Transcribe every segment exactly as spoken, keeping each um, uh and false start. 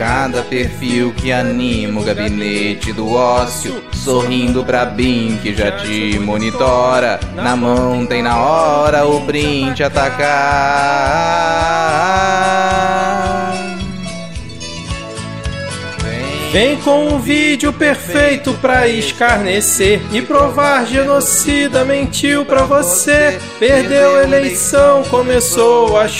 cada perfil que anima o gabinete do ócio, sorrindo pra Bim que já te monitora. Na mão tem na hora o print atacar. Vem com um vídeo perfeito pra escarnecer e provar genocida mentiu pra você. Perdeu a eleição, começou a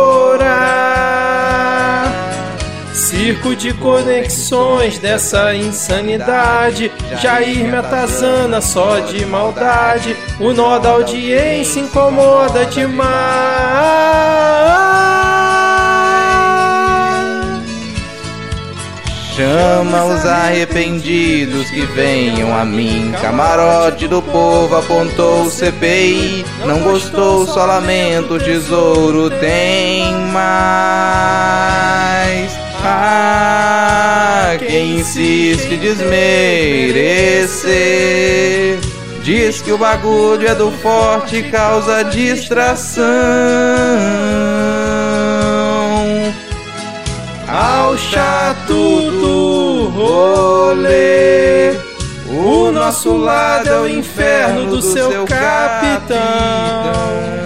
chorar. Circo de conexões dessa insanidade. Jair me atazana só de maldade. O nó da audiência incomoda demais. Chama os arrependidos que venham a mim. Camarote do povo apontou o C P I. Não gostou, só lamento, o tesouro tem mais. Ah, quem insiste desmerecer diz que o bagulho é do forte e causa distração. Ao chato do rolê, o nosso lado é o inferno do seu capitão.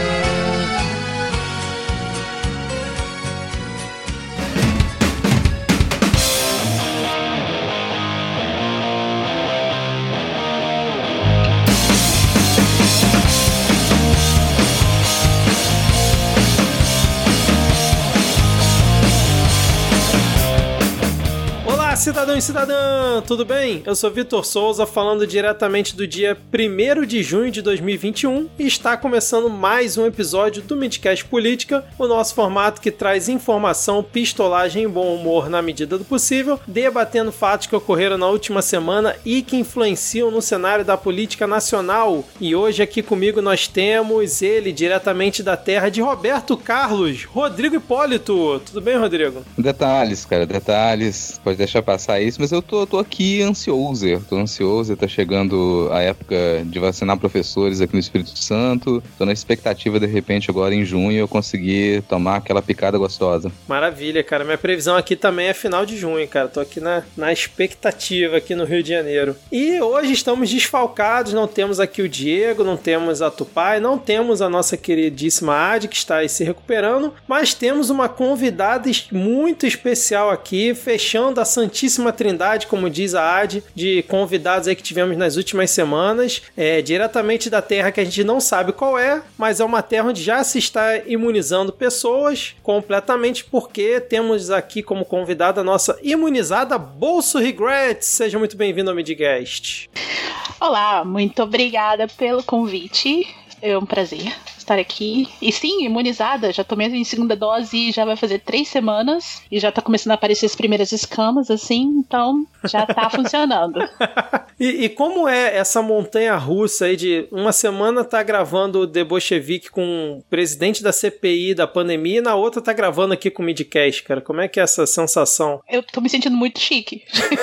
Cidadão e cidadã, tudo bem? Eu sou Vitor Souza, falando diretamente do dia primeiro de junho de dois mil e vinte e um, e está começando mais um episódio do Midcast Política, o nosso formato que traz informação, pistolagem e bom humor na medida do possível, debatendo fatos que ocorreram na última semana e que influenciam no cenário da política nacional. E hoje aqui comigo nós temos ele, diretamente da terra de Roberto Carlos, Rodrigo Hipólito. Tudo bem, Rodrigo? Detalhes, cara, detalhes. Pode deixar passar isso, mas eu tô, tô aqui ansioso, eu tô ansioso, tá chegando a época de vacinar professores aqui no Espírito Santo, tô na expectativa, de repente, agora em junho, eu conseguir tomar aquela picada gostosa. Maravilha, cara, minha previsão aqui também é final de junho, cara, tô aqui na, na expectativa aqui no Rio de Janeiro. E hoje estamos desfalcados, não temos aqui o Diego, não temos a Tupai, não temos a nossa queridíssima Adi, que está aí se recuperando, mas temos uma convidada muito especial aqui, fechando a Santíssima Trindade, como diz a Adi, de convidados aí que tivemos nas últimas semanas, é, diretamente da terra que a gente não sabe qual é, mas é uma terra onde já se está imunizando pessoas completamente, porque temos aqui como convidada a nossa imunizada Bolso Regrets. Seja muito bem-vindo ao Midcast. Olá, muito obrigada pelo convite, é um prazer estar aqui. E sim, imunizada, já tomei a minha segunda dose, já vai fazer três semanas e já tá começando a aparecer as primeiras escamas, assim, então já tá funcionando. E, e como é essa montanha russa aí de uma semana tá gravando o The Bolshevik com o presidente da C P I da pandemia e na outra tá gravando aqui com o Midcast, cara? Como é que é essa sensação? Eu tô me sentindo muito chique.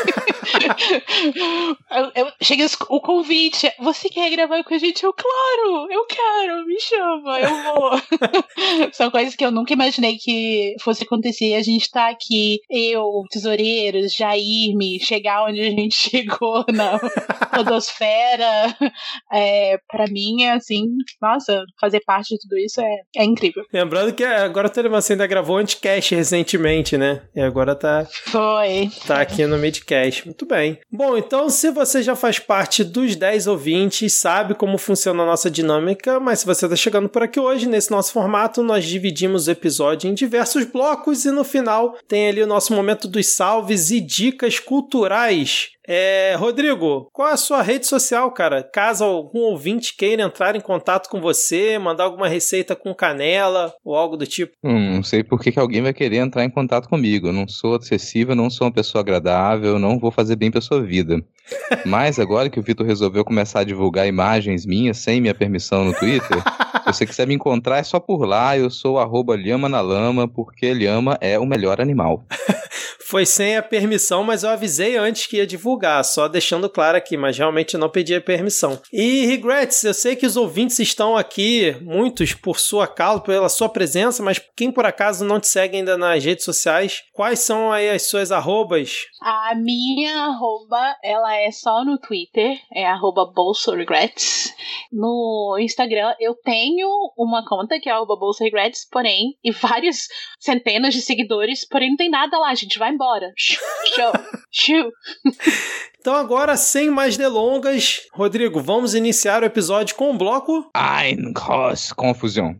eu, eu cheguei o convite, você quer gravar com a gente? Eu, claro, eu quero, me chama. Eu vou. São coisas que eu nunca imaginei que fosse acontecer. A gente tá aqui, eu, tesoureiros, Jair, me chegar onde a gente chegou na podosfera. É, pra mim, é assim, nossa, fazer parte de tudo isso é, é incrível. Lembrando que agora o você ainda gravou o Anticast recentemente, né? E agora tá. Foi. Tá aqui no Midcast. Muito bem. Bom, então, se você já faz parte dos dez ouvintes, sabe como funciona a nossa dinâmica, mas se você tá chegando por aqui hoje, nesse nosso formato, nós dividimos o episódio em diversos blocos e no final tem ali o nosso momento dos salves e dicas culturais. É, Rodrigo, qual é a sua rede social, cara? Caso algum ouvinte queira entrar em contato com você, mandar alguma receita com canela ou algo do tipo. Hum, não sei por que, que alguém vai querer entrar em contato comigo. Eu não sou acessível, não sou uma pessoa agradável, não vou fazer bem pra sua vida. Mas agora que o Vitor resolveu começar a divulgar imagens minhas sem minha permissão no Twitter, Se você quiser me encontrar, é só por lá. Eu sou arroba Lhama na Lama, porque Lhama é o melhor animal. Foi sem a permissão, mas eu avisei antes que ia divulgar, só deixando claro aqui, mas realmente eu não pedi a permissão. E, Regrets, eu sei que os ouvintes estão aqui, muitos por sua causa, pela sua presença, mas quem por acaso não te segue ainda nas redes sociais, quais são aí as suas arrobas? A minha arroba, ela é só no Twitter, é arroba BolsoRegrets. No Instagram eu tenho uma conta que é arroba BolsoRegrets, porém, e várias centenas de seguidores, porém não tem nada lá, gente, vai embora. Show, show. Então agora, sem mais delongas, Rodrigo, vamos iniciar o episódio com o bloco... Ein Groß Confusão.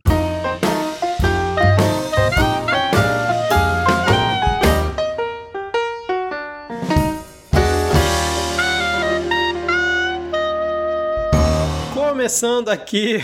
Começando aqui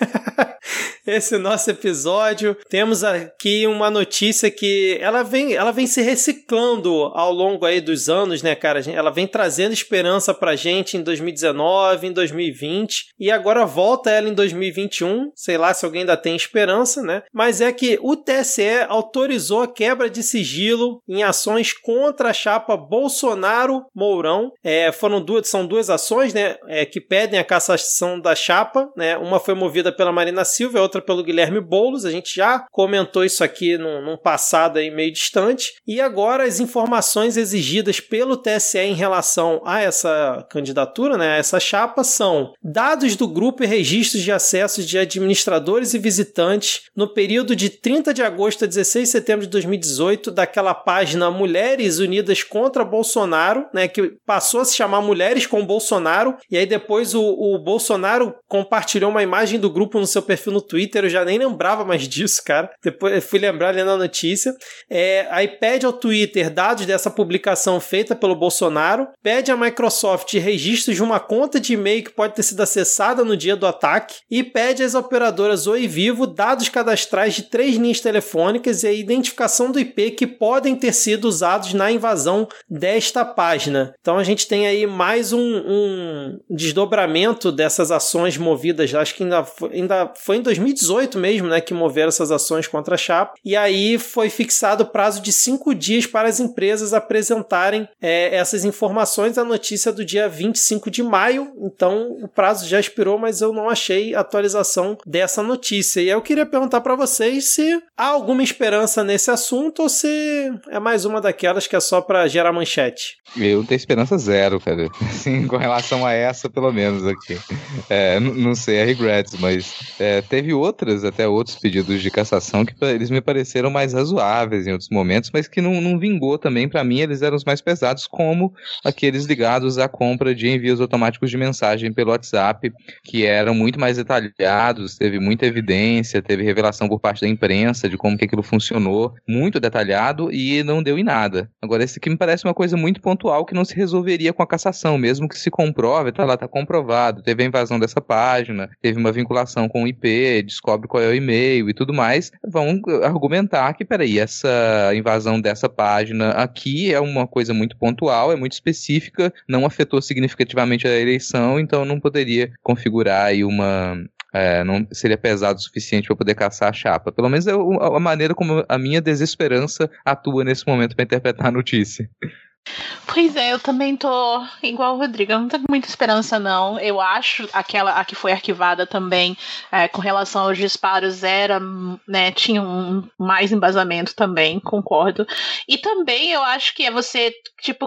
esse nosso episódio, temos aqui uma notícia que ela vem, ela vem se reciclando ao longo aí dos anos, né, cara? Ela vem trazendo esperança pra gente em dois mil e dezenove, em dois mil e vinte, e agora volta ela em dois mil e vinte e um, sei lá se alguém ainda tem esperança, né? Mas é que o T S E autorizou a quebra de sigilo em ações contra a chapa Bolsonaro-Mourão. É, foram duas, são duas ações, né, é, que pedem a cassação da chapa, né? Uma foi movida pela Marina Silva, a outra pelo Guilherme Boulos. A gente já comentou isso aqui num, num passado aí meio distante. E agora as informações exigidas pelo T S E em relação a essa candidatura, né, a essa chapa, são dados do grupo e registros de acessos de administradores e visitantes no período de trinta de agosto a dezesseis de setembro de dois mil e dezoito, daquela página Mulheres Unidas contra Bolsonaro, né, que passou a se chamar Mulheres com Bolsonaro, e aí depois o, o Bolsonaro compartilhou uma imagem do grupo no seu perfil no Twitter. Eu já nem lembrava mais disso, cara. Depois eu fui lembrar lendo a notícia. É, aí pede ao Twitter dados dessa publicação feita pelo Bolsonaro, pede à Microsoft registros de uma conta de e-mail que pode ter sido acessada no dia do ataque e pede às operadoras Oi Vivo dados cadastrais de três linhas telefônicas e a identificação do I P que podem ter sido usados na invasão desta página. Então a gente tem aí mais um, um desdobramento dessas ações movidas, acho que ainda foi, ainda foi em dois mil e dezoito mesmo, né, que moveram essas ações contra a chapa, e aí foi fixado o prazo de cinco dias para as empresas apresentarem é, essas informações. A notícia do dia vinte e cinco de maio, então o prazo já expirou, mas eu não achei atualização dessa notícia, e eu queria perguntar para vocês se há alguma esperança nesse assunto ou se é mais uma daquelas que é só para gerar manchete. Eu não tenho esperança zero, cara, assim, com relação a essa, pelo menos aqui. É, não sei, é regrets, mas é, teve outras, até outros pedidos de cassação que eles me pareceram mais razoáveis em outros momentos, mas que não, não vingou também. Para mim, eles eram os mais pesados, como aqueles ligados à compra de envios automáticos de mensagem pelo WhatsApp, que eram muito mais detalhados, teve muita evidência, teve revelação por parte da imprensa de como que aquilo funcionou, muito detalhado, e não deu em nada. Agora, esse aqui me parece uma coisa muito pontual que não se resolveria com a cassação, mesmo que se comprove, tá lá, tá comprovado, teve a invasão dessa página, teve uma vinculação com o I P, descobre qual é o e-mail e tudo mais, vão argumentar que, peraí, essa invasão dessa página aqui é uma coisa muito pontual, é muito específica, não afetou significativamente a eleição, então não poderia configurar aí uma... É, não seria pesado o suficiente para poder caçar a chapa. Pelo menos é a maneira como a minha desesperança atua nesse momento para interpretar a notícia. Pois é, eu também tô igual o Rodrigo, eu não tenho muita esperança não. Eu acho aquela a que foi arquivada também, é, com relação aos disparos, era, né, tinha um mais embasamento também, concordo. E também eu acho que é você, tipo,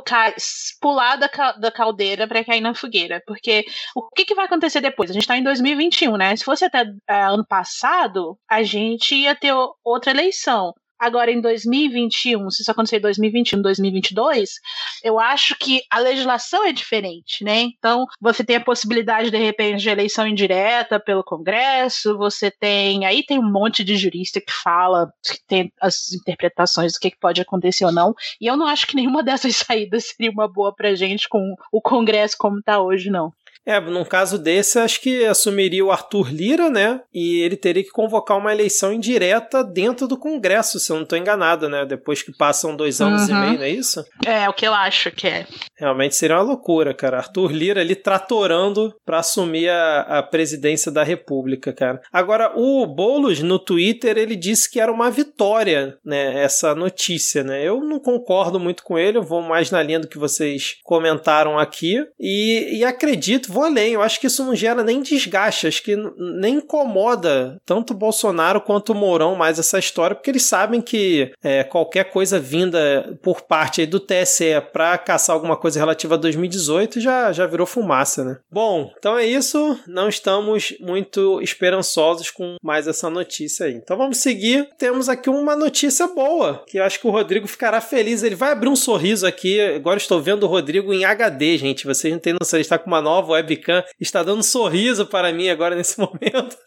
pular da, da caldeira pra cair na fogueira, porque o que, que vai acontecer depois? A gente tá em dois mil e vinte e um, né? Se fosse até é, ano passado, a gente ia ter outra eleição. Agora, em dois mil e vinte e um, se isso acontecer em dois mil e vinte e um, dois mil e vinte e dois, eu acho que a legislação é diferente, né? Então, você tem a possibilidade, de repente, de eleição indireta pelo Congresso, você tem... Aí tem um monte de jurista que fala, que tem as interpretações do que pode acontecer ou não, e eu não acho que nenhuma dessas saídas seria uma boa pra gente com o Congresso como tá hoje, não. É, num caso desse, acho que assumiria o Arthur Lira, né? E ele teria que convocar uma eleição indireta dentro do Congresso, se eu não estou enganado, né? Depois que passam dois anos uhum. e meio, não é isso? É, o que eu acho que é. Realmente seria uma loucura, cara. Arthur Lira ali tratorando para assumir a, a presidência da República, cara. Agora, o Boulos, no Twitter, ele disse que era uma vitória, né? Essa notícia, né? Eu não concordo muito com ele, eu vou mais na linha do que vocês comentaram aqui. E, e acredito, vou além, eu acho que isso não gera nem desgaste, acho que nem incomoda tanto o Bolsonaro quanto o Mourão mais essa história, porque eles sabem que é, qualquer coisa vinda por parte aí do T S E para caçar alguma coisa relativa a dois mil e dezoito já, já virou fumaça, né? Bom, então é isso, não estamos muito esperançosos com mais essa notícia aí. Então vamos seguir, temos aqui uma notícia boa, que eu acho que o Rodrigo ficará feliz, ele vai abrir um sorriso aqui, agora estou vendo o Rodrigo em H D, gente, vocês não têm noção, ele está com uma nova webcam, está dando um sorriso para mim agora nesse momento.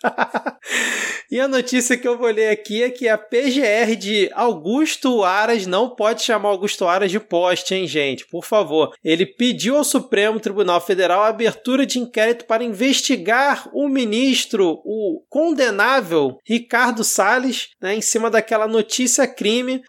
E a notícia que eu vou ler aqui é que a P G R de Augusto Aras não pode chamar Augusto Aras de poste, hein, gente? Por favor. Ele pediu ao Supremo Tribunal Federal a abertura de inquérito para investigar o ministro, o condenável Ricardo Salles, né, em cima daquela notícia-crime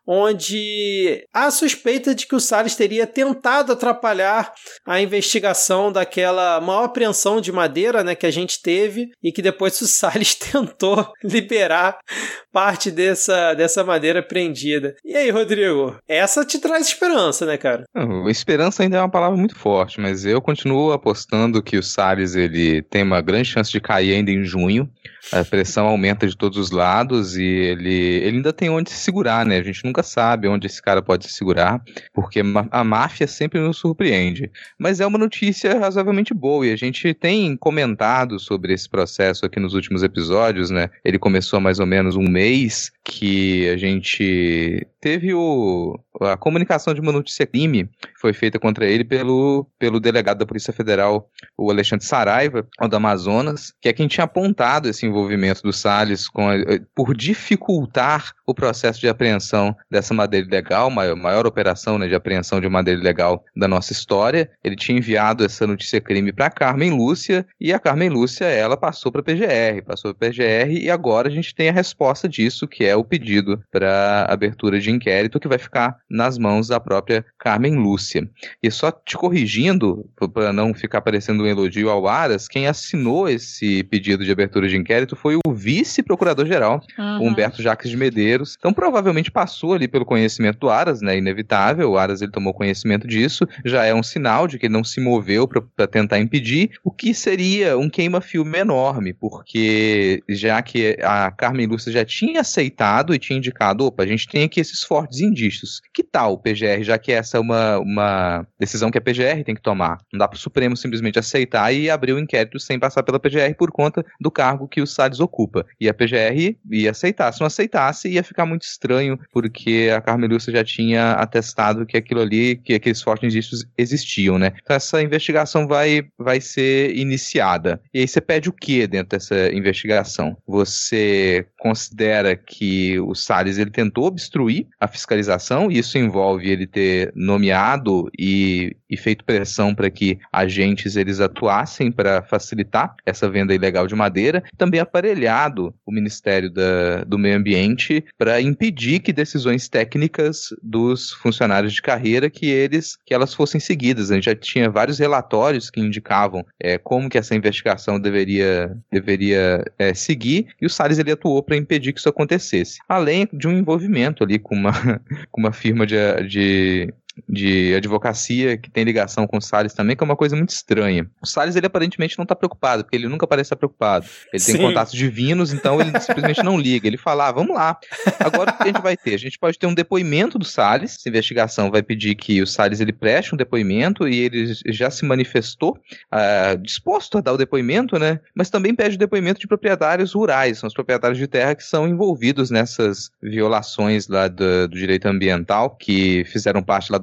onde há suspeita de que o Salles teria tentado atrapalhar a investigação daquela maior apreensão de madeira, né, que a gente teve e que depois o Salles tentou liberar parte dessa, dessa madeira apreendida. E aí, Rodrigo? Essa te traz esperança, né, cara? Não, esperança ainda é uma palavra muito forte, mas eu continuo apostando que o Salles ele tem uma grande chance de cair ainda em junho. A pressão aumenta de todos os lados e ele, ele ainda tem onde se segurar, né? A gente nunca sabe onde esse cara pode se segurar, porque a máfia sempre nos surpreende. Mas é uma notícia razoavelmente boa e a gente tem comentado sobre esse processo aqui nos últimos episódios, né? Ele começou há mais ou menos um mês que a gente teve o, a comunicação de uma notícia crime que foi feita contra ele pelo, pelo delegado da Polícia Federal, o Alexandre Saraiva, do Amazonas, que é quem tinha apontado esse envolvimento do Salles com a, por dificultar o processo de apreensão dessa madeira ilegal, maior, maior operação, né, de apreensão de madeira ilegal da nossa história. Ele tinha enviado essa notícia crime para a Carmen Lúcia e a Carmen Lúcia, ela passou para a P G R, passou para a P G R e agora a gente tem a resposta disso, que é o pedido para abertura de inquérito que vai ficar nas mãos da própria Carmen Lúcia. E só te corrigindo, para não ficar parecendo um elogio ao Aras, quem assinou esse pedido de abertura de inquérito foi o vice-procurador-geral, uhum. Humberto Jacques de Medeiros. Então provavelmente passou ali pelo conhecimento do Aras, né, inevitável, o Aras ele tomou conhecimento disso, já é um sinal de que ele não se moveu para tentar impedir, o que seria um queima-filme enorme, porque já que a Carmen Lúcia já tinha aceitado e tinha indicado, opa, a gente tem aqui esses fortes indícios. Que tal, P G R, já que essa é uma, uma decisão que a P G R tem que tomar? Não dá para o Supremo simplesmente aceitar e abrir o inquérito sem passar pela P G R por conta do cargo que o Salles ocupa. E a P G R ia aceitar. Se não aceitasse, ia ficar muito estranho, porque a Carmen Lúcia já tinha atestado que aquilo ali, que aqueles fortes indícios existiam, né? Então essa investigação vai, vai ser iniciada. E aí você pede o que dentro dessa investigação? Você considera que o Salles ele tentou obstruir a fiscalização, e isso envolve ele ter nomeado e, e feito pressão para que agentes eles atuassem para facilitar essa venda ilegal de madeira, também aparelhado o Ministério da, do Meio Ambiente para impedir que decisões técnicas dos funcionários de carreira que eles que elas fossem seguidas. A gente já tinha vários relatórios que indicavam é, como que essa investigação deveria, deveria é, seguir, e o Salles ele atuou para impedir que isso acontecesse. Além de um envolvimento ali com uma, com uma firma de, de de advocacia que tem ligação com o Salles também, que é uma coisa muito estranha. O Salles, ele aparentemente não está preocupado, porque ele nunca parece estar preocupado. Ele Sim. tem contatos divinos, então ele simplesmente não liga. Ele fala, ah, vamos lá. Agora o que a gente vai ter? A gente pode ter um depoimento do Salles, essa investigação vai pedir que o Salles ele preste um depoimento, e ele já se manifestou uh, disposto a dar o depoimento, né? Mas também pede o depoimento de proprietários rurais, são os proprietários de terra que são envolvidos nessas violações lá do, do direito ambiental, que fizeram parte lá da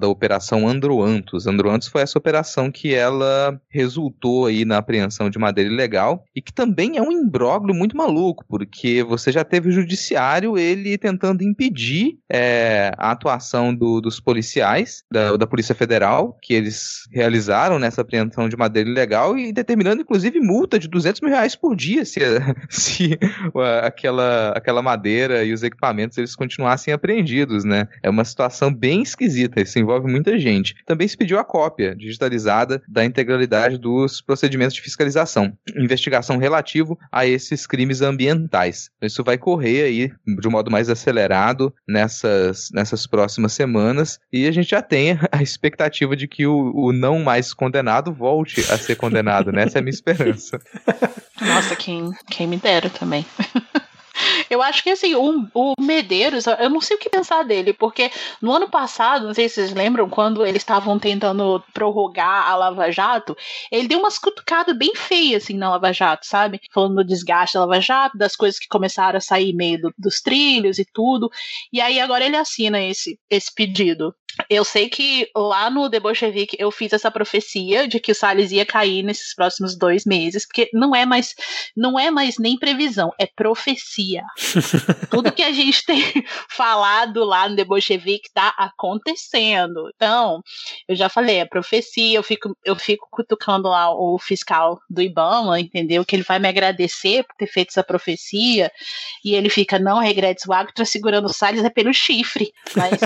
chamada Operação Androantos. Androantos foi essa operação que ela resultou aí na apreensão de madeira ilegal e que também é um imbróglio muito maluco, porque você já teve o judiciário ele tentando impedir é, a atuação do, dos policiais, da, da Polícia Federal, que eles realizaram nessa apreensão de madeira ilegal e determinando inclusive multa de duzentos mil reais por dia se, se aquela, aquela madeira e os equipamentos eles continuassem apreendidos, né? É uma situação bem esquisita, isso envolve muita gente. Também se pediu a cópia digitalizada da integralidade dos procedimentos de fiscalização, investigação relativo a esses crimes ambientais. Isso vai correr aí de um modo mais acelerado nessas, nessas próximas semanas e a gente já tem a expectativa de que o, o não mais condenado volte a ser condenado, né? Essa é a minha esperança. Nossa, quem, quem me dera também. Eu acho que assim, o, o Medeiros, eu não sei o que pensar dele, porque no ano passado, não sei se vocês lembram, quando eles estavam tentando prorrogar a Lava Jato, ele deu umas cutucadas bem feias assim na Lava Jato, sabe? Falando do desgaste da Lava Jato, das coisas que começaram a sair meio do, dos trilhos e tudo, e aí agora ele assina esse, esse pedido. Eu sei que lá no The Bolshevik eu fiz essa profecia de que o Salles ia cair nesses próximos dois meses, porque não é mais, não é mais nem previsão, é profecia. Tudo que a gente tem falado lá no The Bolshevik tá acontecendo. Então, eu já falei, é profecia, eu fico, eu fico cutucando lá o fiscal do Ibama, entendeu? Que ele vai me agradecer por ter feito essa profecia, e ele fica, não, regrete, o Agro tá segurando o Salles é pelo chifre, mas...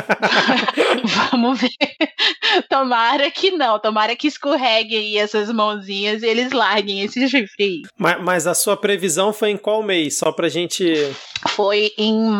Vamos ver. Tomara que não. Tomara que escorreguem aí essas mãozinhas e eles larguem esse chifre aí. Mas, mas a sua previsão foi em qual mês? Só pra gente... Foi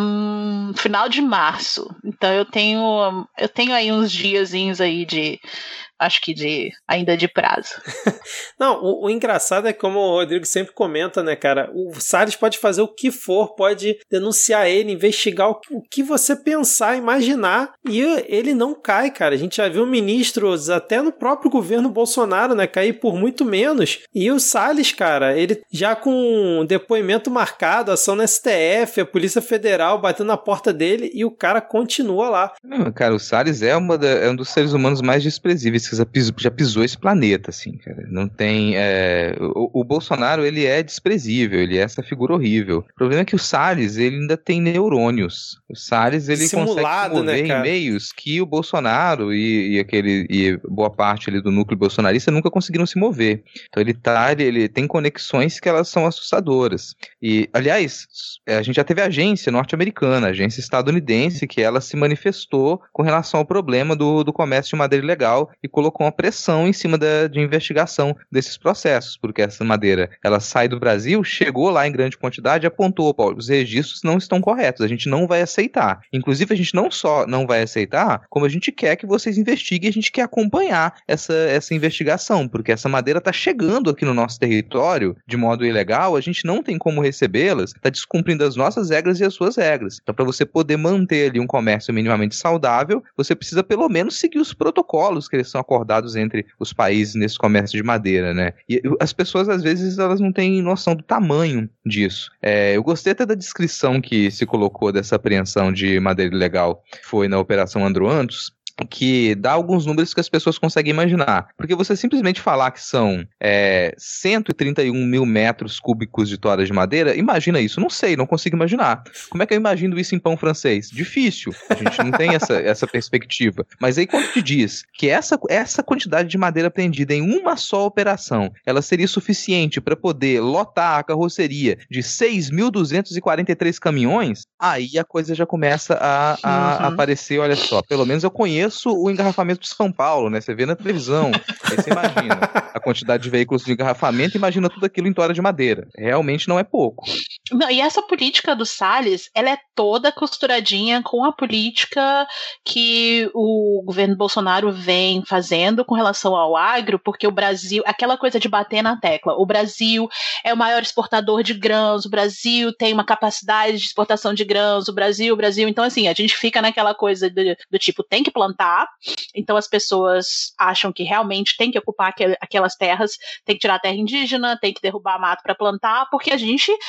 em final de março. Então eu tenho, eu tenho aí uns diazinhos aí de... Acho que de, ainda de prazo. Não, o, o engraçado é como o Rodrigo sempre comenta, né, cara? O Salles pode fazer o que for, pode denunciar ele, investigar o, o que você pensar, imaginar, e ele não cai, cara. A gente já viu ministros, até no próprio governo Bolsonaro, né, cair por muito menos. E o Salles, cara, ele já com depoimento marcado, ação no S T F, a Polícia Federal batendo na porta dele, e o cara continua lá. Não, cara, o Salles é, uma da, é um dos seres humanos mais desprezíveis que já pisou esse planeta, assim, cara. Não tem... É... O, o Bolsonaro, ele é desprezível, ele é essa figura horrível. O problema é que o Salles, ele ainda tem neurônios. O Salles, ele Simulado, consegue se mover, né, cara? Em meios que o Bolsonaro e, e, aquele, e boa parte ali do núcleo bolsonarista nunca conseguiram se mover. Então ele tá, ele, ele tem conexões que elas são assustadoras. E, aliás, a gente já teve a agência norte-americana, a agência estadunidense, que ela se manifestou com relação ao problema do, do comércio de madeira ilegal e colocou uma pressão em cima da, de investigação desses processos, porque essa madeira, ela sai do Brasil, chegou lá em grande quantidade e apontou, Paulo, os registros não estão corretos, a gente não vai aceitar. Inclusive, a gente não só não vai aceitar, como a gente quer que vocês investiguem, a gente quer acompanhar essa, essa investigação, porque essa madeira está chegando aqui no nosso território de modo ilegal, a gente não tem como recebê-las, está descumprindo as nossas regras e as suas regras. Então, para você poder manter ali um comércio minimamente saudável, você precisa pelo menos seguir os protocolos que eles são acordados entre os países nesse comércio de madeira, né? E as pessoas, às vezes, elas não têm noção do tamanho disso. É, eu gostei até da descrição que se colocou dessa apreensão de madeira ilegal, foi na Operação Androantos, que dá alguns números que as pessoas conseguem imaginar. Porque você simplesmente falar que são é, cento e trinta e um mil metros cúbicos de toras de madeira, imagina isso. Não sei, não consigo imaginar. Como é que eu imagino isso em pão francês? Difícil. A gente não tem essa, essa perspectiva. Mas aí quando te diz que essa, essa quantidade de madeira prendida em uma só operação, ela seria suficiente para poder lotar a carroceria de seis mil duzentos e quarenta e três caminhões, aí a coisa já começa a, a uhum. aparecer, olha só, pelo menos eu conheço o engarrafamento de São Paulo, né? Você vê na televisão, aí você imagina a quantidade de veículos de engarrafamento, imagina tudo aquilo em tora de madeira. Realmente não é pouco. Não, e essa política do Salles, ela é toda costuradinha com a política que o governo Bolsonaro vem fazendo com relação ao agro, porque o Brasil, aquela coisa de bater na tecla, o Brasil é o maior exportador de grãos, o Brasil tem uma capacidade de exportação de grãos, o Brasil, o Brasil, então assim, a gente fica naquela coisa do, do tipo, tem que plantar, então as pessoas acham que realmente tem que ocupar aquel, aquelas terras, tem que tirar a terra indígena, tem que derrubar mato para plantar, porque a gente, nossa,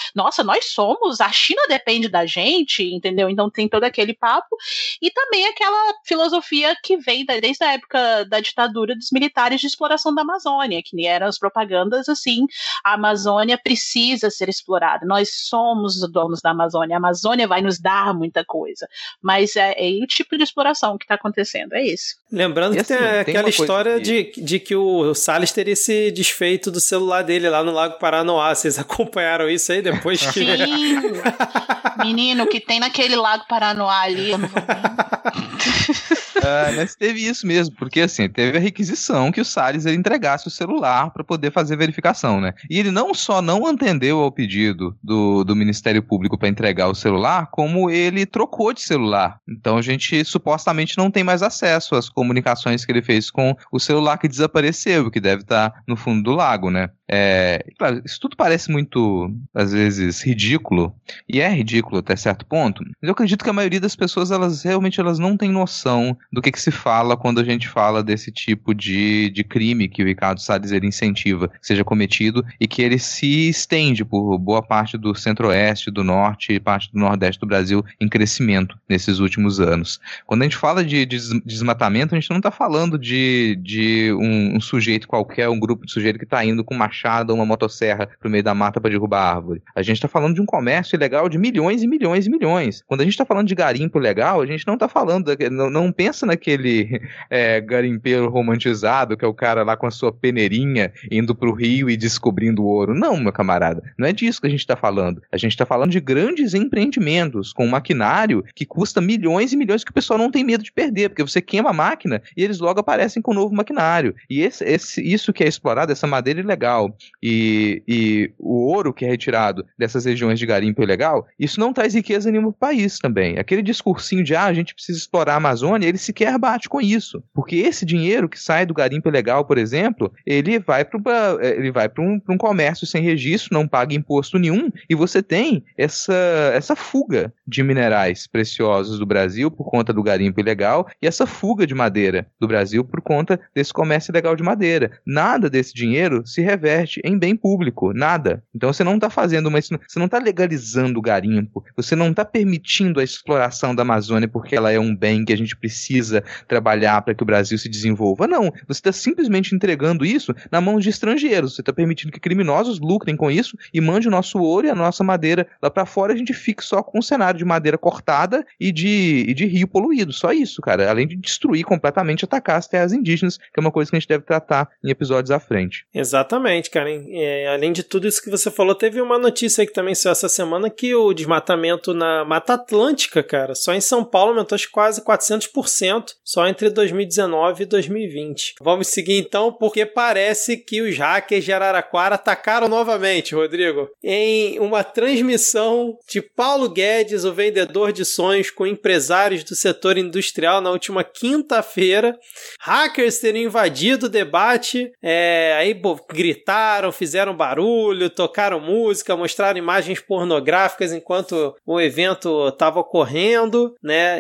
nossa, nós somos, a China depende da gente, entendeu? Então tem todo aquele papo, e também aquela filosofia que vem desde a época da ditadura dos militares de exploração da Amazônia, que eram as propagandas assim, a Amazônia precisa ser explorada, nós somos os donos da Amazônia, a Amazônia vai nos dar muita coisa, mas é, é o tipo de exploração que está acontecendo, é isso. Lembrando e que assim, tem, tem aquela história que... De, de que o Salles teria se desfeito do celular dele lá no Lago Paranoá, vocês acompanharam isso aí depois que... Sim, menino, que tem naquele Lago Paranoá ali, eu não vou Ah, mas teve isso mesmo, porque assim, teve a requisição que o Salles ele entregasse o celular para poder fazer verificação, né? E ele não só não atendeu ao pedido do, do Ministério Público para entregar o celular, como ele trocou de celular. Então a gente supostamente não tem mais acesso às comunicações que ele fez com o celular que desapareceu, que deve estar no fundo do lago, né? É, claro, isso tudo parece muito, às vezes, ridículo, e é ridículo até certo ponto, mas eu acredito que a maioria das pessoas, elas realmente elas não têm noção do que, que se fala quando a gente fala desse tipo de, de crime que o Ricardo Salles ele incentiva que seja cometido e que ele se estende por boa parte do centro-oeste, do norte e parte do nordeste do Brasil em crescimento nesses últimos anos. Quando a gente fala de, de desmatamento, a gente não está falando de, de um, um sujeito qualquer, um grupo de sujeito que está indo com machado ou uma motosserra pro meio da mata para derrubar a árvore. A gente está falando de um comércio ilegal de milhões e milhões e milhões. Quando a gente está falando de garimpo legal, a gente não está falando, da, não, não pensa naquele é, garimpeiro romantizado, que é o cara lá com a sua peneirinha indo pro rio e descobrindo ouro. Não, meu camarada, não é disso que a gente está falando. A gente está falando de grandes empreendimentos com maquinário que custa milhões e milhões que o pessoal não tem medo de perder, porque você queima a máquina e eles logo aparecem com um novo maquinário. E esse, esse, isso que é explorado, essa madeira ilegal e, e o ouro que é retirado dessas regiões de garimpo ilegal, isso não traz riqueza nenhuma para o país também. Aquele discursinho de, ah, a gente precisa explorar a Amazônia, ele sequer bate com isso. Porque esse dinheiro que sai do garimpo ilegal, por exemplo, ele vai para ele vai para um, um comércio sem registro, não paga imposto nenhum, e você tem essa, essa fuga de minerais preciosos do Brasil por conta do garimpo ilegal e essa fuga de madeira do Brasil por conta desse comércio ilegal de madeira. Nada desse dinheiro se reverte em bem público, nada. Então você não está fazendo uma, você não está legalizando o garimpo, você não está permitindo a exploração da Amazônia porque ela é um bem que a gente precisa trabalhar para que o Brasil se desenvolva. Não, você está simplesmente entregando isso na mão de estrangeiros, você está permitindo que criminosos lucrem com isso e mande o nosso ouro e a nossa madeira lá para fora, a gente fique só com um cenário de madeira cortada e de, e de rio poluído, só isso, cara, além de destruir completamente, atacar as terras indígenas, que é uma coisa que a gente deve tratar em episódios à frente. Exatamente, cara. É, além de tudo isso que você falou, teve uma notícia aí que também saiu essa semana que o desmatamento na Mata Atlântica, cara, só em São Paulo aumentou quase quatrocentos por cento só entre dois mil e dezenove e dois mil e vinte. Vamos seguir então, porque parece que os hackers de Araraquara atacaram novamente, Rodrigo, em uma transmissão de Paulo Guedes, o vendedor de sonhos, com empresários do setor industrial na última quinta-feira. Hackers teriam invadido o debate, é, aí bo, gritaram, fizeram barulho, tocaram música, mostraram imagens pornográficas enquanto o evento estava ocorrendo, né?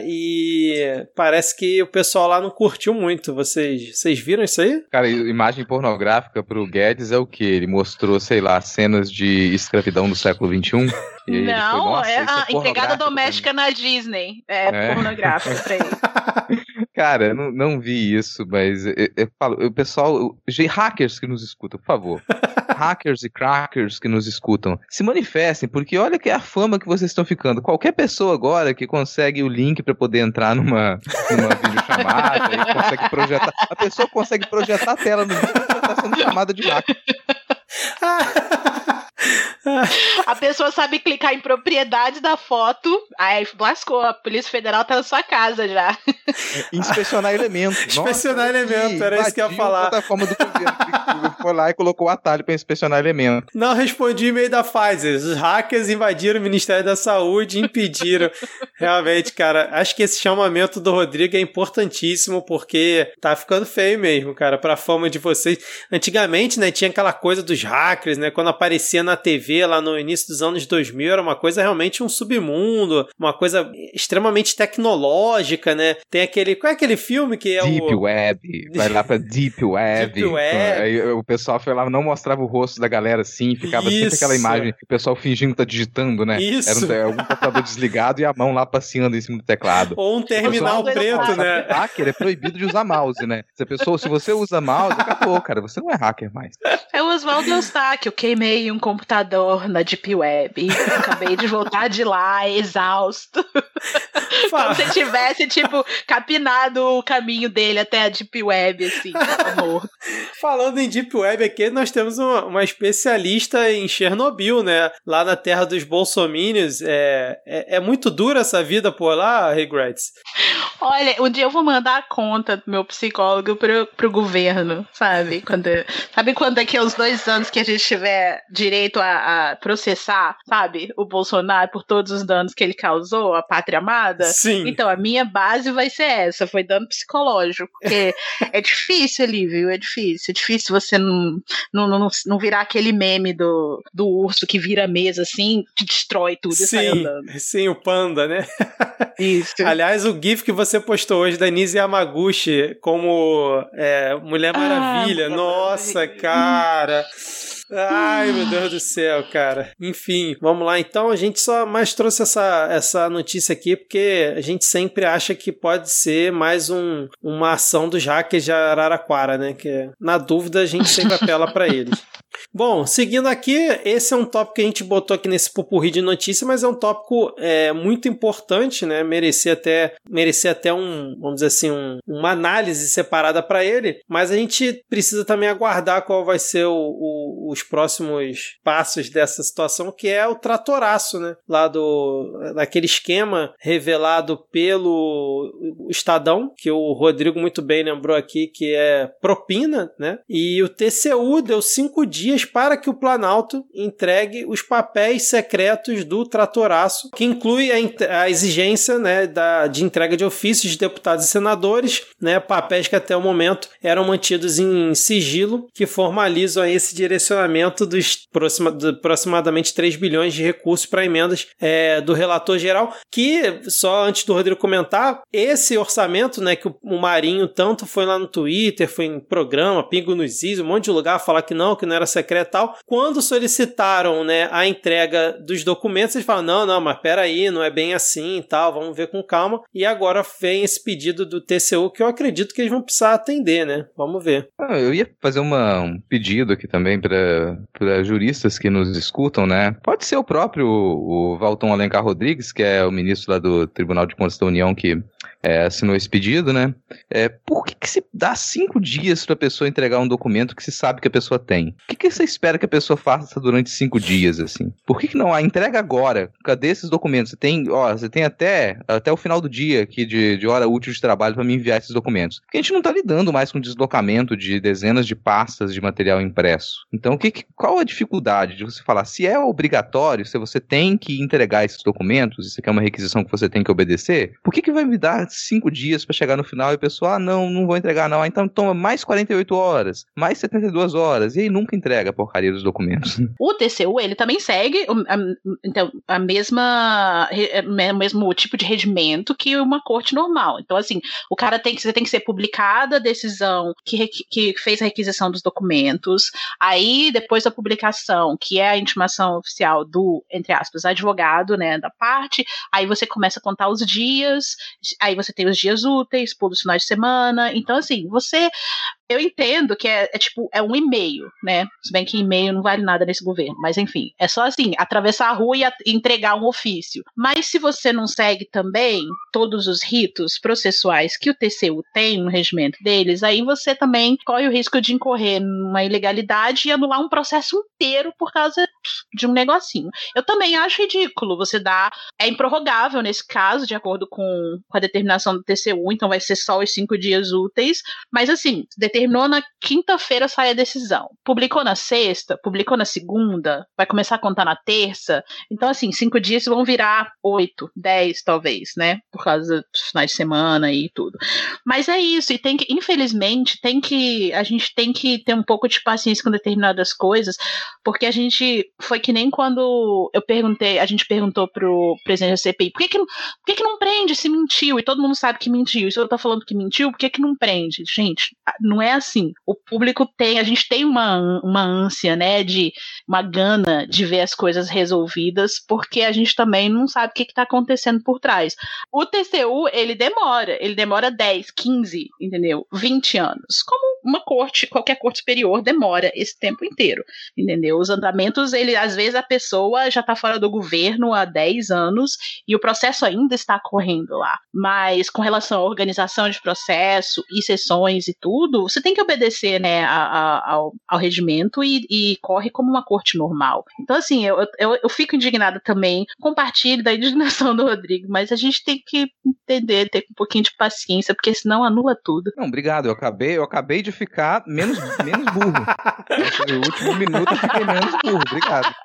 E parece que o pessoal lá não curtiu muito. Vocês, vocês viram isso aí? Cara, imagem pornográfica pro Guedes é o quê? Ele mostrou, sei lá, cenas de escravidão do século vinte e um? Não, foi, é a é empregada doméstica na Disney. É, é. pornográfico pra ele. Cara, não, não vi isso, mas eu, eu falo, o pessoal, hackers que nos escutam, por favor. Hackers e crackers que nos escutam, se manifestem, porque olha que é a fama que vocês estão ficando. Qualquer pessoa agora que consegue o link para poder entrar numa, numa videochamada e consegue projetar, a pessoa consegue projetar a tela no vídeo e está sendo chamada de hacker. A pessoa sabe clicar em propriedade da foto, aí lascou, a Polícia Federal tá na sua casa já. Inspecionar elementos. Inspecionar elementos, era isso que eu ia falar. A plataforma do governo foi lá e colocou o atalho para inspecionar elementos. Não respondi e-mail da Pfizer. Os hackers invadiram o Ministério da Saúde e impediram. Realmente, cara, acho que esse chamamento do Rodrigo é importantíssimo, porque tá ficando feio mesmo, cara, pra fama de vocês. Antigamente, né, tinha aquela coisa dos hackers, né, quando aparecia na T V vê lá no início dos anos dois mil era uma coisa realmente um submundo, uma coisa extremamente tecnológica, né? Tem aquele... Qual é aquele filme que é Deep o... Web. Vai lá pra Deep Web. Deep Web. Aí o pessoal foi lá, não mostrava o rosto da galera assim, ficava Isso. sempre aquela imagem, o pessoal fingindo que tá digitando, né? Isso. Era um, um computador desligado e a mão lá passeando em cima do teclado. Ou um terminal preto, né? Hacker é proibido de usar mouse, né? Se a pessoa, se você usa mouse, acabou, cara. Você não é hacker mais. É o Oswaldo Eustáquio. Eu queimei um computador na Deep Web. Acabei de voltar de lá, exausto. Como se tivesse, tipo, capinado o caminho dele até a Deep Web, assim, amor. Falando em Deep Web aqui, nós temos uma, uma especialista em Chernobyl, né? Lá na terra dos bolsominions. É, é, é muito dura essa vida por lá, Regrets? Olha, um dia eu vou mandar a conta do meu psicólogo pro, pro governo, sabe? Quando, sabe quando daqui a uns dois anos que a gente tiver direito a, a processar, sabe? O Bolsonaro por todos os danos que ele causou à pátria amada? Sim. Então, a minha base vai ser essa, foi dano psicológico, porque é difícil ali, viu? É difícil. É difícil você não, não, não, não virar aquele meme do, do urso que vira a mesa assim, que destrói tudo sim, e sai andando. Sim, o panda, né? Isso. Aliás, o GIF que você postou hoje da Nise Yamaguchi como é, Mulher Maravilha. Ah, Nossa, Maravilha. Cara... Ai, meu Deus do céu, cara. Enfim, vamos lá. Então, a gente só mais trouxe essa, essa notícia aqui porque a gente sempre acha que pode ser mais um, uma ação dos hackers de Araraquara, né? Que, na dúvida, a gente sempre apela para eles. Bom, seguindo aqui, esse é um tópico que a gente botou aqui nesse pupurri de notícia, mas é um tópico é, muito importante, né? Merecia até, merecia até um, vamos dizer assim, um, uma análise separada para ele, mas a gente precisa também aguardar qual vai ser o, o, os próximos passos dessa situação, que é o tratoraço, né? Lá do, daquele esquema revelado pelo Estadão, que o Rodrigo muito bem lembrou aqui, que é propina, né? E o T C U deu cinco dias para que o Planalto entregue os papéis secretos do tratoraço, que inclui a, a exigência, né, da, de entrega de ofícios de deputados e senadores, né, papéis que até o momento eram mantidos em sigilo, que formalizam esse direcionamento dos proxima, de aproximadamente três bilhões de recursos para emendas é, do relator geral, que, só antes do Rodrigo comentar, esse orçamento, né, que o, o Marinho tanto foi lá no Twitter, foi em programa, Pingo nos Is, um monte de lugar falar que não, que não era secreto e tal. Quando solicitaram, né, a entrega dos documentos, eles falaram, não, não, mas peraí, não é bem assim e tal, vamos ver com calma. E agora vem esse pedido do T C U que eu acredito que eles vão precisar atender, né? Vamos ver. Ah, eu ia fazer uma, um pedido aqui também para juristas que nos escutam, né? Pode ser o próprio o Valton Alencar Rodrigues, que é o ministro lá do Tribunal de Contas da União, que é, assinou esse pedido, né? É, por que, que se dá cinco dias para a pessoa entregar um documento que se sabe que a pessoa tem? O que, que você espera que a pessoa faça durante cinco dias, assim? Por que, que não há? Entrega agora. Cadê esses documentos? Você tem, ó, você tem até, até o final do dia aqui de, de hora útil de trabalho para me enviar esses documentos. Porque a gente não está lidando mais com deslocamento de dezenas de pastas de material impresso. Então, o que, que, qual a dificuldade de você falar? Se é obrigatório, se você tem que entregar esses documentos, isso aqui é uma requisição que você tem que obedecer, por que, que vai me dar cinco dias para chegar no final e a pessoa, ah, não, não vou entregar não, ah, então toma mais quarenta e oito horas, mais setenta e duas horas, e aí nunca entrega a porcaria dos documentos. O T C U, ele também segue a, então, a mesma, o mesmo tipo de regimento que uma corte normal. Então, assim, o cara tem que, você tem que ser publicada a decisão que, que fez a requisição dos documentos, aí depois da publicação, que é a intimação oficial do, entre aspas, advogado, né, da parte, aí você começa a contar os dias, aí você tem os dias úteis, pula os finais de semana, então assim, você, eu entendo que é, é tipo, é um e-mail, né, se bem que e-mail não vale nada nesse governo, mas enfim, é só assim, atravessar a rua e a, entregar um ofício, mas se você não segue também todos os ritos processuais que o T C U tem no regimento deles, aí você também corre o risco de incorrer numa ilegalidade e anular um processo inteiro por causa de um negocinho. Eu também acho ridículo você dar, é improrrogável nesse caso, de acordo com, com, a, determinação do T C U, então vai ser só os cinco dias úteis. Mas assim, determinou na quinta-feira sai a decisão. Publicou na sexta, publicou na segunda, vai começar a contar na terça. Então, assim, cinco dias vão virar oito, dez, talvez, né? Por causa dos finais de semana e tudo. Mas é isso, e tem que, infelizmente, tem que, a gente tem que ter um pouco de paciência com determinadas coisas, porque a gente, foi que nem quando eu perguntei, a gente perguntou pro presidente da C P I, por que que, por que que não prende se mentiu? E todo mundo sabe que mentiu. E se eu tô falando que mentiu, por que que não prende? Gente, não é assim. O público tem, a gente tem uma, uma ânsia, né, de, uma gana de ver as coisas resolvidas, porque a gente também não sabe o que que tá acontecendo por trás. O T C U, ele demora, ele demora dez, quinze, entendeu? vinte anos. Como uma corte, qualquer corte superior demora esse tempo inteiro, entendeu? Os andamentos, ele, às vezes a pessoa já tá fora do governo há dez anos e o processo ainda está correndo lá. Mas com relação à organização de processo e sessões e tudo, você tem que obedecer, né, a, a, ao, ao regimento e, e corre como uma corte normal. Então, assim, eu, eu, eu fico indignada também, compartilho da indignação do Rodrigo, mas a gente tem que entender, ter um pouquinho de paciência, porque senão anula tudo. Não, obrigado, eu acabei, eu acabei de ficar menos, menos burro. No último minuto eu fiquei menos burro, obrigado.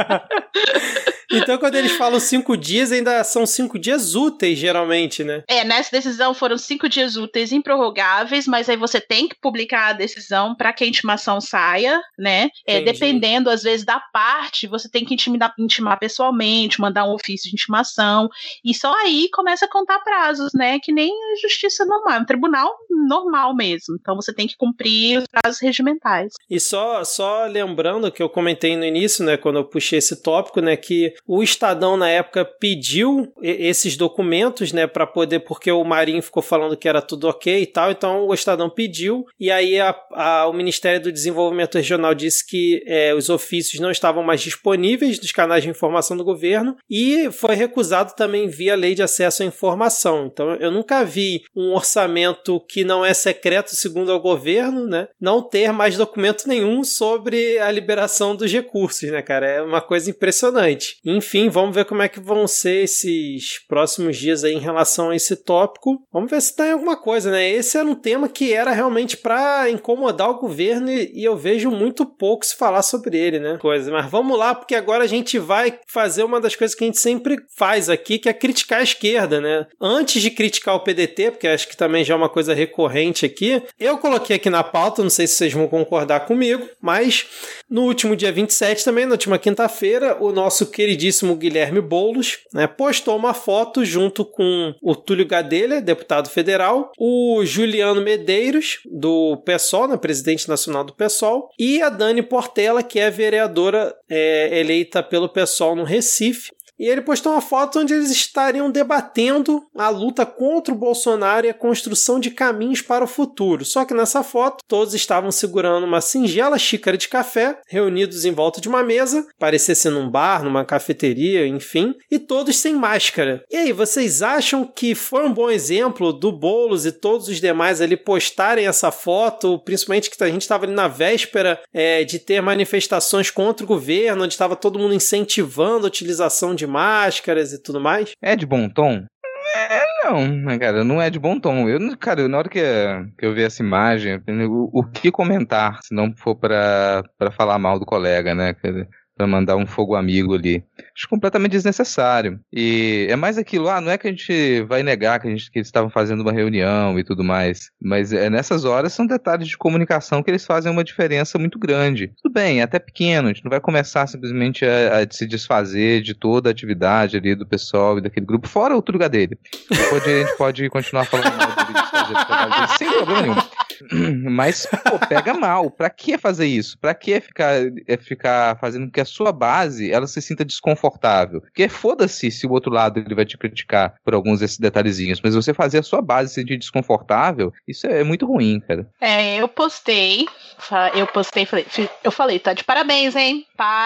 Então, quando eles falam cinco dias, ainda são cinco dias úteis, geralmente, né? É, nessa decisão foram cinco dias úteis improrrogáveis, mas aí você tem que publicar a decisão para que a intimação saia, né? É, dependendo, às vezes, da parte, você tem que intimar, intimar pessoalmente, mandar um ofício de intimação, e só aí começa a contar prazos, né? Que nem a justiça normal, é um tribunal normal mesmo. Então, você tem que cumprir os prazos regimentais. E só, só lembrando que eu comentei no início, né, quando eu puxei esse tópico, né, que o Estadão, na época, pediu esses documentos, né, para poder, porque o Marinho ficou falando que era tudo ok e tal, então o Estadão pediu, e aí a, a, o Ministério do Desenvolvimento Regional disse que é, os ofícios não estavam mais disponíveis nos canais de informação do governo, e foi recusado também via Lei de Acesso à Informação. Então, eu nunca vi um orçamento que não é secreto, segundo o governo, né, não ter mais documento nenhum sobre a liberação dos recursos, né, cara? É uma coisa impressionante. Enfim, vamos ver como é que vão ser esses próximos dias aí em relação a esse tópico. Vamos ver se tem alguma coisa, né? Esse era um tema que era realmente para incomodar o governo e, e eu vejo muito pouco se falar sobre ele, né? Coisa. Mas vamos lá, porque agora a gente vai fazer uma das coisas que a gente sempre faz aqui, que é criticar a esquerda, né? Antes de criticar o P D T, porque acho que também já é uma coisa recorrente aqui, eu coloquei aqui na pauta, não sei se vocês vão concordar comigo, mas no último dia vinte e sete também, na última quinta-feira, o nosso queridíssimo Guilherme Boulos, né, postou uma foto junto com o Túlio Gadelha, deputado federal, o Juliano Medeiros, do PSOL, né, presidente nacional do PSOL, e a Dani Portela, que é vereadora é, eleita pelo PSOL no Recife. E ele postou uma foto onde eles estariam debatendo a luta contra o Bolsonaro e a construção de caminhos para o futuro. Só que nessa foto, todos estavam segurando uma singela xícara de café, reunidos em volta de uma mesa, parecia ser num bar, numa cafeteria, enfim, e todos sem máscara. E aí, vocês acham que foi um bom exemplo do Boulos e todos os demais ali postarem essa foto, principalmente que a gente estava ali na véspera é, de ter manifestações contra o governo, onde estava todo mundo incentivando a utilização de máscaras e tudo mais? É de bom tom? É, não, cara, não é de bom tom. Eu, cara, na hora que, que eu vi essa imagem, o, o que comentar, se não for pra, pra falar mal do colega, né, cara? Pra mandar um fogo amigo ali. Acho completamente desnecessário. E é mais aquilo, ah, não é que a gente vai negar que, a gente, que eles estavam fazendo uma reunião e tudo mais, mas é, nessas horas são detalhes de comunicação que eles fazem uma diferença muito grande. Tudo bem, é até pequeno, a gente não vai começar simplesmente a, a se desfazer de toda a atividade ali do pessoal e daquele grupo, fora o Túlio Gadelha. Depois a gente pode continuar falando mal dele, desfazer do trabalho dele, sem problema nenhum. Mas, pô, pega mal. Pra que fazer isso? Pra que ficar, é, ficar fazendo com que a sua base ela se sinta desconfortável? Porque foda-se se o outro lado ele vai te criticar por alguns desses detalhezinhos, mas você fazer a sua base se sentir desconfortável, isso é muito ruim, cara. É, eu postei, eu postei, falei, eu falei, tá de parabéns, hein?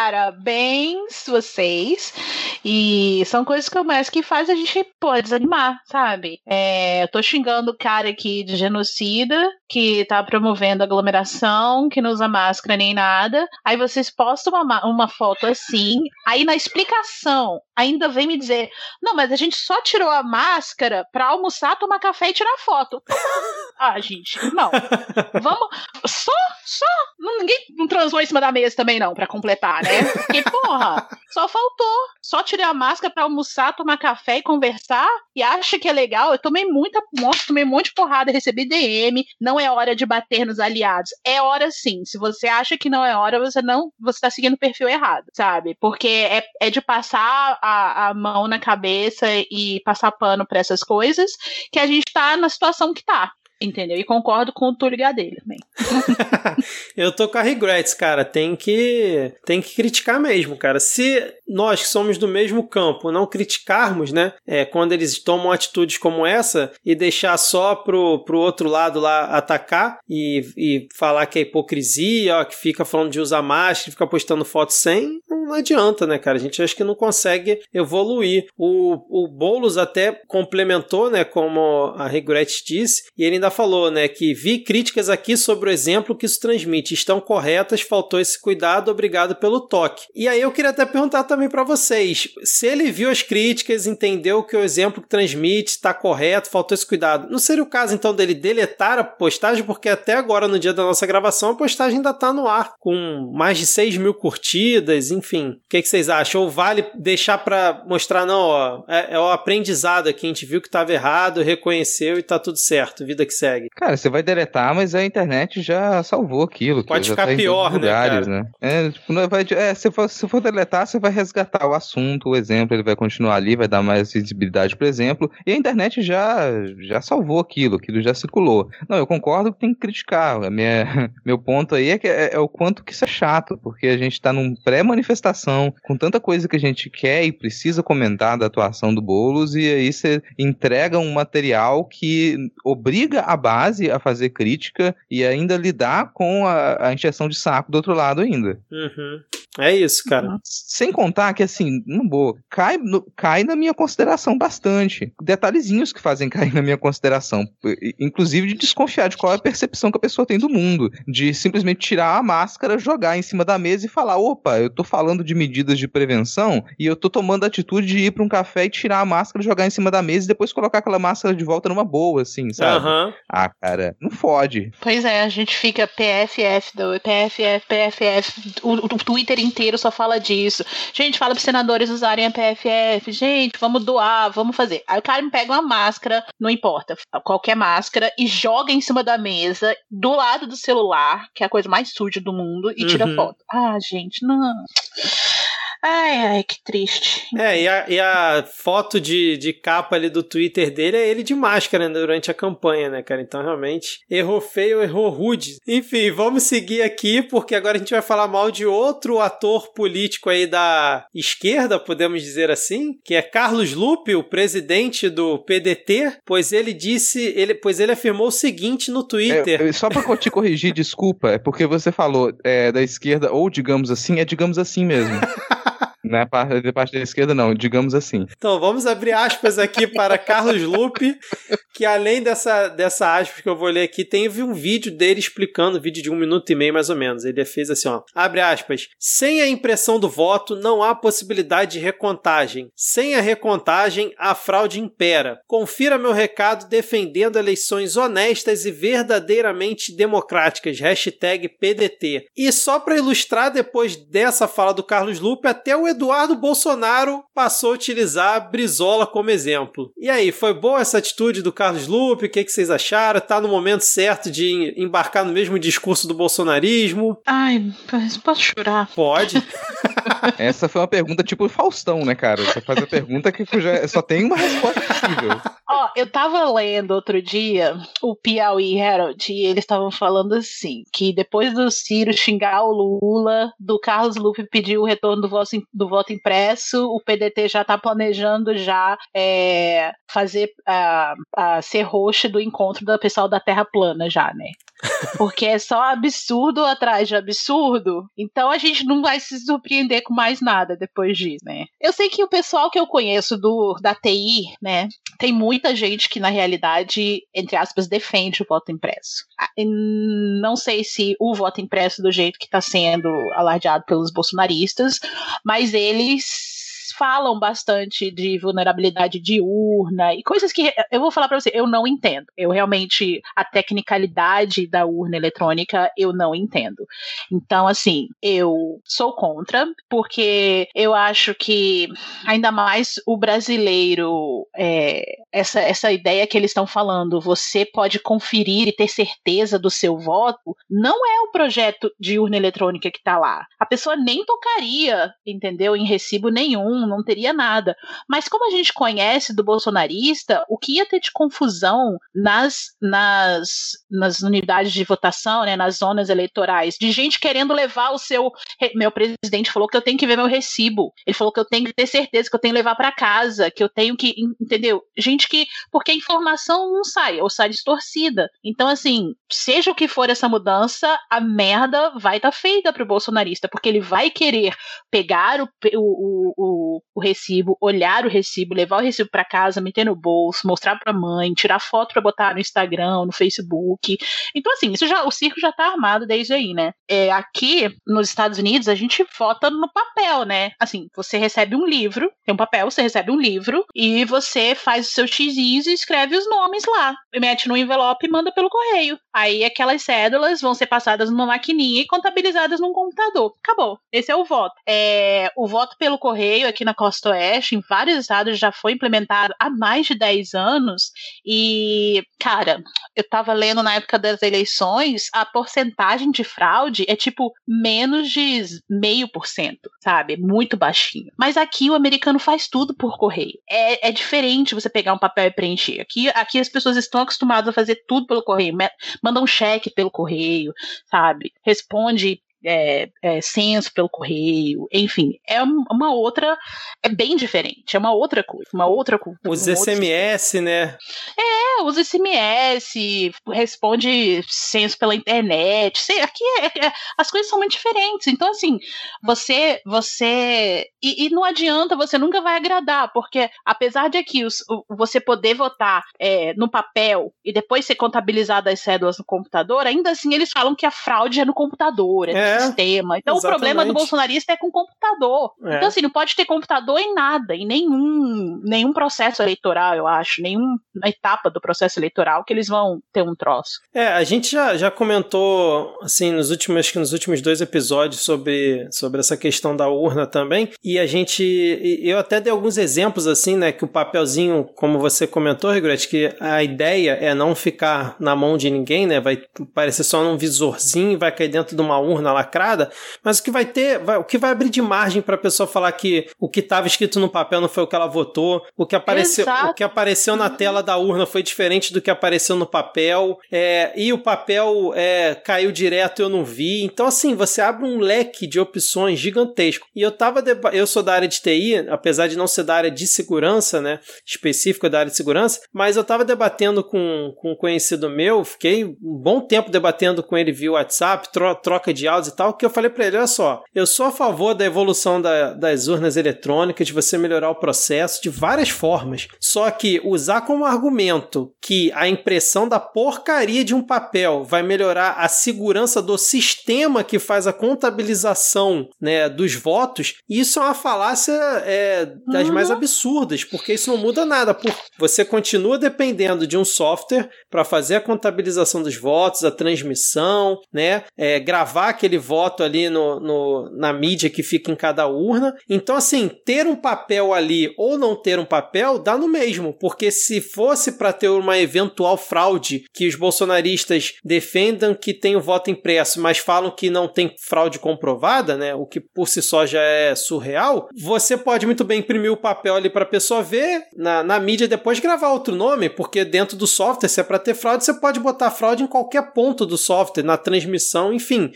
Parabéns vocês. E são coisas como essa que faz a gente, pô, desanimar, sabe? É, eu tô xingando o cara aqui de genocida, que tá promovendo aglomeração, que não usa máscara nem nada. Aí vocês postam uma, uma foto assim, aí na explicação ainda vem me dizer, não, mas a gente só tirou a máscara pra almoçar, tomar café e tirar foto. Ah, gente, não. Vamos, só, só, não, ninguém não transou em cima da mesa também não, pra completar, né? Porque, porra, só faltou. Só tirei a máscara pra almoçar, tomar café e conversar, e acha que é legal. Eu tomei muita, nossa, tomei um monte de porrada, recebi D M, não é hora de bater nos aliados. É hora sim. Se você acha que não é hora, você não, você tá seguindo o perfil errado, sabe? Porque é, é de passar a, a mão na cabeça e passar pano pra essas coisas que a gente tá na situação que tá. Entendeu? E concordo com o Túlio Gadelha também. Eu tô com a regrets, cara. Tem que, tem que criticar mesmo, cara. Se nós que somos do mesmo campo não criticarmos, né? É, quando eles tomam atitudes como essa e deixar só pro, pro outro lado lá atacar e, e falar que é hipocrisia, ó, que fica falando de usar máscara, fica postando foto sem, não adianta, né, cara? A gente acha que não consegue evoluir. O, o Boulos até complementou, né, como a Regrets disse, e ele ainda falou, né, que vi críticas aqui sobre o exemplo que isso transmite. Estão corretas, faltou esse cuidado, obrigado pelo toque. E aí eu queria até perguntar também para vocês, se ele viu as críticas, entendeu que o exemplo que transmite está correto, faltou esse cuidado, não seria o caso então dele deletar a postagem, porque até agora, no dia da nossa gravação, a postagem ainda está no ar, com mais de seis mil curtidas, enfim. O que, que vocês acham? Ou vale deixar para mostrar, não, ó, é, é o aprendizado aqui, a gente viu que estava errado, reconheceu e tá tudo certo, vida que segue. Cara, você vai deletar, mas a internet já salvou aquilo. Pode já ficar tá pior, né, lugares, cara? Né? É, tipo, não vai, é, se, for, se for deletar, você vai resgatar o assunto, o exemplo, ele vai continuar ali, vai dar mais visibilidade pro exemplo, e a internet já, já salvou aquilo, aquilo já circulou. Não, eu concordo que tem que criticar. A minha, meu ponto aí é, que é, é o quanto que isso é chato, porque a gente tá num pré-manifestação, com tanta coisa que a gente quer e precisa comentar da atuação do Boulos, e aí você entrega um material que obriga a base a fazer crítica e ainda lidar com a, a encheção de saco do outro lado ainda. Uhum. É isso, cara. Sem contar que, assim, no boa, cai, no, cai na minha consideração bastante. Detalhezinhos que fazem cair na minha consideração. Inclusive de desconfiar de qual é a percepção que a pessoa tem do mundo. De simplesmente tirar a máscara, jogar em cima da mesa e falar, opa, eu tô falando de medidas de prevenção e eu tô tomando a atitude de ir pra um café e tirar a máscara, jogar em cima da mesa e depois colocar aquela máscara de volta numa boa, assim, sabe? Uhum. Ah, cara, não fode. Pois é, a gente fica P F F, do P F F, P F F, o, o Twitter inteiro só fala disso. Gente, fala pros senadores usarem a P F F. Gente, vamos doar, vamos fazer. Aí o cara me pega uma máscara, não importa, qualquer máscara, e joga em cima da mesa, do lado do celular, que é a coisa mais suja do mundo, e tira Uhum. foto. Ah, gente, não... Ai, ai, que triste. É, e a, e a foto de, de capa ali do Twitter dele é ele de máscara, né, durante a campanha, né, cara? Então, realmente, errou feio, errou rude. Enfim, vamos seguir aqui, porque agora a gente vai falar mal de outro ator político aí da esquerda, podemos dizer assim, que é Carlos Lupe, o presidente do P D T, pois ele disse, ele, pois ele afirmou o seguinte no Twitter. É, só pra te corrigir, desculpa, é porque você falou é, da esquerda, ou digamos assim, é digamos assim mesmo. Não é parte da parte da esquerda, não, digamos assim. Então, vamos abrir aspas aqui para Carlos Lupe, que além dessa, dessa aspas que eu vou ler aqui, teve um vídeo dele explicando, um vídeo de um minuto e meio mais ou menos. Ele fez assim, ó, abre aspas, sem a impressão do voto não há possibilidade de recontagem. Sem a recontagem, a fraude impera. Confira meu recado defendendo eleições honestas e verdadeiramente democráticas. Hashtag P D T. E só para ilustrar, depois dessa fala do Carlos Lupe, até o Eduardo Bolsonaro passou a utilizar a Brizola como exemplo. E aí, foi boa essa atitude do Carlos Lupe? O que, que vocês acharam? Tá no momento certo de embarcar no mesmo discurso do bolsonarismo? Ai, posso chorar? Pode. Essa foi uma pergunta tipo Faustão, né, cara? Você faz a pergunta que já só tem uma resposta possível. Ó, eu tava lendo outro dia o Piauí Herald e eles estavam falando assim, que depois do Ciro xingar o Lula, do Carlos Lupe pedir o retorno do voto, do voto impresso, o P D T já tá planejando já é, fazer a, a ser host do encontro do pessoal da Terra Plana já, né? Porque é só absurdo atrás de absurdo. Então a gente não vai se surpreender com mais nada depois disso, né? Eu sei que o pessoal que eu conheço do, da T I, né, tem muita gente que na realidade, entre aspas, defende o voto impresso. Não sei se o voto impresso do jeito que está sendo alardeado pelos bolsonaristas, mas eles falam bastante de vulnerabilidade de urna e coisas que, eu vou falar pra você, eu não entendo. Eu realmente, a tecnicalidade da urna eletrônica, eu não entendo. Então, assim, eu sou contra, porque eu acho que, ainda mais o brasileiro, é, essa, essa ideia que eles estão falando, você pode conferir e ter certeza do seu voto, não é o projeto de urna eletrônica que tá lá. A pessoa nem tocaria, entendeu, em recibo nenhum, não teria nada. Mas como a gente conhece do bolsonarista, o que ia ter de confusão nas, nas, nas unidades de votação, né, nas zonas eleitorais, de gente querendo levar o seu... Meu presidente falou que eu tenho que ver meu recibo. Ele falou que eu tenho que ter certeza que eu tenho que levar para casa, que eu tenho que... Entendeu? Gente que... Porque a informação não sai, ou sai distorcida. Então, assim, seja o que for essa mudança, a merda vai estar tá feita pro bolsonarista, porque ele vai querer pegar o, o, o, o recibo, olhar o recibo, levar o recibo para casa, meter no bolso, mostrar pra mãe, tirar foto para botar no Instagram, no Facebook. Então, assim, isso já, o circo já tá armado desde aí, né? É, aqui, nos Estados Unidos, a gente vota no papel, né? Assim, você recebe um livro, tem um papel, você recebe um livro, e você faz o seu xizinhos e escreve os nomes lá. Mete no envelope e manda pelo correio. Aí aquelas cédulas vão ser passadas numa maquininha e contabilizadas num computador. Acabou. Esse é o voto. É, o voto pelo correio aqui na Costa Oeste, em vários estados, já foi implementado há mais de dez anos. E, cara, eu tava lendo na época das eleições, a porcentagem de fraude é tipo menos de meio por cento, sabe? Muito baixinho. Mas aqui o americano faz tudo por correio. É, é diferente você pegar um papel e preencher. Aqui, aqui as pessoas estão acostumadas a fazer tudo pelo correio. Manda um cheque pelo correio, sabe? Responde É, é, censo pelo correio, enfim, é uma outra, é bem diferente, é uma outra coisa, uma outra cultura. Os S M S, outro... né? É, usa S M S, responde censo pela internet, sei, aqui é, é, as coisas são muito diferentes, então assim, você, você, e, e não adianta, você nunca vai agradar, porque apesar de aqui os, você poder votar é, no papel e depois ser contabilizado as cédulas no computador, ainda assim eles falam que a fraude é no computador, é, é. Sistema. Então exatamente. O problema do bolsonarista é com o computador. É. Então, assim, não pode ter computador em nada, em nenhum, nenhum processo eleitoral, eu acho, nenhuma etapa do processo eleitoral que eles vão ter um troço. É, a gente já, já comentou, assim, nos últimos, acho que nos últimos dois episódios sobre, sobre essa questão da urna também, e a gente, eu até dei alguns exemplos, assim, né, que o papelzinho, como você comentou, Rigorete, que a ideia é não ficar na mão de ninguém, né, vai parecer só num visorzinho, vai cair dentro de uma urna lá lacrada, mas o que vai ter, vai, o que vai abrir de margem para a pessoa falar que o que estava escrito no papel não foi o que ela votou, o que apareceu, o que apareceu na tela da urna foi diferente do que apareceu no papel, é, e o papel é, caiu direto e eu não vi. Então, assim, você abre um leque de opções gigantesco. E eu tava, deba- eu sou da área de T I, apesar de não ser da área de segurança, né, específica da área de segurança, mas eu tava debatendo com, com um conhecido meu, fiquei um bom tempo debatendo com ele via WhatsApp, tro- troca de áudios e tal, que eu falei pra ele, olha só, eu sou a favor da evolução da, das urnas eletrônicas, de você melhorar o processo de várias formas, só que usar como argumento que a impressão da porcaria de um papel vai melhorar a segurança do sistema que faz a contabilização, né, dos votos, isso é uma falácia é, das uhum. mais absurdas, porque isso não muda nada, porque você continua dependendo de um software para fazer a contabilização dos votos, a transmissão, né, é, gravar aquele voto ali no, no, na mídia que fica em cada urna. Então, assim, ter um papel ali ou não ter um papel dá no mesmo, porque se fosse para ter uma eventual fraude que os bolsonaristas defendam que tem o voto impresso, mas falam que não tem fraude comprovada, né, o que por si só já é surreal, você pode muito bem imprimir o papel ali para a pessoa ver na, na mídia e depois gravar outro nome, porque dentro do software, se é para ter fraude, você pode botar fraude em qualquer ponto do software, na transmissão, enfim, mesmo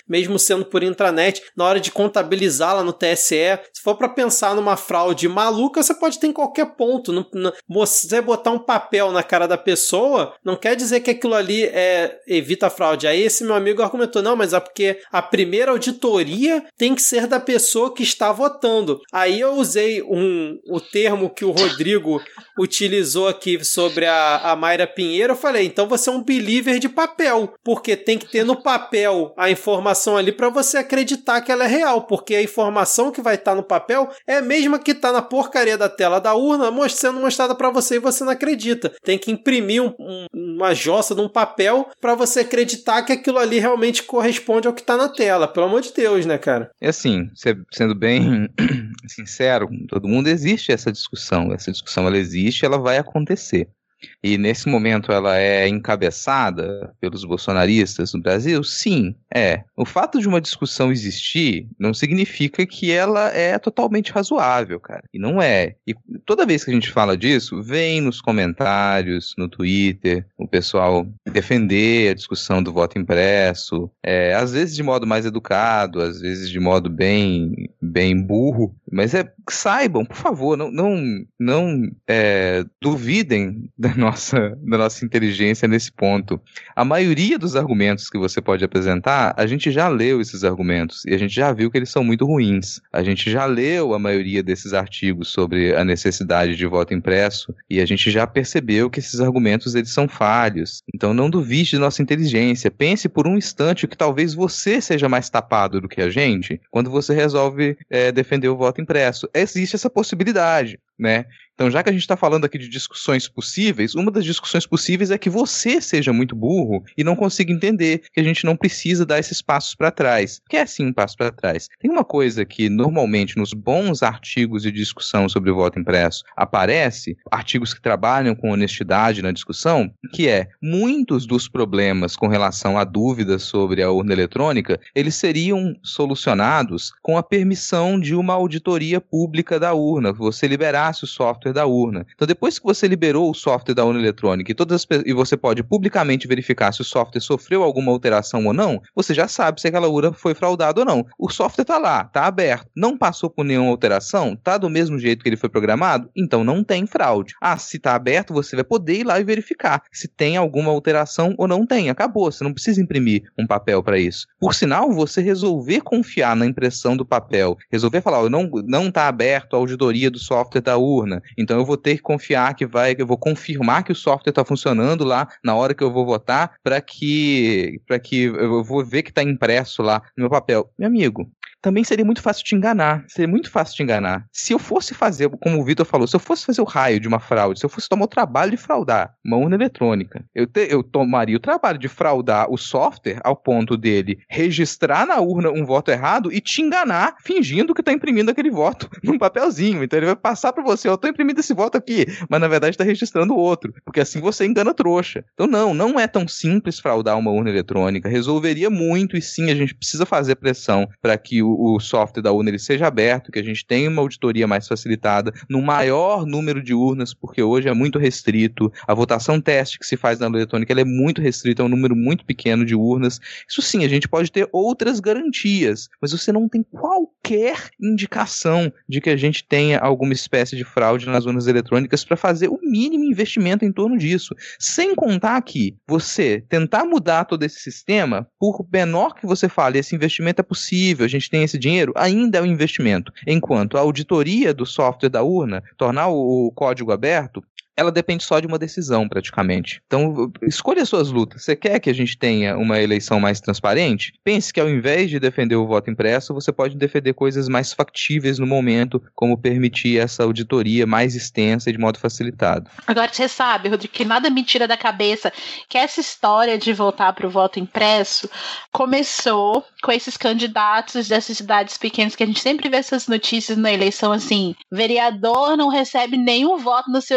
sendo por intranet, na hora de contabilizar lá no T S E. Se for para pensar numa fraude maluca, você pode ter em qualquer ponto. Não, não, você botar um papel na cara da pessoa, não quer dizer que aquilo ali é, evita a fraude. Aí esse meu amigo argumentou, não, mas é porque a primeira auditoria tem que ser da pessoa que está votando. Aí eu usei um, o termo que o Rodrigo utilizou aqui sobre a, a Mayra Pinheiro. Eu falei, então você é um believer de papel, porque tem que ter no papel a informação ali para você acreditar que ela é real, porque a informação que vai estar no papel é a mesma que está na porcaria da tela da urna sendo mostrada para você e você não acredita. Tem que imprimir um, um, uma jossa de um papel para você acreditar que aquilo ali realmente corresponde ao que está na tela. Pelo amor de Deus, né, cara? É assim, sendo bem sincero com todo mundo, existe essa discussão. Essa discussão, ela existe, ela vai acontecer. E nesse momento ela é encabeçada pelos bolsonaristas no Brasil? Sim, é. O fato de uma discussão existir não significa que ela é totalmente razoável, cara. E não é. E toda vez que a gente fala disso, vem nos comentários, no Twitter, o pessoal defender a discussão do voto impresso, é, às vezes de modo mais educado, às vezes de modo bem, bem burro, mas é, saibam, por favor, não, não, não é, duvidem da nossa, da nossa inteligência nesse ponto. A maioria dos argumentos que você pode apresentar, a gente já leu esses argumentos e a gente já viu que eles são muito ruins. A gente já leu a maioria desses artigos sobre a necessidade de voto impresso e a gente já percebeu que esses argumentos eles são falhos. Então não duvide de nossa inteligência. Pense por um instante que talvez você seja mais tapado do que a gente quando você resolve é, defender o voto impresso. Existe essa possibilidade, né? Então, já que a gente está falando aqui de discussões possíveis, uma das discussões possíveis é que você seja muito burro e não consiga entender que a gente não precisa dar esses passos para trás. Que é sim um passo para trás. Tem uma coisa que normalmente nos bons artigos de discussão sobre o voto impresso aparece, artigos que trabalham com honestidade na discussão, que é muitos dos problemas com relação a dúvidas sobre a urna eletrônica, eles seriam solucionados com a permissão de uma auditoria pública da urna, que você liberasse o software da urna. Então, depois que você liberou o software da urna eletrônica e, todas as, e você pode publicamente verificar se o software sofreu alguma alteração ou não, você já sabe se aquela urna foi fraudada ou não. O software está lá, está aberto, não passou por nenhuma alteração, está do mesmo jeito que ele foi programado, então não tem fraude. Ah, se está aberto, você vai poder ir lá e verificar se tem alguma alteração ou não tem. Acabou, você não precisa imprimir um papel para isso. Por sinal, você resolver confiar na impressão do papel, resolver falar, oh, não não está aberto a auditoria do software da urna, então eu vou ter que confiar que vai, eu vou confirmar que o software está funcionando lá na hora que eu vou votar para que, para que eu vou ver que está impresso lá no meu papel. Meu amigo, também seria muito fácil te enganar. Seria muito fácil te enganar. Se eu fosse fazer, como o Vitor falou, se eu fosse fazer o raio de uma fraude, se eu fosse tomar o trabalho de fraudar uma urna eletrônica, eu, te, eu tomaria o trabalho de fraudar o software ao ponto dele registrar na urna um voto errado e te enganar fingindo que está imprimindo aquele voto num papelzinho. Então ele vai passar para você, eu estou imprimindo esse voto aqui, mas na verdade está registrando o outro, porque assim você engana trouxa. Então não, não é tão simples fraudar uma urna eletrônica. Resolveria muito e sim, a gente precisa fazer pressão para que o o software da urna ele seja aberto, que a gente tenha uma auditoria mais facilitada no maior número de urnas, porque hoje é muito restrito. A votação teste que se faz na urna eletrônica ela é muito restrita, é um número muito pequeno de urnas. Isso sim, a gente pode ter outras garantias, mas você não tem qualquer indicação de que a gente tenha alguma espécie de fraude nas urnas eletrônicas para fazer o mínimo investimento em torno disso. Sem contar que você tentar mudar todo esse sistema, por menor que você fale, esse investimento é possível, a gente tem esse dinheiro, ainda é um investimento. Enquanto a auditoria do software da urna, tornar o, o código aberto, ela depende só de uma decisão, praticamente. Então, escolha as suas lutas. Você quer que a gente tenha uma eleição mais transparente? Pense que ao invés de defender o voto impresso, você pode defender coisas mais factíveis no momento, como permitir essa auditoria mais extensa e de modo facilitado. Agora, você sabe, Rodrigo, que nada me tira da cabeça que essa história de voltar para o voto impresso começou com esses candidatos dessas cidades pequenas, que a gente sempre vê essas notícias na eleição, assim, vereador não recebe nenhum voto no seu distrito,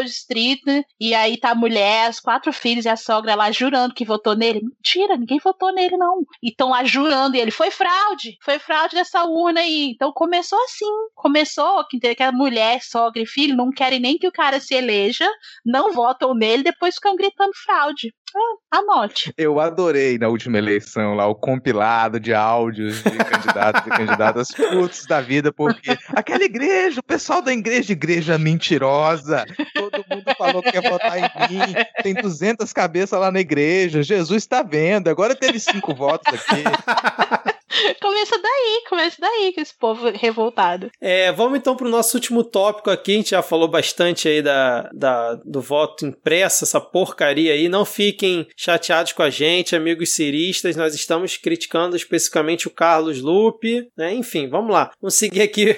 acredita. E aí tá a mulher, os quatro filhos e a sogra lá jurando que votou nele. Mentira, ninguém votou nele, não. E estão lá jurando, e ele, foi fraude, foi fraude dessa urna aí. Então começou assim, começou que, que a mulher, sogra e filho não querem nem que o cara se eleja, não votam nele, depois ficam gritando fraude. Ah, anote. Eu adorei na última eleição lá o compilado de áudios de candidatos e candidatas putos da vida, porque aquela igreja, o pessoal da igreja, igreja mentirosa, todo mundo falou que quer votar em mim, tem duzentas cabeças lá na igreja, Jesus tá vendo, agora teve cinco votos aqui. Começa daí, começa daí com esse povo revoltado. É, vamos então pro nosso último tópico aqui. A gente já falou bastante aí da, da, do voto impresso, essa porcaria aí. Não fiquem chateados com a gente, amigos ciristas. Nós estamos criticando especificamente o Carlos Lupe, né? Enfim, vamos lá. Vamos seguir aqui.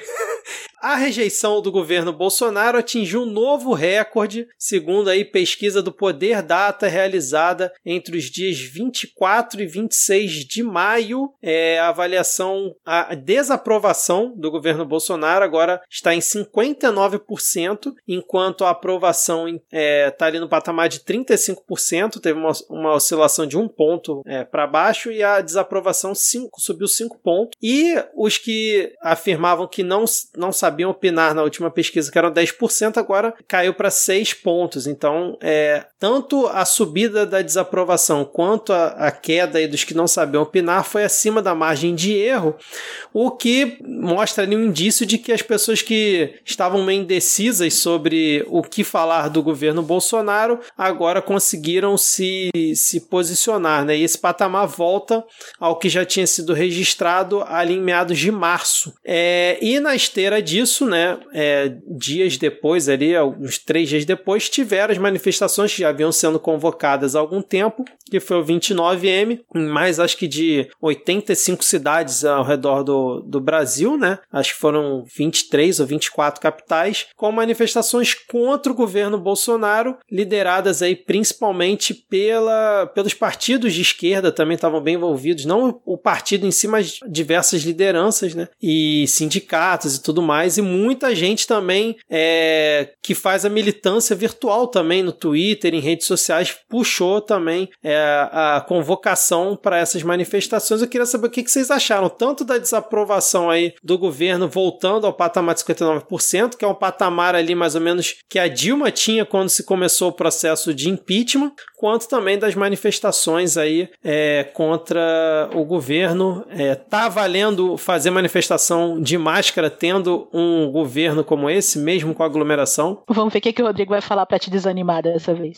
A rejeição do governo Bolsonaro atingiu um novo recorde, segundo aí pesquisa do Poder Data realizada entre os dias vinte e quatro e vinte e seis de maio. É, a avaliação, a desaprovação do governo Bolsonaro agora está em cinquenta e nove por cento, enquanto a aprovação está é, ali no patamar de trinta e cinco por cento, teve uma, uma oscilação de um ponto é, para baixo, e a desaprovação cinco, subiu cinco pontos. E os que afirmavam que não, não sabiam sabiam opinar na última pesquisa, que eram dez por cento, agora caiu para seis pontos. Então, é, tanto a subida da desaprovação quanto a, a queda aí dos que não sabiam opinar foi acima da margem de erro, o que mostra ali um indício de que as pessoas que estavam meio indecisas sobre o que falar do governo Bolsonaro agora conseguiram se, se posicionar, né? E esse patamar volta ao que já tinha sido registrado ali em meados de março. É, e na esteira disso, Isso, né, é, dias depois, ali, uns três dias depois, tiveram as manifestações que já haviam sendo convocadas há algum tempo, que foi o vinte e nove eme, em mais acho que de oitenta e cinco cidades ao redor do, do Brasil, né? Acho que foram vinte e três ou vinte e quatro capitais, com manifestações contra o governo Bolsonaro, lideradas aí principalmente pela, pelos partidos de esquerda, também estavam bem envolvidos, não o partido em si, mas diversas lideranças, né? E sindicatos e tudo mais, e muita gente também é, que faz a militância virtual também no Twitter, em redes sociais, puxou também é, a convocação para essas manifestações. Eu queria saber o que vocês acharam, tanto da desaprovação aí do governo voltando ao patamar de cinquenta e nove por cento, que é um patamar ali mais ou menos que a Dilma tinha quando se começou o processo de impeachment, quanto também das manifestações aí é, contra o governo. É, tá valendo fazer manifestação de máscara tendo um governo como esse, mesmo com aglomeração? Vamos ver o que, que o Rodrigo vai falar pra te desanimar dessa vez.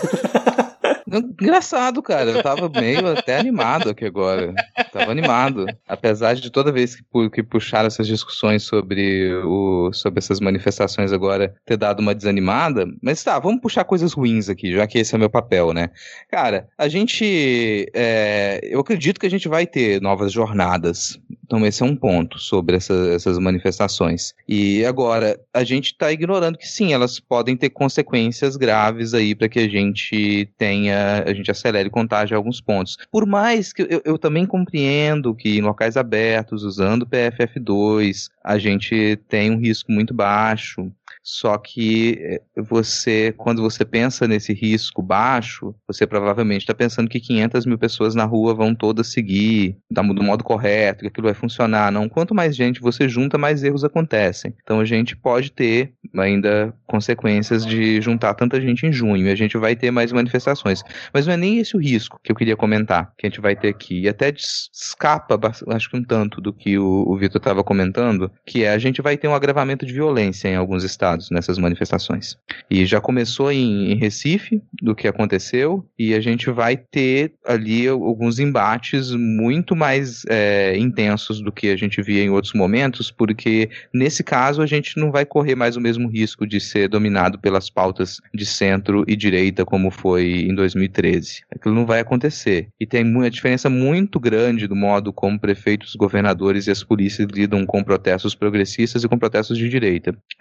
Engraçado, cara. Eu tava meio até animado aqui agora. Tava animado. Apesar de toda vez que, que puxaram essas discussões sobre, o, sobre essas manifestações agora ter dado uma desanimada. Mas tá, vamos puxar coisas ruins aqui, já que esse é o meu papel, né? Cara, a gente... É, eu acredito que a gente vai ter novas jornadas. Então esse é um ponto sobre essa, essas manifestações. E agora, a gente tá ignorando que sim, elas podem ter consequências graves aí para que a gente tenha a gente acelere contágio em alguns pontos. Por mais que eu, eu também compreendo que em locais abertos, usando o P F F dois, a gente tem um risco muito baixo. Só que você, quando você pensa nesse risco baixo, você provavelmente está pensando que quinhentas mil pessoas na rua vão todas seguir do modo correto, que aquilo vai funcionar. Não, quanto mais gente você junta, mais erros acontecem. Então a gente pode ter ainda consequências de juntar tanta gente em junho, e a gente vai ter mais manifestações. Mas não é nem esse o risco que eu queria comentar, que a gente vai ter aqui. E até escapa, acho que um tanto, do que o, o Vitor estava comentando, que é a gente vai ter um agravamento de violência em alguns estados nessas manifestações. E já começou em, em Recife, do que aconteceu, e a gente vai ter ali alguns embates muito mais é, intensos do que a gente via em outros momentos, porque nesse caso a gente não vai correr mais o mesmo risco de ser dominado pelas pautas de centro e direita como foi em dois mil e treze. Aquilo não vai acontecer. E tem uma diferença muito grande do modo como prefeitos, governadores e as polícias lidam com protestos progressistas e com protestos de direita. Então, independente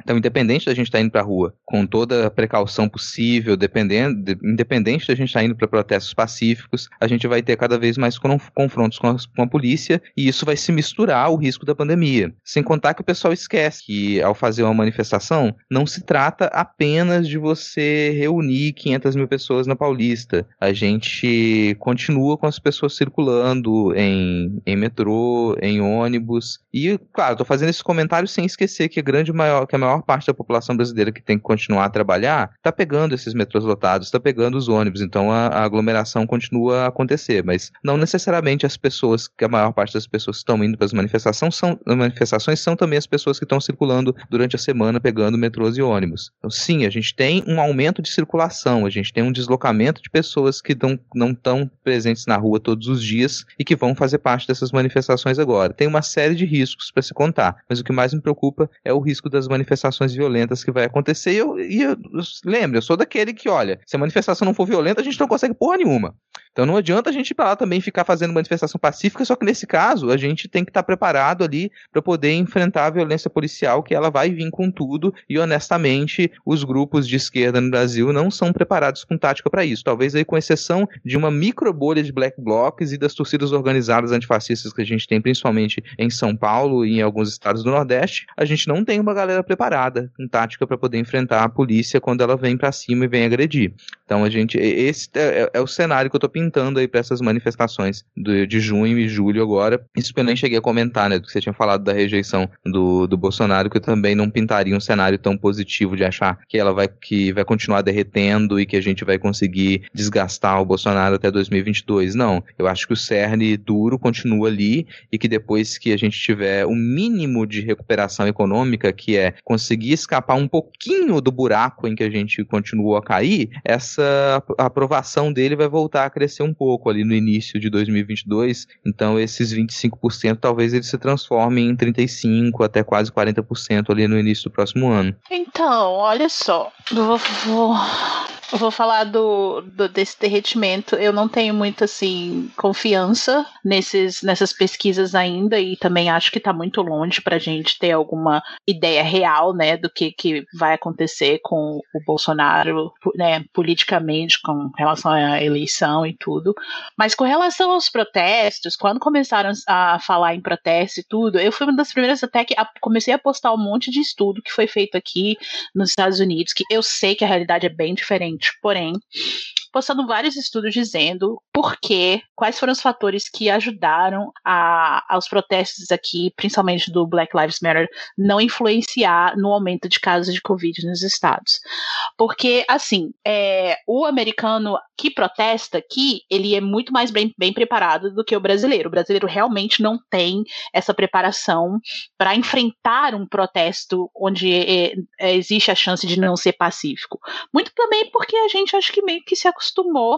independente da gente estar indo pra rua, com toda a precaução possível, dependendo, de, independente da gente estar indo para protestos pacíficos, a gente vai ter cada vez mais confrontos com a, com a polícia, e isso vai se misturar ao risco da pandemia. Sem contar que o pessoal esquece que, ao fazer uma manifestação, não se trata apenas de você reunir quinhentas mil pessoas na Paulista. A gente continua com as pessoas circulando em, em metrô, em ônibus, e, claro, estou fazendo esse comentário sem esquecer que a grande maior, que a maior parte da população brasileira que tem que continuar a trabalhar está pegando esses metrôs lotados, está pegando os ônibus, então a, a aglomeração continua a acontecer, mas não necessariamente as pessoas, que a maior parte das pessoas que estão indo para as manifestações são, manifestações são também as pessoas que estão circulando durante a semana pegando metrôs e ônibus. Então sim, a gente tem um aumento de circulação, a gente tem um deslocamento de pessoas que não, não estão presentes na rua todos os dias e que vão fazer parte dessas manifestações agora. Tem uma série de riscos para se contar, mas o que mais me preocupa é o risco das manifestações violentas que vai acontecer. E eu, e eu, eu lembro, eu sou daquele que, olha, se a manifestação não for violenta, a gente não consegue porra nenhuma. Então não adianta a gente ir pra lá também ficar fazendo manifestação pacífica, só que nesse caso a gente tem que estar tá preparado ali para poder enfrentar a violência policial, que ela vai vir com tudo, e honestamente os grupos de esquerda no Brasil não são preparados com tática para isso. Talvez aí com exceção de uma micro bolha de black blocs e das torcidas organizadas antifascistas que a gente tem principalmente em São Paulo e em alguns estados do Nordeste, a gente não tem uma galera preparada com tática para poder enfrentar a polícia quando ela vem para cima e vem agredir. Então a gente, esse é, é, é o cenário que eu tô pintando aí para essas manifestações do, de junho e julho agora. Isso que eu nem cheguei a comentar, né, do que você tinha falado da rejeição do, do Bolsonaro, que eu também não pintaria um cenário tão positivo de achar que ela vai, que vai continuar derretendo e que a gente vai conseguir desgastar o Bolsonaro até dois mil e vinte e dois. Não, eu acho que o cerne duro continua ali e que depois que a gente tiver o mínimo de recuperação econômica, que é conseguir escapar um pouquinho do buraco em que a gente continuou a cair, essa aprovação dele vai voltar a crescer um pouco ali no início de dois mil e vinte e dois, então esses vinte e cinco por cento talvez eles se transformem em trinta e cinco por cento até quase quarenta por cento ali no início do próximo ano. Então, olha só, eu vou, vou, eu vou falar do, do, desse derretimento. Eu não tenho muito, assim, confiança nesses, nessas pesquisas ainda, e também acho que está muito longe para a gente ter alguma ideia real, né, do que, que vai acontecer com o Bolsonaro, né, politicamente, com relação à eleição e tudo. Mas com relação aos protestos, quando começaram a falar em protesto e tudo, eu fui uma das primeiras até que comecei a postar um monte de estudo que foi feito aqui nos Estados Unidos, que eu sei que a realidade é bem diferente, porém, postando vários estudos dizendo por quê, quais foram os fatores que ajudaram a, aos protestos aqui, principalmente do Black Lives Matter, não influenciar no aumento de casos de Covid nos estados. Porque, assim, é, o americano que protesta aqui, ele é muito mais bem, bem preparado do que o brasileiro. O brasileiro realmente não tem essa preparação para enfrentar um protesto onde é, é, existe a chance de não ser pacífico. Muito também porque a gente acho que meio que se acostumou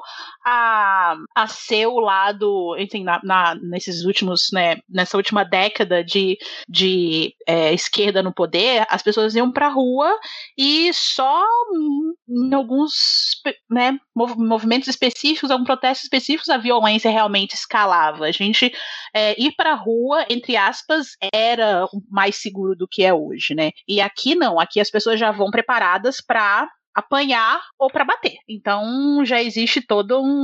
a, a ser o lado, enfim, na, na, nesses últimos, né, nessa última década de, de é, esquerda no poder, as pessoas iam pra rua e só em alguns, né, movimentos específicos, alguns protestos específicos, a violência realmente escalava. A gente é, ir pra rua, entre aspas, era mais seguro do que é hoje, né? E aqui não, aqui as pessoas já vão preparadas pra apanhar ou para bater. Então já existe todo um,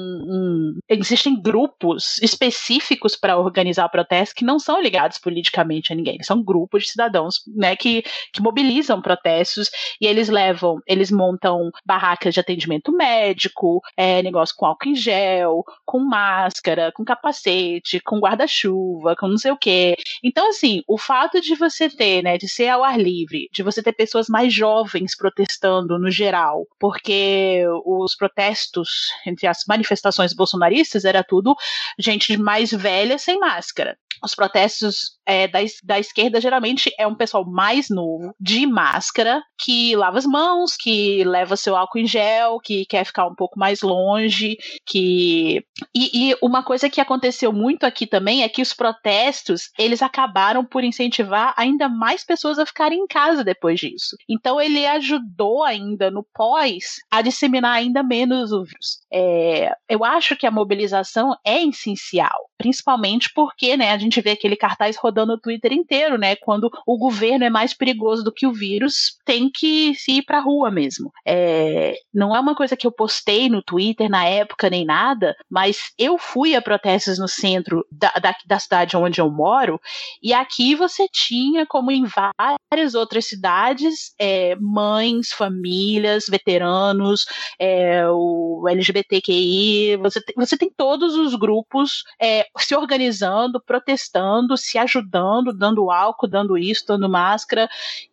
um existem grupos específicos para organizar protestos que não são ligados politicamente a ninguém. São grupos de cidadãos, né, que, que mobilizam protestos, e eles levam, eles montam barracas de atendimento médico, é, negócio com álcool em gel, com máscara, com capacete, com guarda-chuva, com não sei o quê. Então, assim, o fato de você ter, né, de ser ao ar livre, de você ter pessoas mais jovens protestando no geral, porque os protestos, entre as manifestações bolsonaristas, era tudo gente mais velha sem máscara. Os protestos é, da, da esquerda geralmente é um pessoal mais novo, de máscara, que lava as mãos, que leva seu álcool em gel, que quer ficar um pouco mais longe, que... E, e uma coisa que aconteceu muito aqui também é que os protestos, eles acabaram por incentivar ainda mais pessoas a ficarem em casa depois disso. Então ele ajudou ainda no pós a disseminar ainda menos o vírus. É, eu acho que a mobilização é essencial, principalmente porque, né, a gente gente vê aquele cartaz rodando o Twitter inteiro, né? Quando o governo é mais perigoso do que o vírus, tem que se ir pra rua mesmo. É, não é uma coisa que eu postei no Twitter na época nem nada, mas eu fui a protestos no centro da, da, da cidade onde eu moro, e aqui você tinha, como em várias outras cidades, é, mães, famílias, veteranos, é, o L G B T Q I, você, você tem todos os grupos é, se organizando, protestando, se ajudando, dando álcool, dando isso, dando máscara,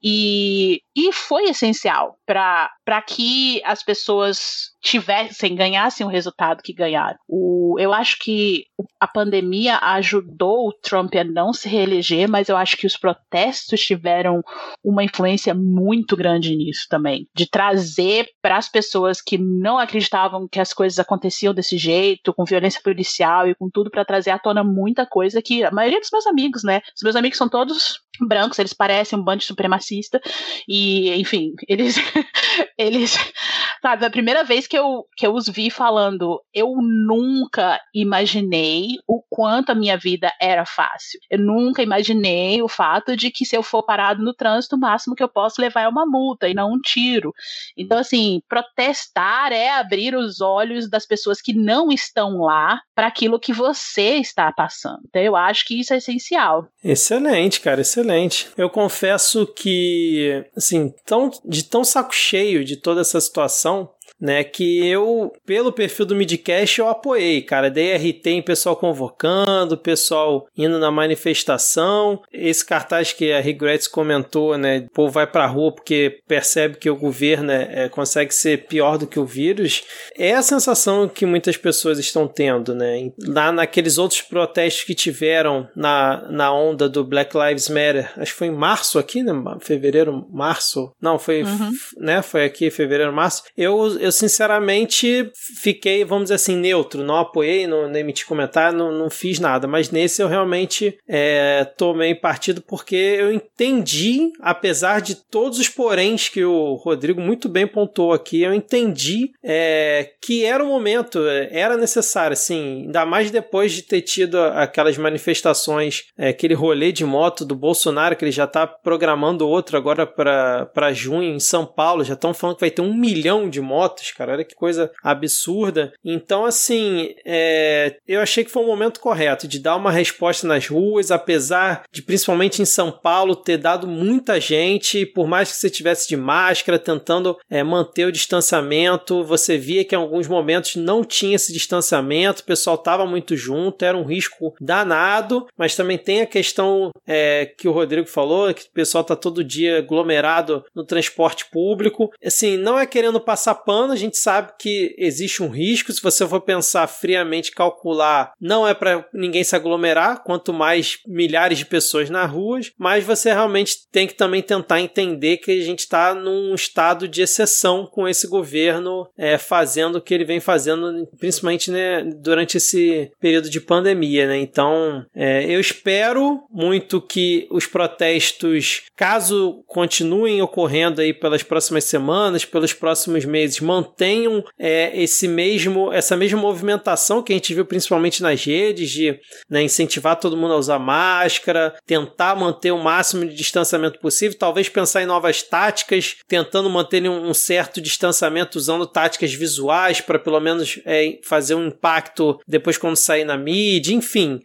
e, e foi essencial para que as pessoas tivessem, ganhassem o resultado que ganharam. O, eu acho que a pandemia ajudou o Trump a não se reeleger, mas eu acho que os protestos tiveram uma influência muito grande nisso também, de trazer para as pessoas que não acreditavam que as coisas aconteciam desse jeito, com violência policial e com tudo, para trazer à tona muita coisa que a maioria dos meus amigos, né, os meus amigos são todos brancos, eles parecem um bando de supremacista e, enfim, eles eles, sabe, a primeira vez que eu, que eu os vi falando, eu nunca imaginei o quanto a minha vida era fácil. Eu nunca imaginei o fato de que se eu for parado no trânsito, o máximo que eu posso levar é uma multa e não um tiro. Então, assim, protestar é abrir os olhos das pessoas que não estão lá para aquilo que você está passando. Então, eu acho que isso é essencial. Excelente, cara, excelente. Eu confesso que, assim, tão, de tão saco cheio de toda essa situação, né, que eu, pelo perfil do Midcast, eu apoiei, cara, dei R T em pessoal convocando, pessoal indo na manifestação, esse cartaz que a Regrets comentou, né, o povo vai pra rua porque percebe que o governo é, consegue ser pior do que o vírus, é a sensação que muitas pessoas estão tendo, né, lá naqueles outros protestos que tiveram na, na onda do Black Lives Matter, acho que foi em março aqui, né, fevereiro, março, não, foi, uhum. né, foi aqui, fevereiro, março, eu Eu, sinceramente, fiquei, vamos dizer assim, neutro. Não apoiei, não, não emiti comentário, não, não fiz nada. Mas nesse eu realmente é, tomei partido porque eu entendi, apesar de todos os poréns que o Rodrigo muito bem pontuou aqui, eu entendi é, que era o momento, era necessário, assim, ainda mais depois de ter tido aquelas manifestações, é, aquele rolê de moto do Bolsonaro, que ele já está programando outro agora para junho em São Paulo, já estão falando que vai ter um milhão de motos, cara, olha que coisa absurda. Então, assim, é, eu achei que foi um momento correto de dar uma resposta nas ruas, apesar de, principalmente em São Paulo, ter dado muita gente, por mais que você tivesse de máscara, tentando é, manter o distanciamento, você via que em alguns momentos não tinha esse distanciamento, o pessoal estava muito junto, era um risco danado, mas também tem a questão é, que o Rodrigo falou, que o pessoal está todo dia aglomerado no transporte público. Assim, não é querendo passar pano, a gente sabe que existe um risco, se você for pensar friamente, calcular, não é para ninguém se aglomerar, quanto mais milhares de pessoas nas ruas, mas você realmente tem que também tentar entender que a gente está num estado de exceção com esse governo é, fazendo o que ele vem fazendo, principalmente, né, durante esse período de pandemia, né? Então, é, eu espero muito que os protestos, caso continuem ocorrendo aí pelas próximas semanas, pelos próximos meses, mantenham é, esse mesmo, essa mesma movimentação que a gente viu principalmente nas redes, de, né, incentivar todo mundo a usar máscara, tentar manter o máximo de distanciamento possível, talvez pensar em novas táticas, tentando manter um, um certo distanciamento usando táticas visuais para pelo menos é, fazer um impacto depois quando sair na mídia, enfim,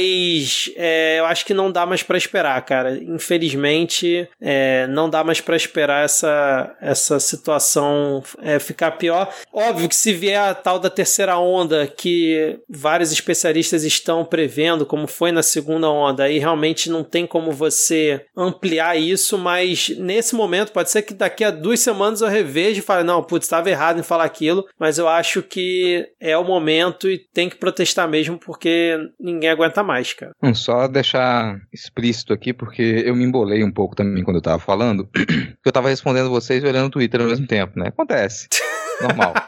mas é, eu acho que não dá mais para esperar, cara, infelizmente é, não dá mais para esperar essa, essa situação é, ficar pior. Óbvio que se vier a tal da terceira onda que vários especialistas estão prevendo, como foi na segunda onda, aí realmente não tem como você ampliar isso, mas nesse momento pode ser que daqui a duas semanas eu reveja e fale, não, putz, estava errado em falar aquilo, mas eu acho que é o momento e tem que protestar mesmo porque ninguém aguenta mais, cara. Hum, só deixar explícito aqui, porque eu me embolei um pouco também quando eu tava falando, porque eu tava respondendo vocês e olhando o Twitter ao mesmo tempo, né? Acontece. Normal.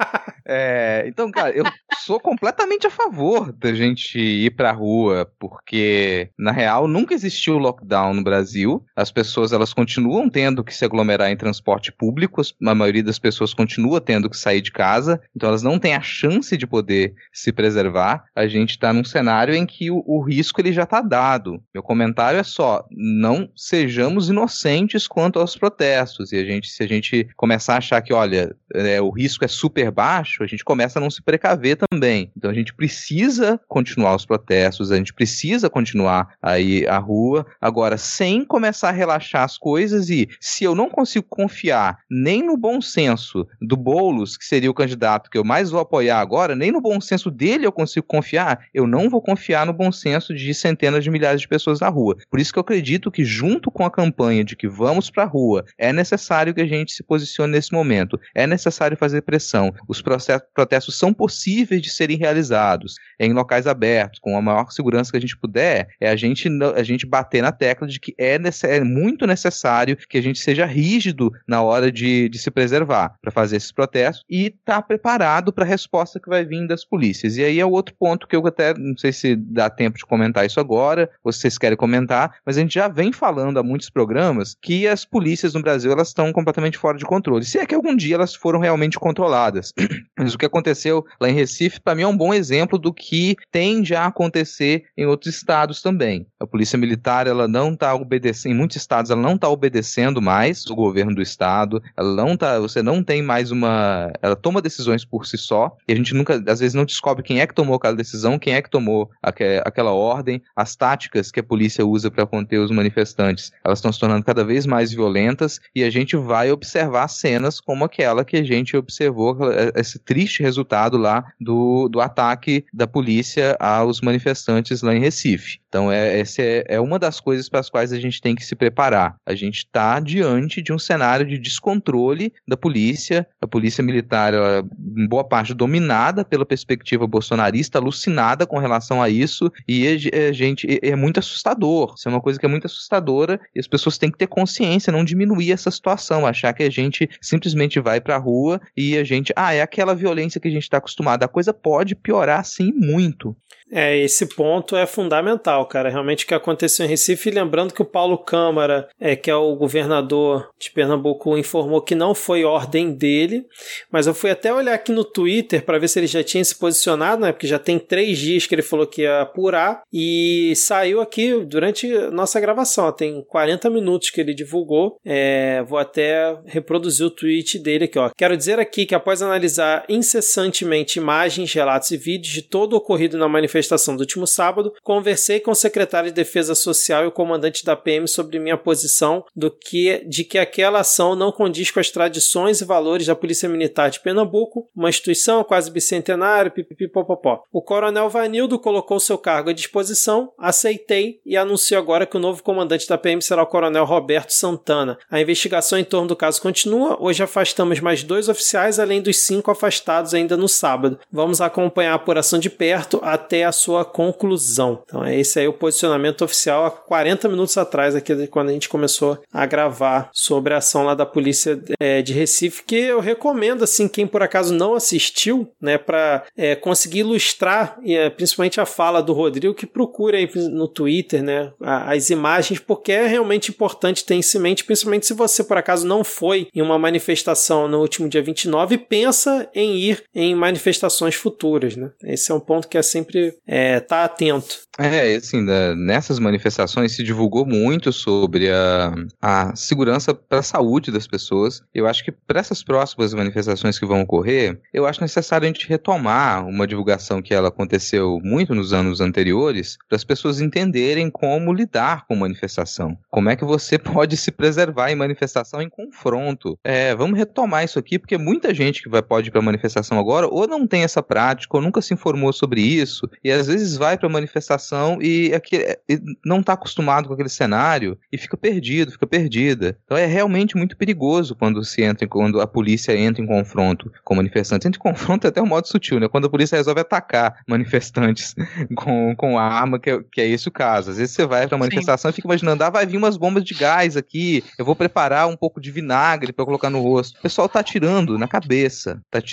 É, então, cara, eu sou completamente a favor da gente ir pra rua, porque, na real, nunca existiu lockdown no Brasil. As pessoas, elas continuam tendo que se aglomerar em transporte público, a maioria das pessoas continua tendo que sair de casa, então elas não têm a chance de poder se preservar. A gente tá num cenário em que o, o risco ele já tá dado. Meu comentário é só, não sejamos inocentes quanto aos protestos, e a gente, se a gente começar a achar que, olha, é, o risco é super baixo, a gente começa a não se precaver também. Então a gente precisa continuar os protestos, a gente precisa continuar aí a rua, agora sem começar a relaxar as coisas, e se eu não consigo confiar nem no bom senso do Boulos, que seria o candidato que eu mais vou apoiar agora, nem no bom senso dele eu consigo confiar, eu não vou confiar no bom senso de centenas de milhares de pessoas na rua. Por isso que eu acredito que junto com a campanha de que vamos pra rua, é necessário que a gente se posicione nesse momento, é necessário fazer pressão. Os processos, protestos são possíveis de serem realizados em locais abertos, com a maior segurança que a gente puder, é a gente, a gente bater na tecla de que é, é muito necessário que a gente seja rígido na hora de, de se preservar para fazer esses protestos e estar tá preparado para a resposta que vai vir das polícias. E aí é o outro ponto que eu até não sei se dá tempo de comentar isso agora, ou se vocês querem comentar, mas a gente já vem falando há muitos programas que as polícias no Brasil elas estão completamente fora de controle. Se é que algum dia elas foram realmente controladas. Mas o que aconteceu lá em Recife, para mim, é um bom exemplo do que tende a acontecer em outros estados também. A polícia militar, ela não está obedecendo, em muitos estados, ela não está obedecendo mais o governo do estado, ela não tá, você não tem mais uma... Ela toma decisões por si só, e a gente nunca, às vezes, não descobre quem é que tomou aquela decisão, quem é que tomou aque, aquela ordem, as táticas que a polícia usa para conter os manifestantes, elas estão se tornando cada vez mais violentas, e a gente vai observar cenas como aquela que a gente observou, esse triste resultado lá do, do ataque da polícia aos manifestantes lá em Recife. Então, é, essa é, é uma das coisas para as quais a gente tem que se preparar. A gente está diante de um cenário de descontrole da polícia, a polícia militar, ela, em boa parte, dominada pela perspectiva bolsonarista, alucinada com relação a isso, e a, a gente, é, é muito assustador. Isso é uma coisa que é muito assustadora, e as pessoas têm que ter consciência, não diminuir essa situação, achar que a gente simplesmente vai para a rua e a gente, ah, é aquela violência que a gente está acostumado. A coisa pode piorar, sim, muito. É, esse ponto é fundamental, cara. Realmente o que aconteceu em Recife, lembrando que o Paulo Câmara, é, que é o governador de Pernambuco, informou que não foi ordem dele, mas eu fui até olhar aqui no Twitter para ver se ele já tinha se posicionado, né? Porque já tem três dias que ele falou que ia apurar, e saiu aqui durante nossa gravação, ó, tem quarenta minutos que ele divulgou. É, vou até reproduzir o tweet dele aqui, ó. Quero dizer aqui que após analisar incessantemente imagens, relatos e vídeos de todo o ocorrido na manifestação do último sábado, conversei com o secretário de Defesa Social e o comandante da P M sobre minha posição do que, de que aquela ação não condiz com as tradições e valores da Polícia Militar de Pernambuco, uma instituição quase bicentenária, pipipipopopó. O coronel Vanildo colocou seu cargo à disposição, aceitei e anuncio agora que o novo comandante da P M será o coronel Roberto Santana. A investigação em torno do caso continua, hoje afastamos mais dois oficiais, além dos cinco afastados ainda no sábado. Vamos acompanhar a apuração de perto até a sua conclusão. Então é esse aí o posicionamento oficial há quarenta minutos atrás, aqui quando a gente começou a gravar sobre a ação lá da polícia é, de Recife, que eu recomendo, assim, quem por acaso não assistiu, né, para é, conseguir ilustrar, é, principalmente a fala do Rodrigo, que procura aí no Twitter, né, as imagens, porque é realmente importante ter isso em mente, principalmente se você por acaso não foi em uma manifestação no último dia vinte e nove e pensa em ir em manifestações futuras, né? Esse é um ponto que é sempre É, tá atento. É, assim, da, nessas manifestações se divulgou muito sobre a, a segurança para a saúde das pessoas. Eu acho que para essas próximas manifestações que vão ocorrer, eu acho necessário a gente retomar uma divulgação que ela aconteceu muito nos anos anteriores, para as pessoas entenderem como lidar com manifestação. Como é que você pode se preservar em manifestação em confronto. É, vamos retomar isso aqui, porque muita gente que vai, pode ir para manifestação agora, ou não tem essa prática, ou nunca se informou sobre isso, e às vezes vai para manifestação e, aqui, e não está acostumado com aquele cenário e fica perdido, fica perdida. Então é realmente muito perigoso quando se entra, quando a polícia entra em confronto com manifestantes. Entra em confronto é até um modo sutil, né? Quando a polícia resolve atacar manifestantes com, com arma, que é, que é esse o caso. Às vezes você vai para manifestação Sim. e fica imaginando, ah, vai vir umas bombas de gás aqui, eu vou preparar um pouco de vinagre para colocar no rosto. O pessoal tá atirando na cabeça, tá atirando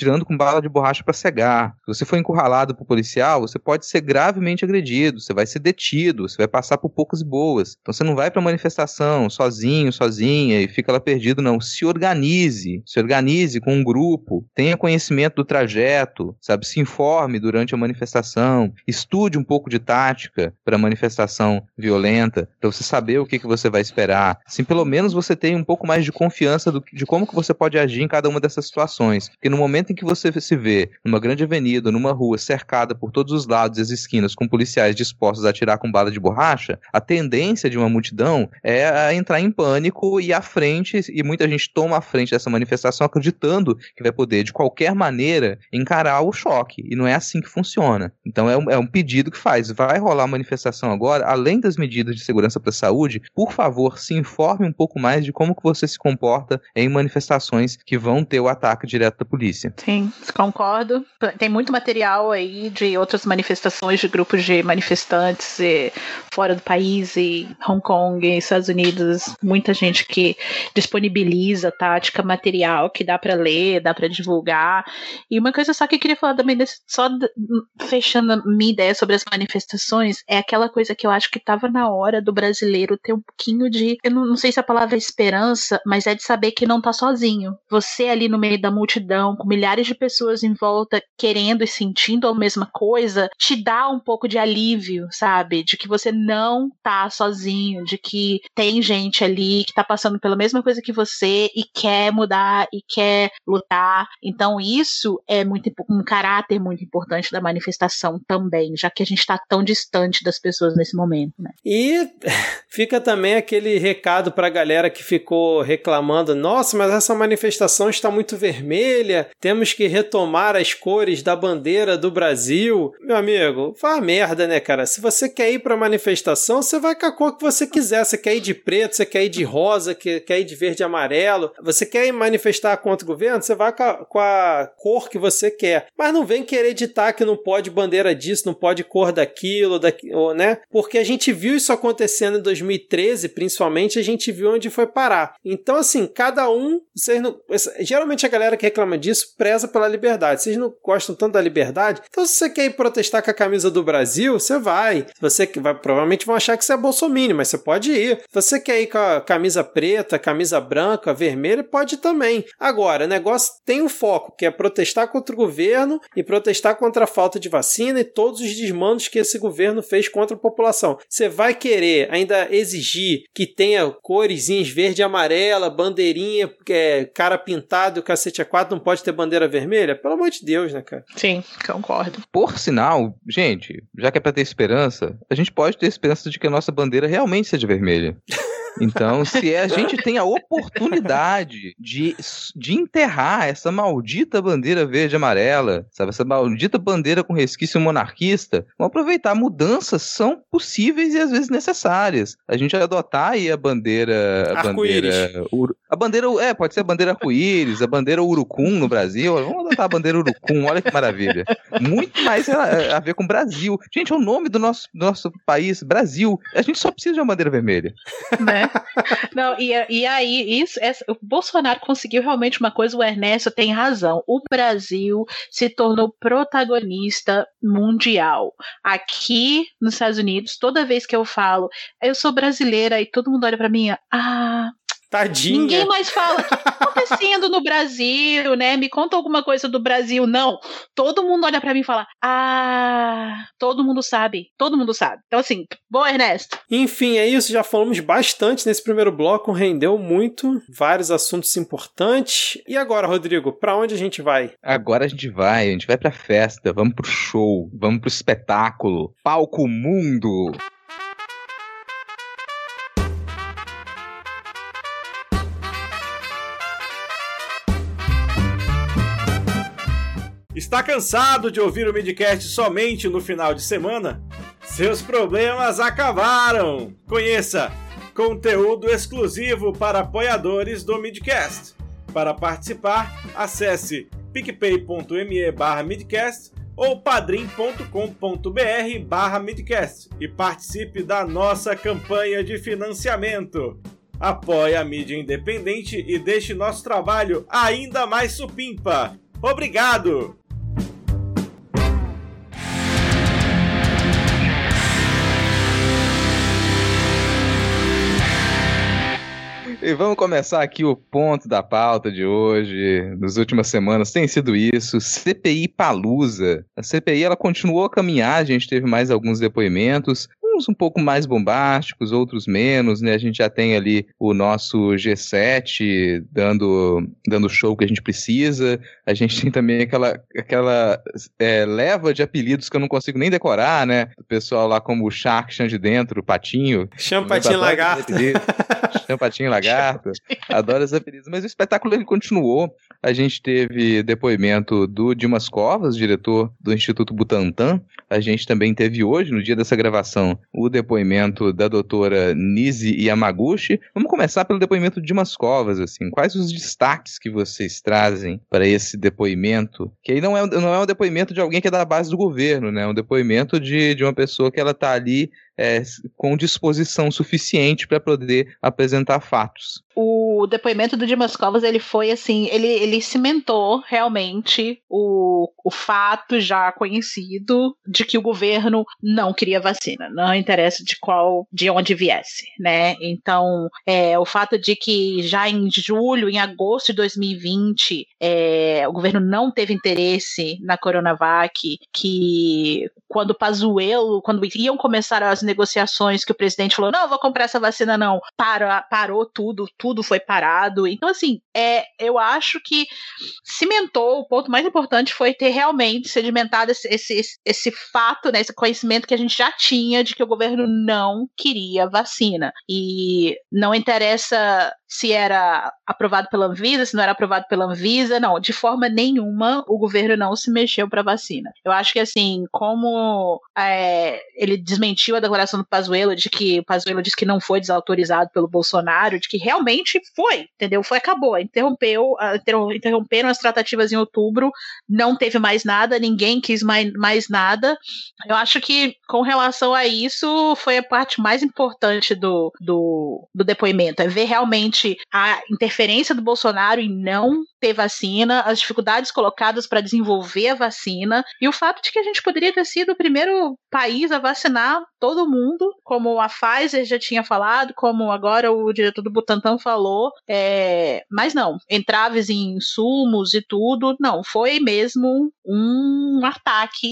atirando com bala de borracha para cegar. Se você for encurralado por policial, você pode ser gravemente agredido, você vai ser detido, você vai passar por poucas e boas. Então você não vai pra manifestação sozinho, sozinha e fica lá perdido, não. Se organize, se organize com um grupo, tenha conhecimento do trajeto, sabe? Se informe durante a manifestação, estude um pouco de tática para manifestação violenta, para você saber o que, que você vai esperar. Assim, pelo menos você tem um pouco mais de confiança do, de como que você pode agir em cada uma dessas situações. Porque no momento em que você se vê numa grande avenida, numa rua, cercada por todos os lados e as esquinas, com policiais dispostos a atirar com bala de borracha, a tendência de uma multidão é entrar em pânico e à frente, e muita gente toma a frente dessa manifestação acreditando que vai poder, de qualquer maneira, encarar o choque. E não é assim que funciona. Então é um, é um pedido que faz. Vai rolar manifestação agora, além das medidas de segurança para a saúde, por favor, se informe um pouco mais de como que você se comporta em manifestações que vão ter o ataque direto da polícia. Sim, concordo. Tem muito material aí de outras manifestações de grupos de manifestantes e fora do país, e Hong Kong, e Estados Unidos, muita gente que disponibiliza tática, material que dá para ler, dá para divulgar. E uma coisa só que eu queria falar também, desse, só fechando a minha ideia sobre as manifestações, é aquela coisa que eu acho que estava na hora do brasileiro ter um pouquinho de, eu não, não sei se a palavra é esperança, mas é de saber que não tá sozinho. Você ali no meio da multidão, com milhares de pessoas em volta querendo e sentindo a mesma coisa, te dá um pouco de alívio, sabe? De que você não tá sozinho, de que tem gente ali que tá passando pela mesma coisa que você e quer mudar e quer lutar. Então isso é muito, um caráter muito importante da manifestação também, já que a gente tá tão distante das pessoas nesse momento, né? E fica também aquele recado pra galera que ficou reclamando, nossa, mas essa manifestação está muito vermelha, temos que retomar as cores da bandeira do Brasil. Meu amigo, faz merda, né, cara? Se você quer ir pra manifestação, você vai com a cor que você quiser. Você quer ir de preto, você quer ir de rosa, quer ir de verde e amarelo. Você quer ir manifestar contra o governo, você vai com a, com a cor que você quer. Mas não vem querer ditar que não pode bandeira disso, não pode cor daquilo, daquilo, né? Porque a gente viu isso acontecendo em dois mil e treze, principalmente, a gente viu onde foi parar. Então, assim, cada um... Vocês não, geralmente a galera que reclama disso preza pela liberdade. Vocês não gostam tanto da liberdade? Então, se você quer ir protestar com a camisa do Brasil, você vai. Você vai, provavelmente vão achar que você é bolsominion, mas você pode ir. Se você quer ir com a camisa preta, camisa branca, vermelha, pode ir também. Agora, o negócio tem um foco, que é protestar contra o governo e protestar contra a falta de vacina e todos os desmandos que esse governo fez contra a população. Você vai querer ainda exigir que tenha coresinhas verde e amarela, bandeirinha, é, cara pintado e o cacete a quatro, não pode ter bandeira vermelha? Pelo amor de Deus, né, cara? Sim, concordo. Por sinal, gente, já que é pra ter esperança, a gente pode ter esperança de que a nossa bandeira realmente seja vermelha. Então, se a gente tem a oportunidade de, de enterrar essa maldita bandeira verde e amarela, sabe, essa maldita bandeira com resquício monarquista, vamos aproveitar. Mudanças são possíveis e às vezes necessárias. A gente vai adotar aí a bandeira... A bandeira, a bandeira, é, pode ser a bandeira arco-íris, a bandeira urucum no Brasil. Vamos adotar a bandeira urucum, olha que maravilha. Muito mais a, a ver com o Brasil. Gente, é o nome do nosso, do nosso país, Brasil. A gente só precisa de uma bandeira vermelha. Né? Não, e, e aí, isso, essa, o Bolsonaro conseguiu realmente uma coisa, o Ernesto tem razão. O Brasil se tornou protagonista mundial. Aqui nos Estados Unidos, toda vez que eu falo, eu sou brasileira, e todo mundo olha pra mim, ah. Tadinha. Ninguém mais fala o que está acontecendo no Brasil, né? Me conta alguma coisa do Brasil. Não. Todo mundo olha pra mim e fala, ah, todo mundo sabe. Todo mundo sabe. Então, assim, boa, Ernesto. Enfim, é isso. Já falamos bastante nesse primeiro bloco. Rendeu muito. Vários assuntos importantes. E agora, Rodrigo, pra onde a gente vai? Agora a gente vai. A gente vai pra festa. Vamos pro show. Vamos pro espetáculo. Palco Mundo. Está cansado de ouvir o Midcast somente no final de semana? Seus problemas acabaram! Conheça conteúdo exclusivo para apoiadores do Midcast. Para participar, acesse picpay.me barra Midcast ou padrim.com.br barra Midcast e participe da nossa campanha de financiamento. Apoie a mídia independente e deixe nosso trabalho ainda mais supimpa. Obrigado! E vamos começar aqui o ponto da pauta de hoje. Nas últimas semanas tem sido isso, C P I Palusa. A C P I ela continuou a caminhar, a gente teve mais alguns depoimentos, uns um pouco mais bombásticos, outros menos, né? A gente já tem ali o nosso G sete dando dando show que a gente precisa. A gente tem também aquela, aquela é, leva de apelidos que eu não consigo nem decorar, né? O pessoal lá como o Shark, Chão de Dentro, o Patinho. Chão, Patinho, Lagarto. Chão, Patinho, Lagarto. Adoro os apelidos. Mas o espetáculo ele continuou. A gente teve depoimento do Dimas Covas, diretor do Instituto Butantan. A gente também teve hoje, no dia dessa gravação, o depoimento da doutora Nise Yamaguchi. Vamos começar pelo depoimento de Dimas Covas, assim. Quais os destaques que vocês trazem para esse depoimento? Que aí não é, não é um depoimento de alguém que é da base do governo, né? É um depoimento de, de uma pessoa que ela está ali é, com disposição suficiente para poder apresentar fatos. O depoimento do Dimas Covas, ele foi assim, ele, ele cimentou realmente o, o fato já conhecido de que o governo não queria vacina, não interessa de qual, de onde viesse, né? Então, é, o fato de que já em julho, em agosto de dois mil e vinte, é, o governo não teve interesse na Coronavac, que quando o Pazuello, quando iam começar as negociações, que o presidente falou, não, eu vou comprar essa vacina não, para, parou tudo, tudo foi parado. Então, assim, é, eu acho que cimentou, o ponto mais importante foi ter realmente sedimentado esse, esse, esse fato, né, esse conhecimento que a gente já tinha de que o governo não queria vacina. E não interessa se era aprovado pela Anvisa, se não era aprovado pela Anvisa, não, de forma nenhuma o governo não se mexeu para vacina. Eu acho que, assim, como é, ele desmentiu a declaração do Pazuello, de que o Pazuello disse que não foi desautorizado pelo Bolsonaro, de que realmente foi, entendeu? Foi, acabou, interrompeu, interromperam as tratativas em outubro, não teve mais nada, ninguém quis mais, mais nada. Eu acho que, com relação a isso, foi a parte mais importante do, do, do depoimento, é ver realmente a interferência do Bolsonaro em não ter vacina, as dificuldades colocadas para desenvolver a vacina e o fato de que a gente poderia ter sido o primeiro país a vacinar todo mundo, como a Pfizer já tinha falado, como agora o diretor do Butantan falou, é, mas não, entraves em insumos e tudo, não, foi mesmo um ataque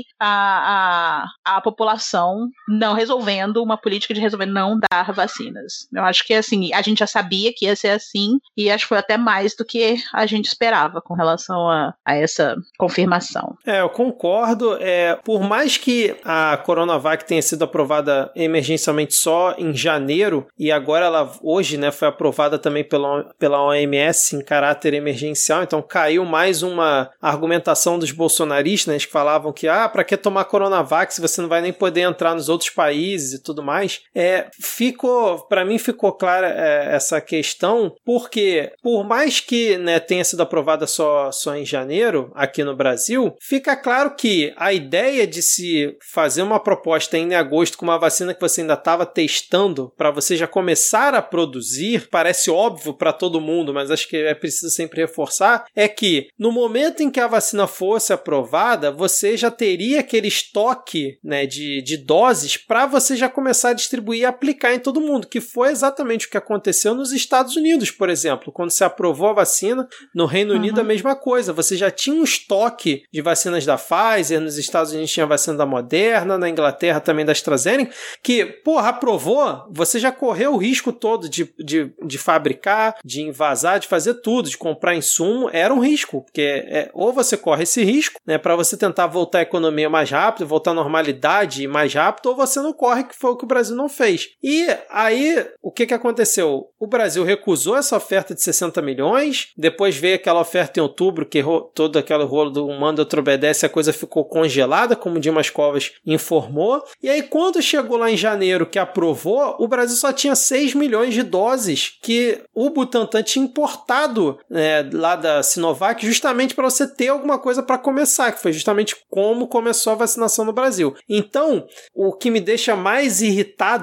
à, à, à população, não resolvendo uma política de resolver não dar vacinas. Eu acho que assim, a gente já sabia que ia ser assim, e acho que foi até mais do que a gente esperava com relação a, a essa confirmação. É, eu concordo. É, por mais que a Coronavac tenha sido aprovada emergencialmente só em janeiro, e agora ela hoje, né, foi aprovada também pela, pela O M S em caráter emergencial, então caiu mais uma argumentação dos bolsonaristas, né, que falavam que, ah, pra que tomar Coronavac se você não vai nem poder entrar nos outros países e tudo mais. É, ficou, pra mim ficou clara é, essa questão, porque por mais que, né, tenha sido aprovada só, só em janeiro aqui no Brasil, fica claro que a ideia de se fazer uma proposta ainda em agosto com uma vacina que você ainda estava testando para você já começar a produzir, parece óbvio para todo mundo, mas acho que é preciso sempre reforçar, é que no momento em que a vacina fosse aprovada, você já teria aquele estoque, né, de, de doses para você já começar a distribuir e aplicar em todo mundo, que foi exatamente o que aconteceu nos Estados Unidos, por exemplo, quando se aprovou a vacina, no Reino uhum. Unido a mesma coisa, você já tinha um estoque de vacinas da Pfizer, nos Estados Unidos tinha a vacina da Moderna, na Inglaterra também da AstraZeneca, que, porra, aprovou, você já correu o risco todo de, de, de fabricar, de invasar, de fazer tudo, de comprar insumo, era um risco, porque é, ou você corre esse risco, né, para você tentar voltar à economia mais rápido, voltar à normalidade mais rápido, ou você não corre, que foi o que o Brasil não fez. E aí, o que que aconteceu? O Brasil recusou essa oferta de sessenta milhões, depois veio aquela oferta em outubro, que ro- todo aquele rolo do um manda, outro obedece, a coisa ficou congelada, como o Dimas Covas informou, e aí quando chegou lá em janeiro que aprovou, o Brasil só tinha seis milhões de doses que o Butantan tinha importado, né, lá da Sinovac, justamente para você ter alguma coisa para começar, que foi justamente como começou a vacinação no Brasil. Então, o que me deixa mais irritado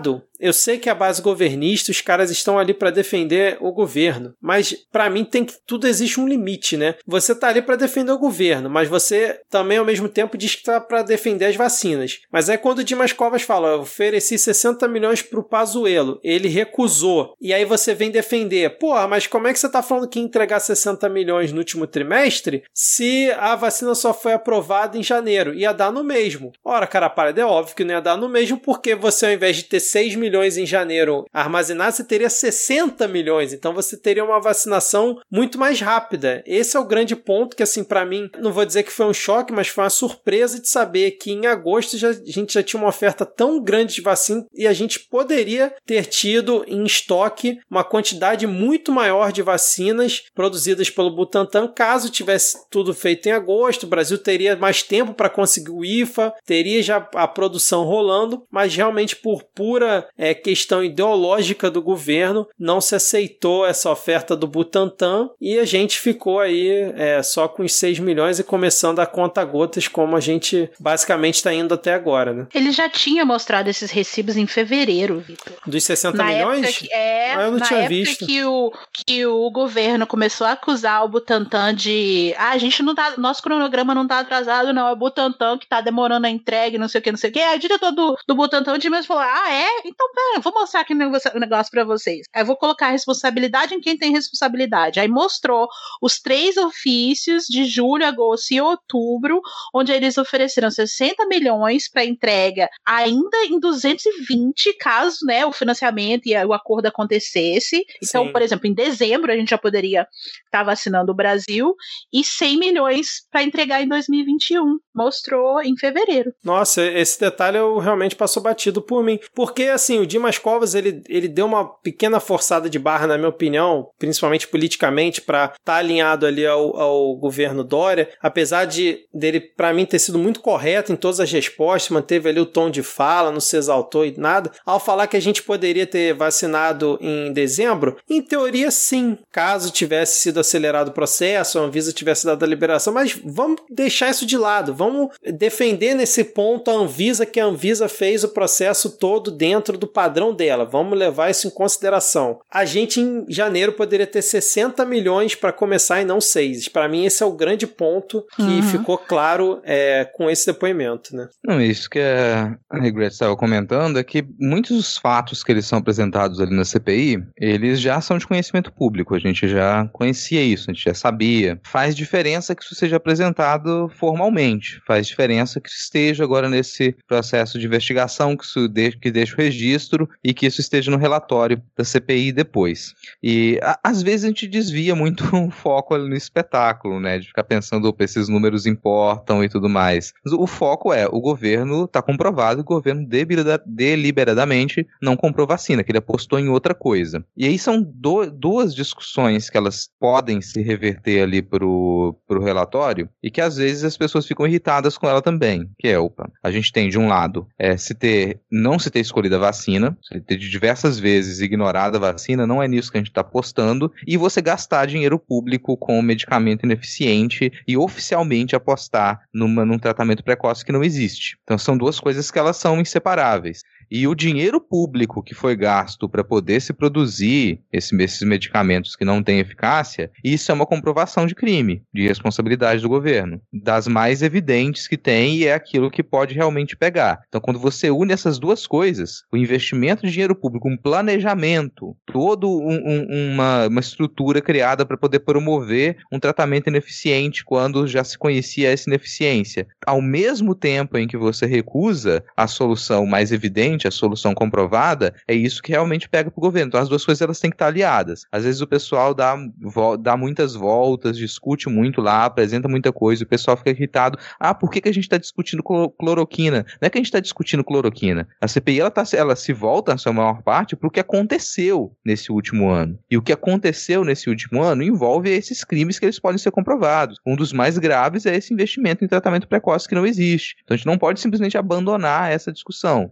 eu sei que a base governista, os caras estão ali para defender o governo, mas para mim tem que, tudo existe um limite, né? Você tá ali para defender o governo, mas você também ao mesmo tempo diz que tá para defender as vacinas. Mas aí quando o Dimas Covas fala, eu ofereci sessenta milhões pro Pazuello, ele recusou, e aí você vem defender, porra, mas como é que você tá falando que ia entregar sessenta milhões no último trimestre se a vacina só foi aprovada em janeiro? Ia dar no mesmo. Ora, cara, para, é óbvio que não ia dar no mesmo, porque você ao invés de ter seis milhões em janeiro armazenados, você teria sessenta milhões, então você teria uma vacinação muito mais rápida. Esse é o grande ponto que, assim, pra mim, não vou dizer que foi um choque, mas foi uma surpresa de saber que em agosto já, a gente já tinha uma oferta tão grande de vacina e a gente poderia ter tido em estoque uma quantidade muito maior de vacinas produzidas pelo Butantan, caso tivesse tudo feito em agosto. O Brasil teria mais tempo para conseguir o I F A, teria já a produção rolando, mas realmente por pura é, questão ideológica do governo, não se aceitou essa oferta do Butantan e a gente ficou aí é, só com os seis milhões e começando a conta gotas, como a gente basicamente está indo até agora, né? Ele já tinha mostrado esses recibos em fevereiro, Vitor. Dos sessenta milhões? Que, é, ah, eu não na tinha época visto. Que o, que o governo começou a acusar o Butantan de ah, a gente não tá, nosso cronograma não tá atrasado, não, é o Butantan que tá demorando a entrega, não sei o que, não sei o que. Aí o diretor do, do Butantan, o Dimas falou, ah, é? Então, pera, vou mostrar aqui o negócio pra vocês. Aí eu vou colocar a responsabilidade em quem tem responsabilidade. Aí mostrou os três ofícios de julho, agosto e outubro, onde eles ofereceram sessenta milhões para entrega ainda em duzentos e vinte, caso, né, o financiamento e o acordo acontecesse. Então, Sim. por exemplo, em dezembro a gente já poderia estar vacinando o Brasil, e cem milhões para entregar em dois mil e vinte e um. Mostrou em fevereiro. Nossa, esse detalhe eu realmente passou batido por mim. Porque, assim, o Dimas Covas, ele, ele deu uma pequena forçada de barra, na minha opinião, principalmente politicamente, para estar tá alinhado ali ao, ao governo Dória, apesar de dele, para mim, ter sido muito correto em todas as respostas, manteve ali o tom de fala, não se exaltou e nada. Ao falar que a gente poderia ter vacinado em dezembro, em teoria, sim, caso tivesse sido acelerado o processo, a Anvisa tivesse dado a liberação, mas vamos deixar isso de lado, vamos defender nesse ponto a Anvisa, que a Anvisa fez o processo todo dentro do padrão dela, vamos levar isso em consideração. A gente em janeiro poderia ter sessenta milhões para começar e não seis. Para mim esse é o grande ponto que uhum. ficou claro é, com esse depoimento, né? Não, isso que a Regret estava comentando é que muitos dos fatos que eles são apresentados ali na C P I, eles já são de conhecimento público, a gente já conhecia isso, a gente já sabia. Faz diferença que isso seja apresentado formalmente, faz diferença que esteja agora nesse processo de investigação, que isso deixe, que deixe o registro e que isso esteja no relatório da C P I depois. E a, às vezes a gente desvia muito o foco ali no espetáculo, né, de ficar pensando, opa, esses números importam e tudo mais. Mas o foco é, o governo está comprovado que o governo deliberadamente não comprou vacina, que ele apostou em outra coisa. E aí são do, duas discussões que elas podem se reverter ali pro, pro relatório e que às vezes as pessoas ficam irritadas com ela também, que é, opa, a gente tem de um lado, é, se ter, não se ter escolhido a vacina, se ter de diversas vezes ignorado a vacina, não é nisso que a gente está apostando, e você gastar dinheiro público com um medicamento ineficiente e oficialmente apostar numa, num tratamento precoce que não existe. Então são duas coisas que elas são inseparáveis. E o dinheiro público que foi gasto para poder se produzir esse, esses medicamentos que não têm eficácia, isso é uma comprovação de crime, de responsabilidade do governo. Das mais evidentes que tem, e é aquilo que pode realmente pegar. Então, quando você une essas duas coisas, o investimento de dinheiro público, um planejamento, toda um, um, uma, uma estrutura criada para poder promover um tratamento ineficiente quando já se conhecia essa ineficiência, ao mesmo tempo em que você recusa a solução mais evidente, a solução comprovada, é isso que realmente pega pro governo. Então as duas coisas elas têm que estar aliadas. Às vezes o pessoal dá, dá muitas voltas, discute muito lá, apresenta muita coisa, o pessoal fica irritado. Ah, por que, que a gente está discutindo cloroquina? Não é que a gente está discutindo cloroquina. A C P I ela, tá, ela se volta, na sua maior parte, para o que aconteceu nesse último ano. E o que aconteceu nesse último ano envolve esses crimes que eles podem ser comprovados. Um dos mais graves é esse investimento em tratamento precoce que não existe. Então a gente não pode simplesmente abandonar essa discussão. E aí você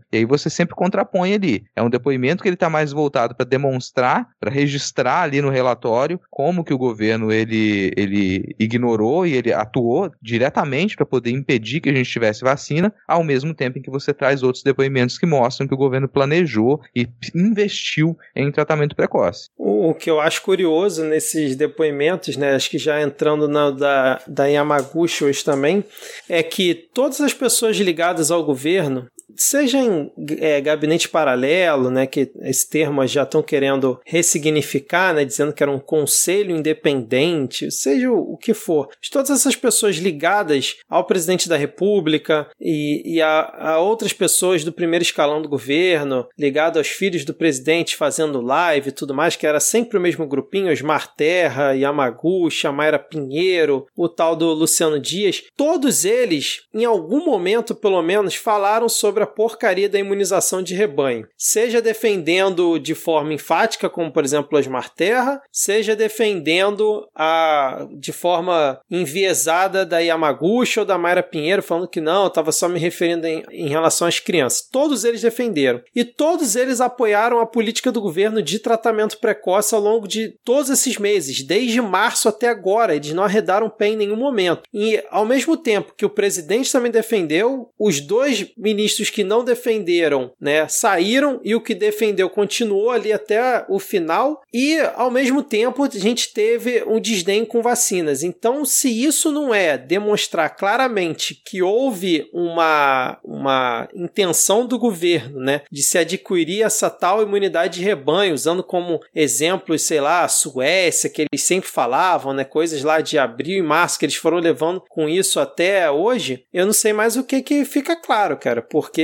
você sempre contrapõe ali. É um depoimento que ele está mais voltado para demonstrar, para registrar ali no relatório como que o governo ele, ele ignorou e ele atuou diretamente para poder impedir que a gente tivesse vacina, ao mesmo tempo em que você traz outros depoimentos que mostram que o governo planejou e investiu em tratamento precoce. O que eu acho curioso nesses depoimentos, né, acho que já entrando na da, da Yamaguchi hoje também, é que todas as pessoas ligadas ao governo, seja em é, gabinete paralelo, né, que esse termo já estão querendo ressignificar, né, dizendo que era um conselho independente, seja o, o que for. Todas essas pessoas ligadas ao presidente da República e, e a, a outras pessoas do primeiro escalão do governo, ligado aos filhos do presidente fazendo live e tudo mais, que era sempre o mesmo grupinho, Osmar Terra, Yamaguchi, a Mayra Pinheiro, o tal do Luciano Dias, todos eles, em algum momento, pelo menos, falaram sobre a porcaria da imunização de rebanho. Seja defendendo de forma enfática, como por exemplo Osmar Terra, seja defendendo a, de forma enviesada da Yamaguchi ou da Mayra Pinheiro, falando que não, eu estava só me referindo em, em relação às crianças. Todos eles defenderam. E todos eles apoiaram a política do governo de tratamento precoce ao longo de todos esses meses, desde março até agora. Eles não arredaram o pé em nenhum momento. E ao mesmo tempo que o presidente também defendeu, os dois ministros que não defenderam, né, saíram, e o que defendeu continuou ali até o final, e ao mesmo tempo a gente teve um desdém com vacinas. Então, se isso não é demonstrar claramente que houve uma, uma intenção do governo, né, de se adquirir essa tal imunidade de rebanho, usando como exemplos, sei lá, a Suécia, que eles sempre falavam, né, coisas lá de abril e março, que eles foram levando com isso até hoje, eu não sei mais o que que fica claro, cara, porque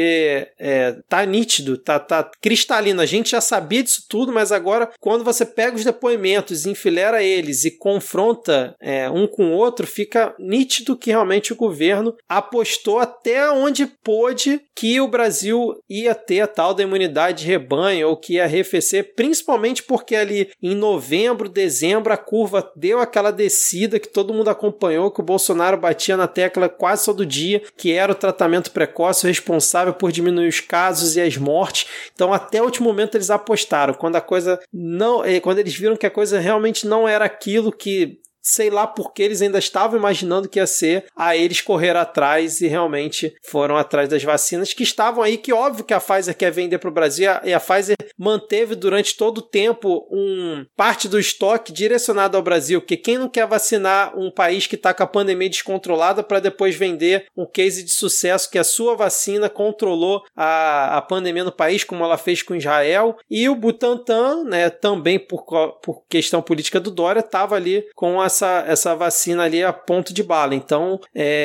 é, tá nítido, tá, tá cristalino. A gente já sabia disso tudo, mas agora, quando você pega os depoimentos, enfileira eles e confronta é, um com o outro, fica nítido que realmente o governo apostou até onde pôde que o Brasil ia ter a tal da imunidade de rebanho, ou que ia arrefecer, principalmente porque ali em novembro, dezembro, a curva deu aquela descida que todo mundo acompanhou, que o Bolsonaro batia na tecla quase todo dia, que era o tratamento precoce responsável por diminuir os casos e as mortes. Então, até o último momento eles apostaram. Quando a coisa não, quando eles viram que a coisa realmente não era aquilo que, sei lá porque eles ainda estavam imaginando que ia ser, aí eles correram atrás e realmente foram atrás das vacinas que estavam aí, que óbvio que a Pfizer quer vender para o Brasil, e a Pfizer manteve durante todo o tempo um, parte do estoque direcionado ao Brasil, porque quem não quer vacinar um país que está com a pandemia descontrolada para depois vender um case de sucesso que a sua vacina controlou a, a pandemia no país, como ela fez com Israel, e o Butantan, né, também por, por questão política do Dória, estava ali com a Essa, essa vacina ali a ponto de bala. Então,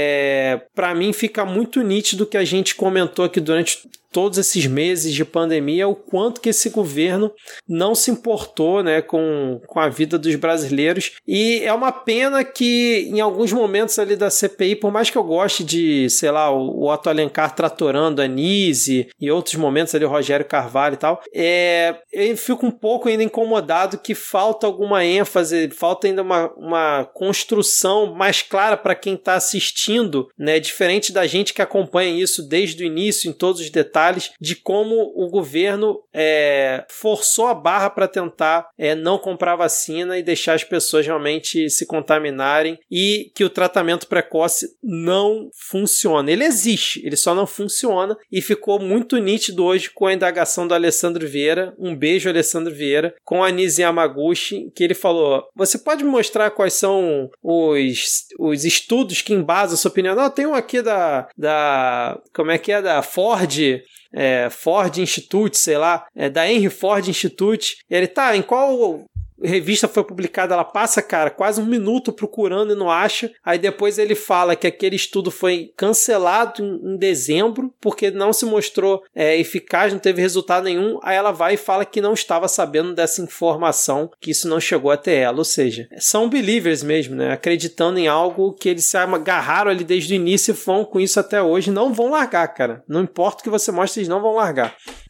é, para mim fica muito nítido que a gente comentou aqui durante todos esses meses de pandemia, o quanto que esse governo não se importou, né, com, com a vida dos brasileiros. E é uma pena que em alguns momentos ali da C P I, por mais que eu goste de, sei lá, o, o Otto Alencar tratorando a Nise e outros momentos ali o Rogério Carvalho e tal, é, eu fico um pouco ainda incomodado que falta alguma ênfase, falta ainda uma, uma construção mais clara para quem está assistindo, né, diferente da gente que acompanha isso desde o início, em todos os detalhes, de como o governo é, forçou a barra para tentar é, não comprar vacina e deixar as pessoas realmente se contaminarem, e que o tratamento precoce não funciona. Ele existe, ele só não funciona, e ficou muito nítido hoje com a indagação do Alessandro Vieira. Um beijo, Alessandro Vieira, com a Nise Yamaguchi, que ele falou: você pode me mostrar quais são os, os estudos que embasam a sua opinião? Não, tem um aqui da, da como é que é, da Ford... É, Ford Institute, sei lá, é, da Henry Ford Institute. E ele tá, em qual revista foi publicada? Ela passa, cara, quase um minuto procurando e não acha. Aí depois ele fala que aquele estudo foi cancelado em, em dezembro porque não se mostrou é, eficaz, não teve resultado nenhum. Aí ela vai e fala que não estava sabendo dessa informação, que isso não chegou até ela. Ou seja, são believers mesmo, né? Acreditando em algo que eles se agarraram ali desde o início e vão com isso até hoje. Não vão largar, cara. Não importa o que você mostre, eles não vão largar.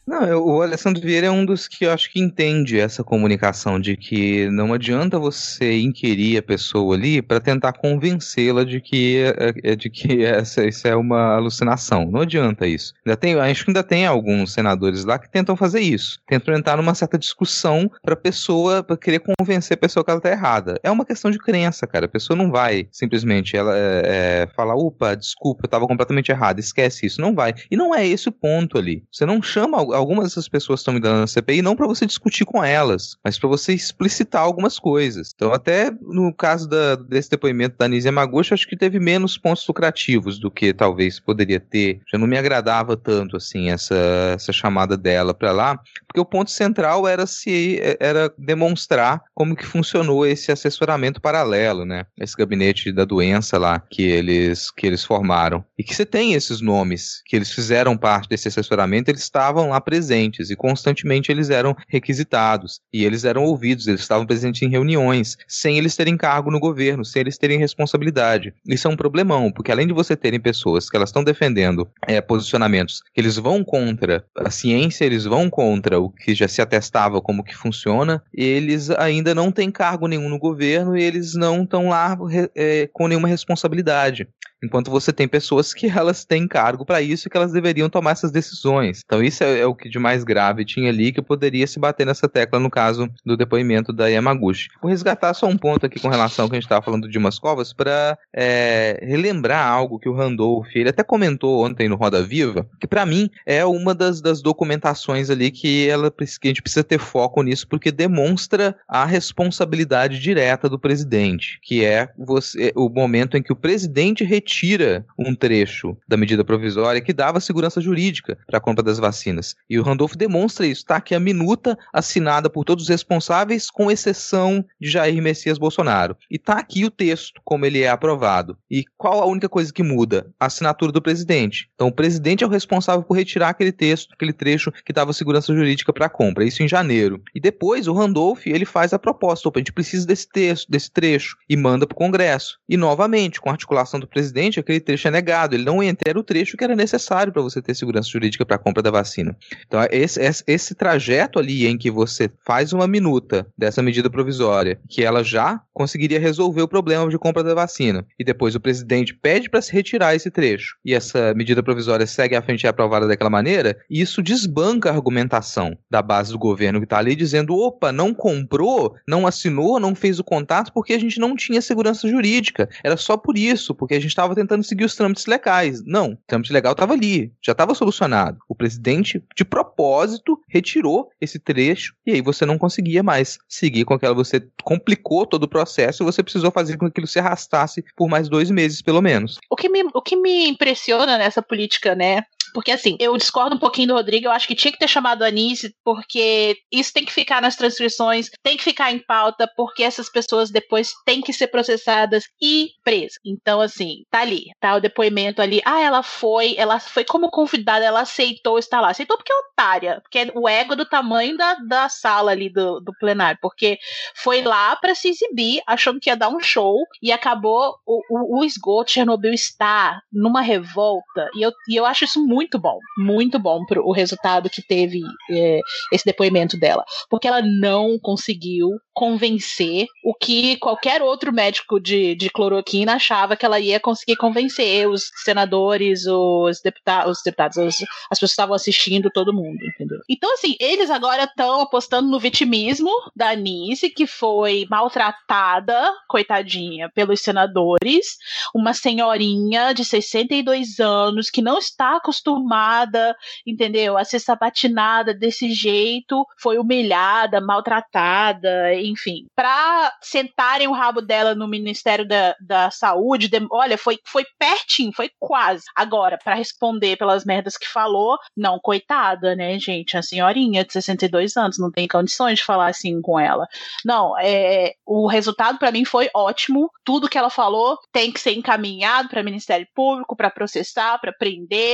Não, eu, o Alessandro Vieira é um dos que eu acho que entende essa comunicação de que não adianta você inquirir a pessoa ali para tentar convencê-la de que, de que essa, isso é uma alucinação. Não adianta isso. Ainda tem, acho que ainda tem alguns senadores lá que tentam fazer isso. Tentam entrar numa certa discussão para pessoa, para querer convencer a pessoa que ela tá errada. É uma questão de crença, cara. A pessoa não vai simplesmente ela é, é, falar, opa, desculpa, eu tava completamente errado, esquece isso. Não vai. E não é esse o ponto ali. Você não chama algumas dessas pessoas que estão me dando na C P I não para você discutir com elas, mas para você explicitar algumas coisas. Então, até no caso da, desse depoimento da Nise Yamaguchi, acho que teve menos pontos lucrativos do que talvez poderia ter. Já não me agradava tanto, assim, essa, essa chamada dela para lá, porque o ponto central era se era demonstrar como que funcionou esse assessoramento paralelo, né? Esse gabinete da doença lá que eles, que eles formaram. E que você tem esses nomes, que eles fizeram parte desse assessoramento, eles estavam lá presentes e constantemente eles eram requisitados e eles eram ouvidos, eles estavam presentes em reuniões, sem eles terem cargo no governo, sem eles terem responsabilidade. Isso é um problemão, porque além de você terem pessoas que elas estão defendendo é, posicionamentos que eles vão contra a ciência, eles vão contra o que já se atestava como que funciona, eles ainda não têm cargo nenhum no governo e eles não estão lá é, com nenhuma responsabilidade. Enquanto você tem pessoas que elas têm cargo para isso e que elas deveriam tomar essas decisões. Então isso é, é o que de mais grave tinha ali, que poderia se bater nessa tecla no caso do depoimento da Yamaguchi. Vou resgatar só um ponto aqui com relação ao que a gente estava falando do Dimas Covas para é, relembrar algo que o Randolph, ele até comentou ontem no Roda Viva, que para mim é uma das, das documentações ali que, ela, que a gente precisa ter foco nisso, porque demonstra a responsabilidade direta do presidente, que é você, o momento em que o presidente retira tira um trecho da medida provisória que dava segurança jurídica para a compra das vacinas. E o Randolph demonstra isso. Está aqui a minuta assinada por todos os responsáveis, com exceção de Jair Messias Bolsonaro. E está aqui o texto, como ele é aprovado. E qual a única coisa que muda? A assinatura do presidente. Então o presidente é o responsável por retirar aquele texto, aquele trecho que dava segurança jurídica para a compra. Isso em janeiro. E depois o Randolph, ele faz a proposta. Opa, a gente precisa desse texto, desse trecho. E manda para o Congresso. E novamente, com a articulação do presidente, aquele trecho é negado, ele não entra, era o trecho que era necessário para você ter segurança jurídica para a compra da vacina. Então, esse, esse, esse trajeto ali em que você faz uma minuta dessa medida provisória, que ela já conseguiria resolver o problema de compra da vacina, e depois o presidente pede para se retirar esse trecho, e essa medida provisória segue à frente e é aprovada daquela maneira, isso desbanca a argumentação da base do governo que está ali, dizendo, opa, não comprou, não assinou, não fez o contato, porque a gente não tinha segurança jurídica. Era só por isso, porque a gente estava tentando seguir os trâmites legais. Não, o trâmite legal estava ali, já estava solucionado. O presidente, de propósito, retirou esse trecho e aí você não conseguia mais seguir com aquela, você complicou todo o processo e você precisou fazer com que aquilo se arrastasse por mais dois meses, pelo menos. O que me, o que me impressiona nessa política, né, porque assim, eu discordo um pouquinho do Rodrigo, eu acho que tinha que ter chamado a Nise, porque isso tem que ficar nas transcrições, tem que ficar em pauta, porque essas pessoas depois têm que ser processadas e presas. Então assim, tá ali, tá o depoimento ali, ah, ela foi, ela foi como convidada, ela aceitou estar lá, aceitou porque é otária, porque o ego do tamanho da, da sala ali do, do plenário, porque foi lá pra se exibir, achando que ia dar um show, e acabou o, o, o esgoto, Chernobyl está numa revolta, e eu, e eu acho isso muito Muito bom, muito bom pro o resultado que teve é, esse depoimento dela, porque ela não conseguiu convencer o que qualquer outro médico de, de cloroquina achava que ela ia conseguir convencer os senadores, os, deputa os deputados, os, as pessoas que estavam assistindo, todo mundo, entendeu? Então assim, eles agora estão apostando no vitimismo da Nise, que foi maltratada, coitadinha, pelos senadores, uma senhorinha de sessenta e dois anos que não está acostumada acostumada, entendeu, a ser sabatinada desse jeito, foi humilhada, maltratada, enfim, pra sentarem o rabo dela no Ministério da, da Saúde, de, olha, foi, foi pertinho, foi quase. Agora, pra responder pelas merdas que falou, não, coitada, né, gente, a senhorinha de sessenta e dois anos, não tem condições de falar assim com ela. Não, é, o resultado pra mim foi ótimo, tudo que ela falou tem que ser encaminhado pra Ministério Público, pra processar, pra prender, pra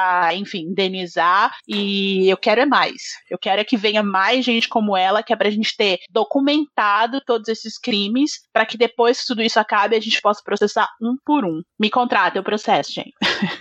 pra, enfim, indenizar, e eu quero é mais. Eu quero é que venha mais gente como ela, que é pra gente ter documentado todos esses crimes, pra que depois que tudo isso acabe, a gente possa processar um por um. Me contrata, eu processo, gente.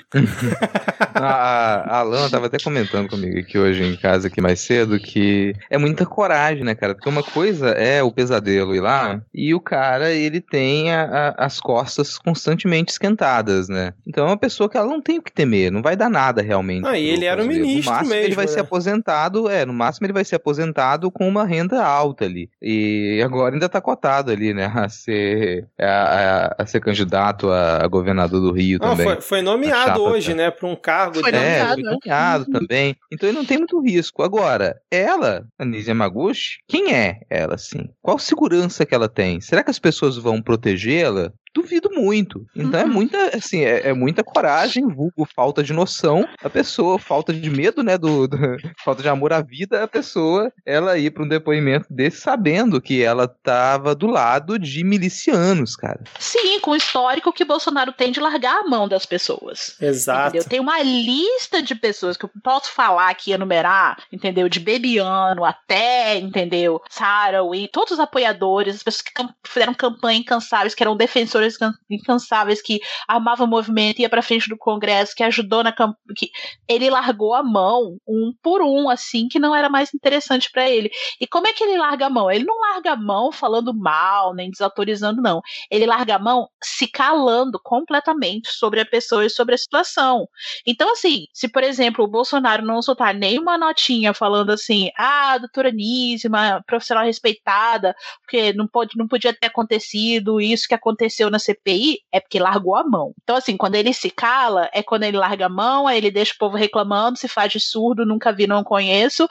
a, a Alana tava até comentando comigo aqui hoje em casa, aqui mais cedo, que é muita coragem, né, cara? Porque uma coisa é o pesadelo ir lá, e o cara, ele tem a, a, as costas constantemente esquentadas, né? Então é uma pessoa que ela não tem o que temer, não vai dar nada realmente. Ah, e ele era o ministro no máximo, mesmo, ele vai né? ser aposentado, é, no máximo ele vai ser aposentado com uma renda alta ali. E agora ainda tá cotado ali, né, a ser, a, a, a ser candidato a, a governador do Rio ah, também. Foi, foi nomeado hoje, né, pra um cargo. Foi de... É, nomeado, foi nomeado né? também. Então ele não tem muito risco. Agora, ela, a Nise Yamaguchi, quem é ela, assim? Qual segurança que ela tem? Será que as pessoas vão protegê-la? Duvido muito. Então uhum. é muita, assim, é, é muita coragem, vulgo, falta de noção, a pessoa, falta de medo, né, do, do falta de amor à vida, a pessoa, ela ir para um depoimento desse sabendo que ela tava do lado de milicianos, cara. Sim, com o histórico que Bolsonaro tem de largar a mão das pessoas. Exato. Entendeu? Tem uma lista de pessoas que eu posso falar aqui, enumerar, entendeu? De Bebiano até, entendeu? Sarah, e todos os apoiadores, as pessoas que fizeram campanha incansáveis, que eram defensores incansáveis, que armava o movimento, ia pra frente do Congresso, que ajudou na campanha, que ele largou a mão um por um, assim, que não era mais interessante pra ele. E como é que ele larga a mão? Ele não larga a mão falando mal, nem desautorizando, não. Ele larga a mão se calando completamente sobre a pessoa e sobre a situação. Então, assim, se, por exemplo, o Bolsonaro não soltar nenhuma notinha falando assim, ah, doutora Nise, uma profissional respeitada, porque não, pode, não podia ter acontecido isso que aconteceu na C P I, é porque largou a mão. Então, assim, quando ele se cala, é quando ele larga a mão, aí ele deixa o povo reclamando, se faz de surdo, nunca vi, não conheço,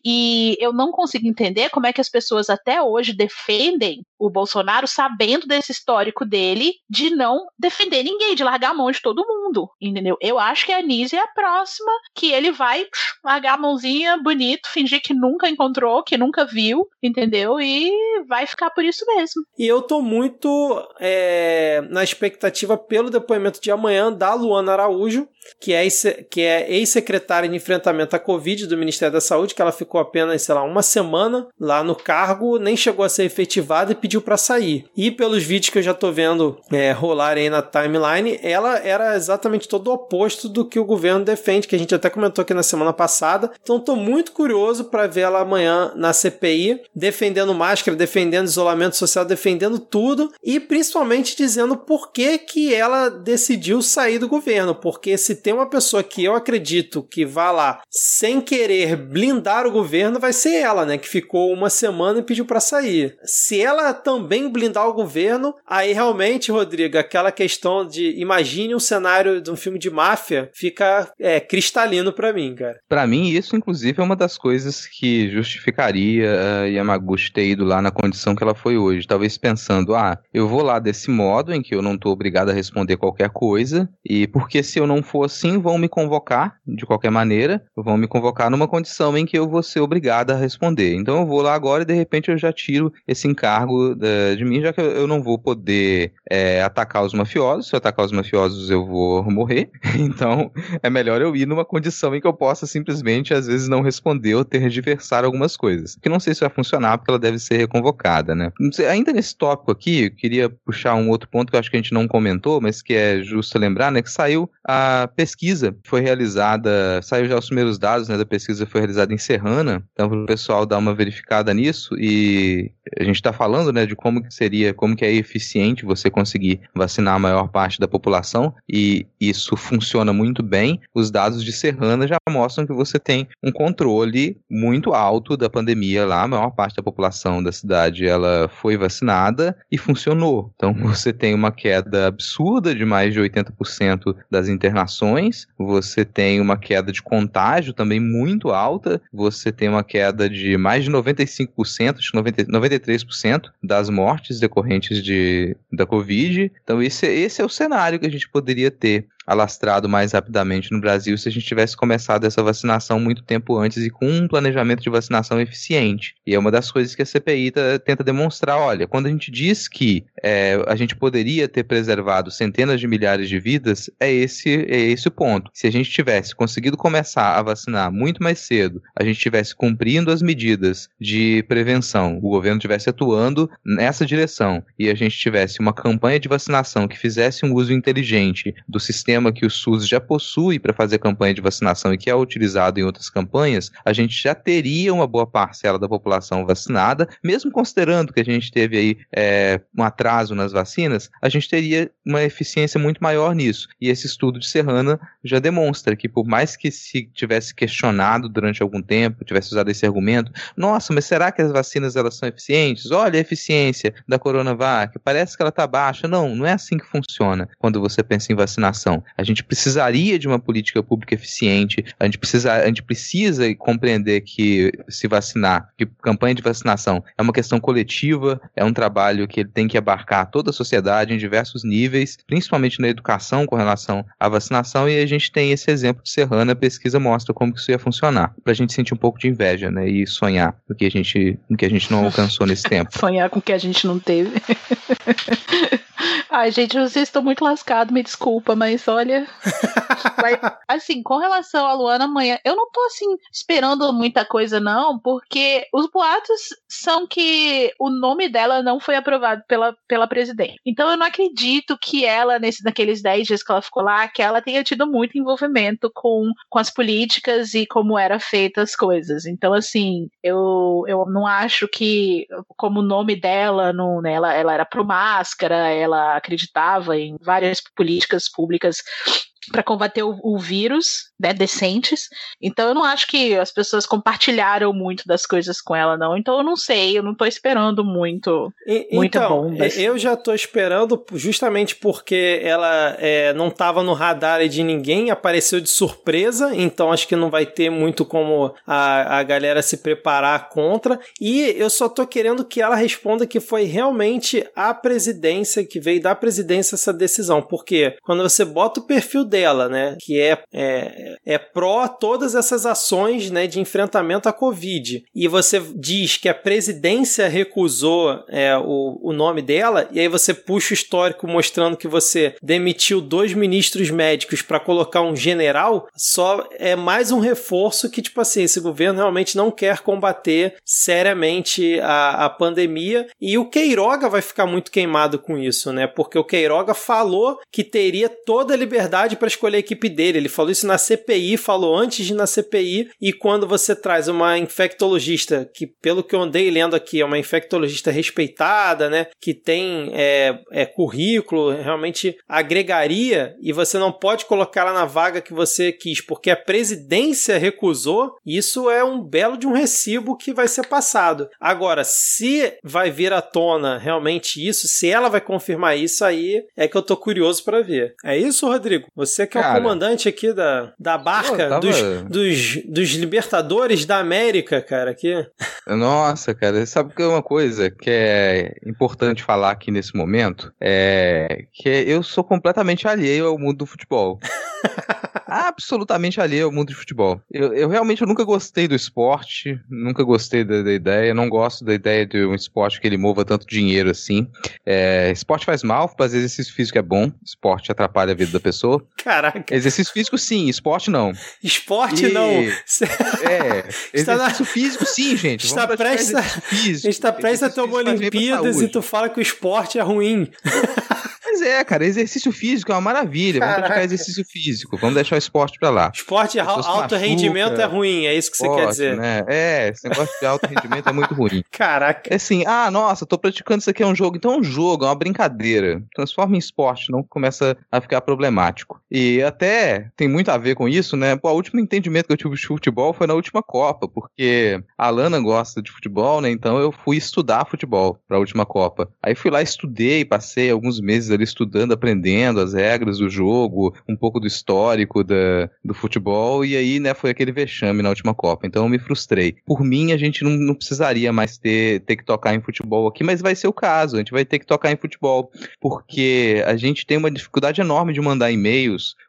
e eu não consigo entender como é que as pessoas até hoje defendem o Bolsonaro sabendo desse histórico dele de não defender ninguém, de largar a mão de todo mundo, entendeu? Eu acho que a Nise é a próxima que ele vai psh, largar a mãozinha bonito, fingir que nunca encontrou, que nunca viu, entendeu? E vai ficar por isso mesmo. E eu tô muito é, na expectativa pelo depoimento de amanhã da Luana Araújo, que é, que é ex-secretária de enfrentamento à Covid do Ministério da Saúde, que ela ficou apenas, sei lá, uma semana lá no cargo, nem chegou a ser efetivada e pediu para sair. E pelos vídeos que eu já tô vendo é, rolar aí na timeline, ela era exatamente todo o oposto do que o governo defende, que a gente até comentou aqui na semana passada. Então tô muito curioso para ver ela amanhã na C P I, defendendo máscara, defendendo isolamento social, defendendo tudo e principalmente dizendo por que que ela decidiu sair do governo, porque se tem uma pessoa que eu acredito que vá lá sem querer blindar o governo, vai ser ela, né, que ficou uma semana e pediu para sair. Se ela também blindar o governo, aí realmente, Rodrigo, aquela questão de imagine um cenário de um filme de máfia, fica é, cristalino para mim, cara. Para mim, isso inclusive é uma das coisas que justificaria a Yamaguchi ter ido lá na condição que ela foi hoje, talvez pensando, ah, eu vou lá desse modo em que eu não tô obrigado a responder qualquer coisa, e porque se eu não for assim, vão me convocar de qualquer maneira, vão me convocar numa condição em que eu vou ser obrigado a responder. Então eu vou lá agora e de repente eu já tiro esse encargo de, de mim, já que eu, eu não vou poder é, atacar os mafiosos. Se eu atacar os mafiosos eu vou morrer, então é melhor eu ir numa condição em que eu possa simplesmente às vezes não responder ou tergiversar algumas coisas, que não sei se vai funcionar porque ela deve ser reconvocada, né? Ainda nesse tópico aqui, eu queria puxar um outro ponto que eu acho que a gente não comentou, mas que é justo lembrar, né, que saiu a pesquisa que foi realizada, saiu já os primeiros dados, né, da pesquisa foi realizada em Serrana, então para o pessoal dar uma verificada nisso, e a gente está falando, né, de como que seria, como que é eficiente você conseguir vacinar a maior parte da população, e isso funciona muito bem. Os dados de Serrana já mostram que você tem um controle muito alto da pandemia lá, a maior parte da população da cidade, ela foi vacinada e funcionou. Então você tem uma queda absurda de mais de oitenta por cento das internações, você tem uma queda de contágio também muito alta, você tem uma queda de mais de noventa e cinco por cento, acho que noventa, noventa e três por cento das mortes decorrentes de, da Covid. Então esse, esse é o cenário que a gente poderia ter alastrado mais rapidamente no Brasil se a gente tivesse começado essa vacinação muito tempo antes e com um planejamento de vacinação eficiente. E é uma das coisas que a C P I tá, tenta demonstrar. Olha, quando a gente diz que é, a gente poderia ter preservado centenas de milhares de vidas, é esse, é esse o ponto. Se a gente tivesse conseguido começar a vacinar muito mais cedo, a gente tivesse cumprindo as medidas de prevenção, o governo estivesse atuando nessa direção e a gente tivesse uma campanha de vacinação que fizesse um uso inteligente do sistema que o SUS já possui para fazer campanha de vacinação e que é utilizado em outras campanhas, a gente já teria uma boa parcela da população vacinada, mesmo considerando que a gente teve aí é, um atraso nas vacinas, a gente teria uma eficiência muito maior nisso. E esse estudo de Serrana já demonstra que por mais que se tivesse questionado durante algum tempo, tivesse usado esse argumento, nossa, mas será que as vacinas elas são eficientes? Olha a eficiência da Coronavac, parece que ela está baixa. Não, não é assim que funciona quando você pensa em vacinação. A gente precisaria de uma política pública eficiente, a gente precisa, a gente precisa compreender que se vacinar, que campanha de vacinação é uma questão coletiva, é um trabalho que ele tem que abarcar toda a sociedade em diversos níveis, principalmente na educação com relação à vacinação, e a gente tem esse exemplo de Serrana, a pesquisa mostra como que isso ia funcionar, pra gente sentir um pouco de inveja, né, e sonhar no que a gente, no que a gente não alcançou nesse tempo. Sonhar com o que a gente não teve. Ai, gente, vocês estão muito lascados, me desculpa, mas olha... Mas, assim, com relação a Luana amanhã, eu não tô, assim, esperando muita coisa, não, porque os boatos são que o nome dela não foi aprovado pela, pela presidente. Então eu não acredito que ela, nesse, naqueles dez dias que ela ficou lá, que ela tenha tido muito envolvimento com, com as políticas e como eram feitas as coisas. Então, assim, eu, eu não acho que, como o nome dela, não, né, ela, ela era pró-máscara, ela acreditava em várias políticas públicas para combater o, o vírus, né, decentes. Então eu não acho que as pessoas compartilharam muito das coisas com ela, não. Então eu não sei, eu não tô esperando muito, e, muita então, bomba. Eu já tô esperando justamente porque ela é, não tava no radar de ninguém, apareceu de surpresa, então acho que não vai ter muito como a, a galera se preparar contra, e eu só tô querendo que ela responda que foi realmente a presidência, que veio da presidência essa decisão, porque quando você bota o perfil dela dela, né, que é, é, é pró todas essas ações, né, de enfrentamento à Covid, e você diz que a presidência recusou é, o, o nome dela, e aí você puxa o histórico mostrando que você demitiu dois ministros médicos para colocar um general, só é mais um reforço que, tipo assim, esse governo realmente não quer combater seriamente a, a pandemia, e o Queiroga vai ficar muito queimado com isso, né, porque o Queiroga falou que teria toda a liberdade para escolher a equipe dele. Ele falou isso na C P I, falou antes de ir na C P I, e quando você traz uma infectologista, que pelo que eu andei lendo aqui, é uma infectologista respeitada, né, que tem é, é, currículo, realmente agregaria, e você não pode colocar ela na vaga que você quis, porque a presidência recusou, isso é um belo de um recibo que vai ser passado. Agora, se vai vir à tona realmente isso, se ela vai confirmar isso, aí é que eu tô curioso para ver. É isso, Rodrigo? Você que é Cara, o comandante aqui da, da barca, tava... dos, dos, dos Libertadores da América, cara, aqui. Nossa, cara, sabe que é uma coisa que é importante falar aqui nesse momento? É que eu sou completamente alheio ao mundo do futebol. Absolutamente alheio ao mundo de futebol. Eu, eu realmente eu nunca gostei do esporte, nunca gostei da, da ideia, não gosto da ideia de um esporte que ele mova tanto dinheiro assim. É, esporte faz mal, fazer exercício físico é bom, esporte atrapalha a vida da pessoa. Caraca. Exercício físico sim, esporte não. Esporte e... não. É, exercício na... físico sim, gente. Está prestes a... físico. A gente está prestes a ter uma Olimpíadas e tu fala que o esporte é ruim. Mas é, cara, exercício físico é uma maravilha. Caraca. Vamos praticar exercício físico, vamos deixar o esporte pra lá. Esporte alto machuca, rendimento é ruim, é isso que esporte, você quer dizer. Né? É, esse negócio de alto rendimento é muito ruim. Caraca. É assim, ah, nossa, tô praticando isso aqui, é um jogo. Então é um jogo, é uma brincadeira. Transforma em esporte, não começa a ficar problemático. E até tem muito a ver com isso, né? Pô, o último entendimento que eu tive de futebol foi na última Copa, porque a Lana gosta de futebol, né? Então eu fui estudar futebol pra última Copa. Aí fui lá, estudei, passei alguns meses ali estudando, aprendendo as regras do jogo, um pouco do histórico da, do futebol, e aí, né, foi aquele vexame na última Copa. Então eu me frustrei. Por mim, a gente não, não precisaria mais ter, ter que tocar em futebol aqui, mas vai ser o caso, a gente vai ter que tocar em futebol, porque a gente tem uma dificuldade enorme de mandar e-mails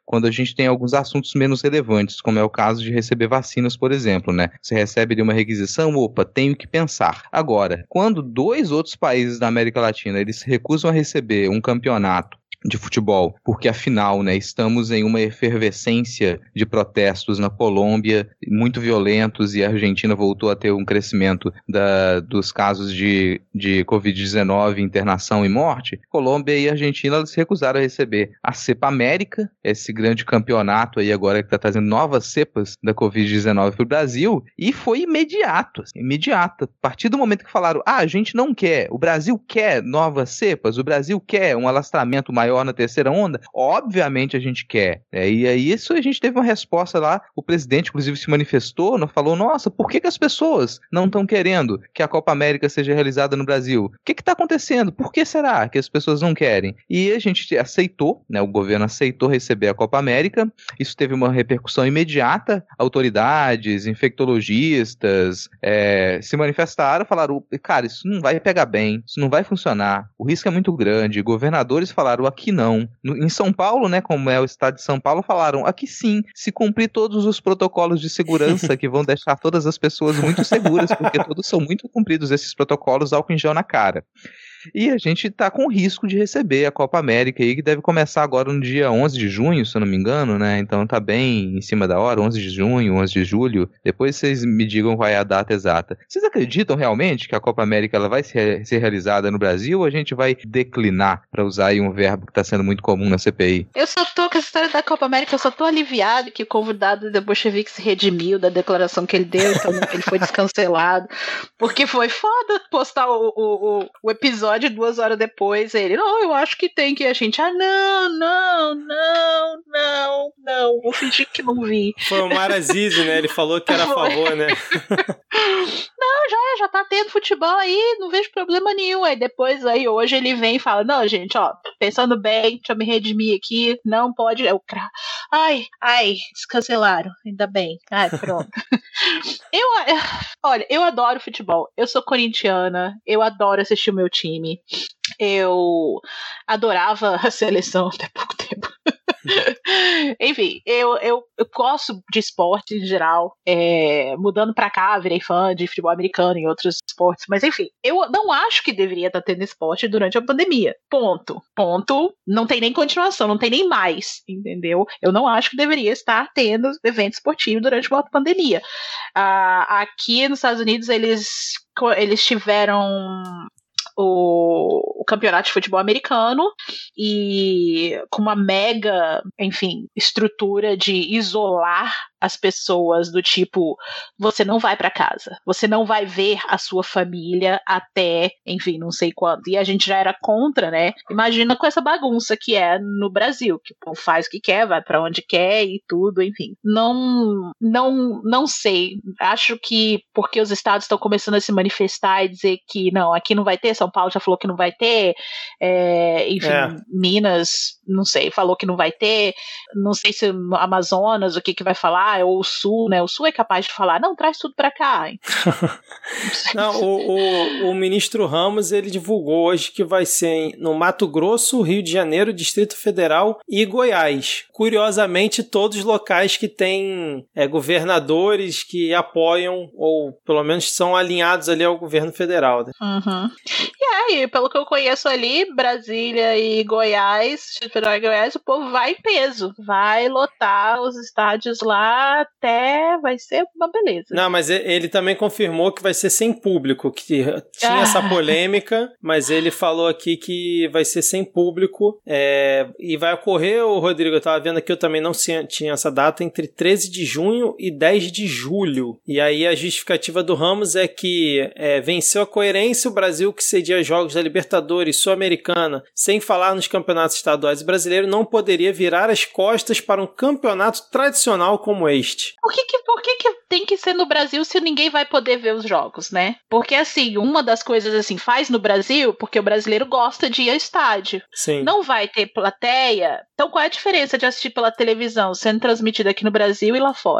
quando a gente tem alguns assuntos menos relevantes, como é o caso de receber vacinas, por exemplo, né? Você recebe ali uma requisição, opa, tenho que pensar. Agora, quando dois outros países da América Latina, eles recusam a receber um campeonato de futebol, porque afinal, né, estamos em uma efervescência de protestos na Colômbia, muito violentos, e a Argentina voltou a ter um crescimento da, dos casos de, de covid dezenove, internação e morte. Colômbia e Argentina se recusaram a receber a Cepa América, esse grande campeonato aí agora que está trazendo novas cepas da covid dezenove para o Brasil, e foi imediato, assim, imediato. A partir do momento que falaram, ah, a gente não quer, o Brasil quer novas cepas, o Brasil quer um alastramento maior na terceira onda, obviamente a gente quer. É, e aí isso a gente teve uma resposta lá, o presidente inclusive se manifestou, não, falou, nossa, por que, que as pessoas não estão querendo que a Copa América seja realizada no Brasil? O que está acontecendo? Por que será que as pessoas não querem? E a gente aceitou, né, o governo aceitou receber a Copa América, isso teve uma repercussão imediata, autoridades, infectologistas é, se manifestaram, falaram, cara, isso não vai pegar bem, isso não vai funcionar, o risco é muito grande, governadores falaram, aqui não. No, em São Paulo, né, como é o estado de São Paulo, falaram, aqui sim, se cumprir todos os protocolos de segurança que vão deixar todas as pessoas muito seguras, porque todos são muito cumpridos esses protocolos, álcool em gel na cara. E a gente está com risco de receber a Copa América aí, que deve começar agora no dia onze de junho, se eu não me engano, né? Então tá bem em cima da hora, onze de junho, onze de julho. Depois vocês me digam qual é a data exata. Vocês acreditam realmente que a Copa América ela vai ser, ser realizada no Brasil ou a gente vai declinar, para usar aí um verbo que está sendo muito comum na C P I? Eu só tô com essa história da Copa América, eu só tô aliviado que o convidado da Bolchevique se redimiu da declaração que ele deu, então ele foi descancelado. Porque foi foda postar o, o, o, o episódio duas horas depois, ele, não, eu acho que tem que a gente, ah, não, não, não, não, não, vou fingir que não vi. Foi o Mar Aziz, né? Ele falou que era a favor, né? Não, já, já tá tendo futebol aí, não vejo problema nenhum. Aí depois, aí hoje ele vem e fala, não, gente, ó, pensando bem, deixa eu me redimir aqui, não pode, eu, ai, ai, descancelaram, ainda bem, ai, pronto. eu, olha, eu adoro futebol, eu sou corintiana, eu adoro assistir o meu time. Eu adorava a seleção até pouco tempo. Enfim, eu, eu, eu gosto de esporte em geral. É, mudando pra cá, virei fã de futebol americano e outros esportes. Mas enfim, eu não acho que deveria estar tendo esporte durante a pandemia. Ponto. Ponto. Não tem nem continuação, não tem nem mais. Entendeu? Eu não acho que deveria estar tendo evento esportivo durante uma pandemia. Ah, aqui nos Estados Unidos, eles, eles tiveram O, o campeonato de futebol americano e com uma mega, enfim, estrutura de isolar as pessoas do tipo, você não vai pra casa, você não vai ver a sua família até, enfim, não sei quando. E a gente já era contra, né? Imagina com essa bagunça que é no Brasil, que o povo faz o que quer, vai pra onde quer e tudo, enfim. Não, não, não sei. Acho que porque os estados estão começando a se manifestar e dizer que não, aqui não vai ter, São Paulo já falou que não vai ter, é, enfim, é. Minas, não sei, falou que não vai ter, não sei se Amazonas, o que que vai falar, ou o Sul, né? O Sul é capaz de falar, não, traz tudo pra cá. Não, o, o, o ministro Ramos, ele divulgou hoje que vai ser no Mato Grosso, Rio de Janeiro, Distrito Federal e Goiás. Curiosamente, todos locais que têm é, governadores que apoiam, ou pelo menos são alinhados ali ao governo federal. Né? Uhum. E aí, pelo que eu conheço ali, Brasília e Goiás, Distrito Federal e Goiás, o povo vai em peso, vai lotar os estádios lá até, vai ser uma beleza. Não, mas ele também confirmou que vai ser sem público, que tinha ah. essa polêmica, mas ele falou aqui que vai ser sem público, é, e vai ocorrer, o Rodrigo, eu tava vendo aqui, eu também não tinha essa data, entre treze de junho e dez de julho. E aí a justificativa do Ramos é que é, venceu a coerência o Brasil que cedia jogos da Libertadores Sul-Americana, sem falar nos campeonatos estaduais brasileiros, não poderia virar as costas para um campeonato tradicional como este. Por que que, por que que tem que ser no Brasil se ninguém vai poder ver os jogos, né? Porque, assim, uma das coisas, assim, faz no Brasil, porque o brasileiro gosta de ir ao estádio. Sim. Não vai ter plateia. Então, qual é a diferença de assistir pela televisão sendo transmitida aqui no Brasil e lá fora?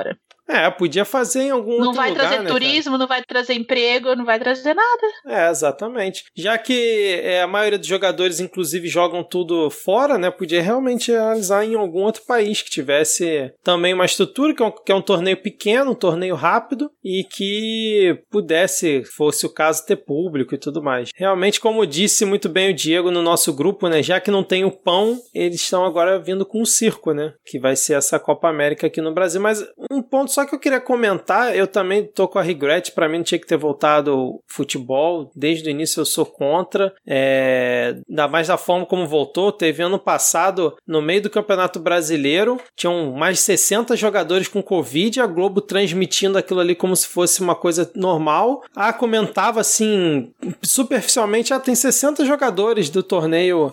É, podia fazer em algum não outro lugar, vai trazer né, turismo, cara? Não vai trazer emprego, não vai trazer nada. É, exatamente. Já que é, a maioria dos jogadores, inclusive, jogam tudo fora, né? Podia realmente realizar em algum outro país que tivesse também uma estrutura, que é um, que é um torneio pequeno, um torneio rápido, e que pudesse, fosse o caso, ter público e tudo mais. Realmente, como disse muito bem o Diego no nosso grupo, né? Já que não tem o pão, eles estão agora vindo com o circo, né? Que vai ser essa Copa América aqui no Brasil. Mas um ponto só que eu queria comentar, eu também tô com a regret, pra mim não tinha que ter voltado o futebol, desde o início eu sou contra, é... ainda mais da forma como voltou. Teve ano passado, no meio do Campeonato Brasileiro, tinham mais de sessenta jogadores com Covid, a Globo transmitindo aquilo ali como se fosse uma coisa normal. Ah, comentava assim, superficialmente, ah, tem sessenta jogadores do torneio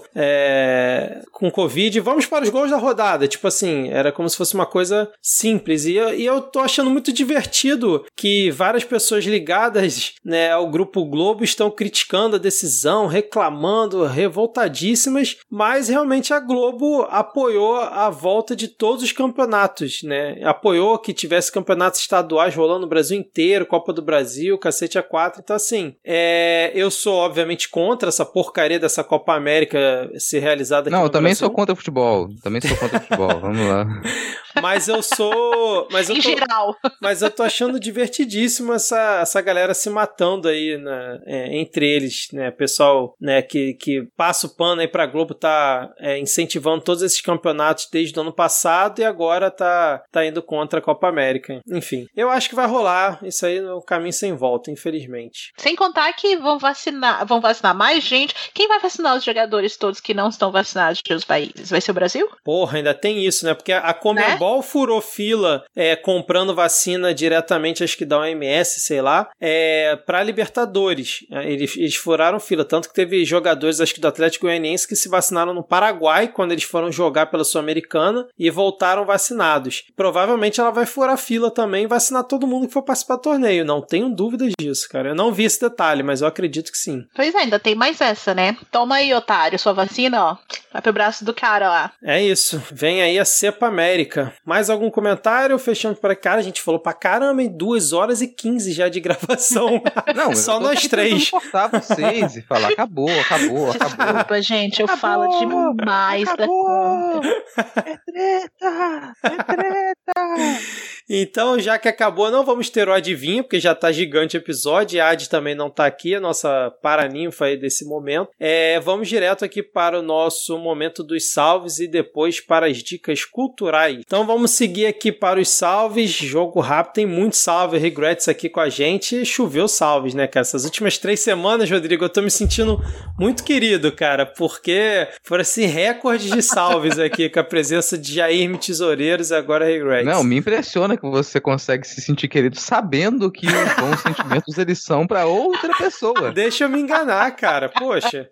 é... com Covid, vamos para os gols da rodada. Tipo assim, era como se fosse uma coisa simples. E eu, e eu tô achando muito divertido que várias pessoas ligadas, né, ao Grupo Globo estão criticando a decisão, reclamando, revoltadíssimas, mas realmente a Globo apoiou a volta de todos os campeonatos, né? Apoiou que tivesse campeonatos estaduais rolando no Brasil inteiro, Copa do Brasil, cacete a quatro. Então assim, é, eu sou obviamente contra essa porcaria dessa Copa América ser realizada aqui Não, no eu também Brasil. sou contra o futebol. Também sou contra o futebol. Vamos lá. Mas eu sou... Mas eu em tô, geral. Mas eu tô achando divertidíssimo essa, essa galera se matando aí, né, é, entre eles, né? Pessoal, né, que, que passa o pano aí pra Globo, tá é, incentivando todos esses campeonatos desde o ano passado e agora tá, tá indo contra a Copa América. Enfim, eu acho que vai rolar. Isso aí é um caminho sem volta, infelizmente. Sem contar que vão vacinar, vão vacinar mais gente. Quem vai vacinar os jogadores todos que não estão vacinados de outros países? Vai ser o Brasil? Porra, ainda tem isso, né? Porque a Conmebol, né, furou fila é, comprando vacina diretamente, acho que da O M S, sei lá, é, pra Libertadores. Eles, eles furaram fila, tanto que teve jogadores, acho que do Atlético Goianiense, que se vacinaram no Paraguai, quando eles foram jogar pela Sul-Americana, e voltaram vacinados. Provavelmente ela vai furar fila também e vacinar todo mundo que for participar do torneio. Não tenho dúvidas disso, cara. Eu não vi esse detalhe, mas eu acredito que sim. Pois é, ainda tem mais essa, né? Toma aí, otário, sua vacina, ó. Vai pro braço do cara lá. É isso. Vem aí a Cepa América. Mais algum comentário? Fechando por aqui. Cara, a gente falou pra caramba, em duas horas e quinze já de gravação. Não, só nós três. Cortar vocês e falar, acabou, acabou, acabou. Desculpa, gente, eu acabou, falo demais acabou. da conta. É treta, é treta. Então, já que acabou, não vamos ter o adivinho, porque já tá gigante o episódio, e a Adi também não tá aqui, a nossa paraninfa aí desse momento. É, vamos direto aqui para o nosso momento dos salves e depois para as dicas culturais. Então vamos seguir aqui para os salves, jogo rápido, tem muito salve, regrets aqui com a gente, choveu salves, né, cara? Essas últimas três semanas, Rodrigo, eu tô me sentindo muito querido, cara, porque foram assim recordes de salves aqui, com a presença de Jair Tesoureiros e agora regrets. Não, me impressiona que você consegue se sentir querido sabendo que os bons sentimentos eles são pra outra pessoa. Deixa eu me enganar, cara, poxa.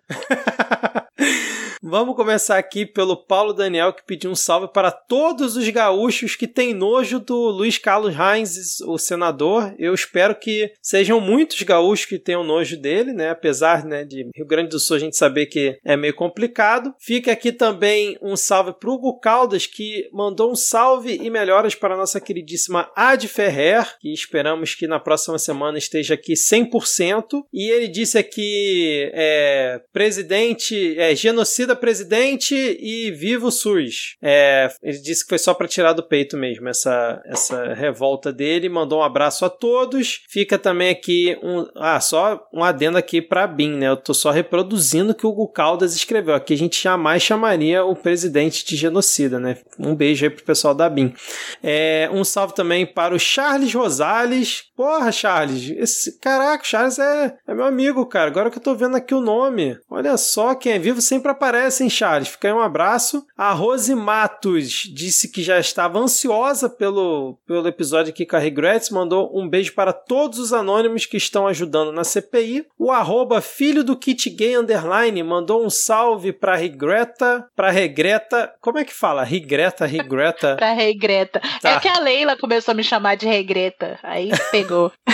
Vamos começar aqui pelo Paulo Daniel, que pediu um salve para todos os gaúchos que têm nojo do Luiz Carlos Reins, o senador. Eu espero que sejam muitos gaúchos que tenham nojo dele, né? Apesar, né, de Rio Grande do Sul a gente saber que é meio complicado. Fica aqui também um salve para o Hugo Caldas, que mandou um salve e melhoras para a nossa queridíssima Adi Ferrer, que esperamos que na próxima semana esteja aqui cem por cento. E ele disse aqui, é, presidente, é, genocida presidente e viva o SUS. É, ele disse que foi só para tirar do peito mesmo essa, essa revolta dele. Mandou um abraço a todos. Fica também aqui um, ah, só um adendo aqui para B I M, né? Eu tô só reproduzindo o que o Hugo Caldas escreveu. Aqui a gente jamais chamaria o presidente de genocida, né? Um beijo aí pro pessoal da B I M. É, um salve também para o Charles Rosales. Porra, Charles, esse, caraca, o Charles é, é meu amigo, cara. Agora que eu tô vendo aqui o nome. Olha só, quem é vivo sempre aparece, hein, Charles? Fica aí um abraço. A Rose Matos disse que já estava ansiosa pelo, pelo episódio aqui com a Regrets. Mandou um beijo para todos os anônimos que estão ajudando na C P I. O arroba filho do Kit Gay Underline mandou um salve pra Regreta. Pra Regreta. Como é que fala? Regreta, Regreta. Pra Regreta. Tá. É que a Leila começou a me chamar de Regreta. Aí pegou.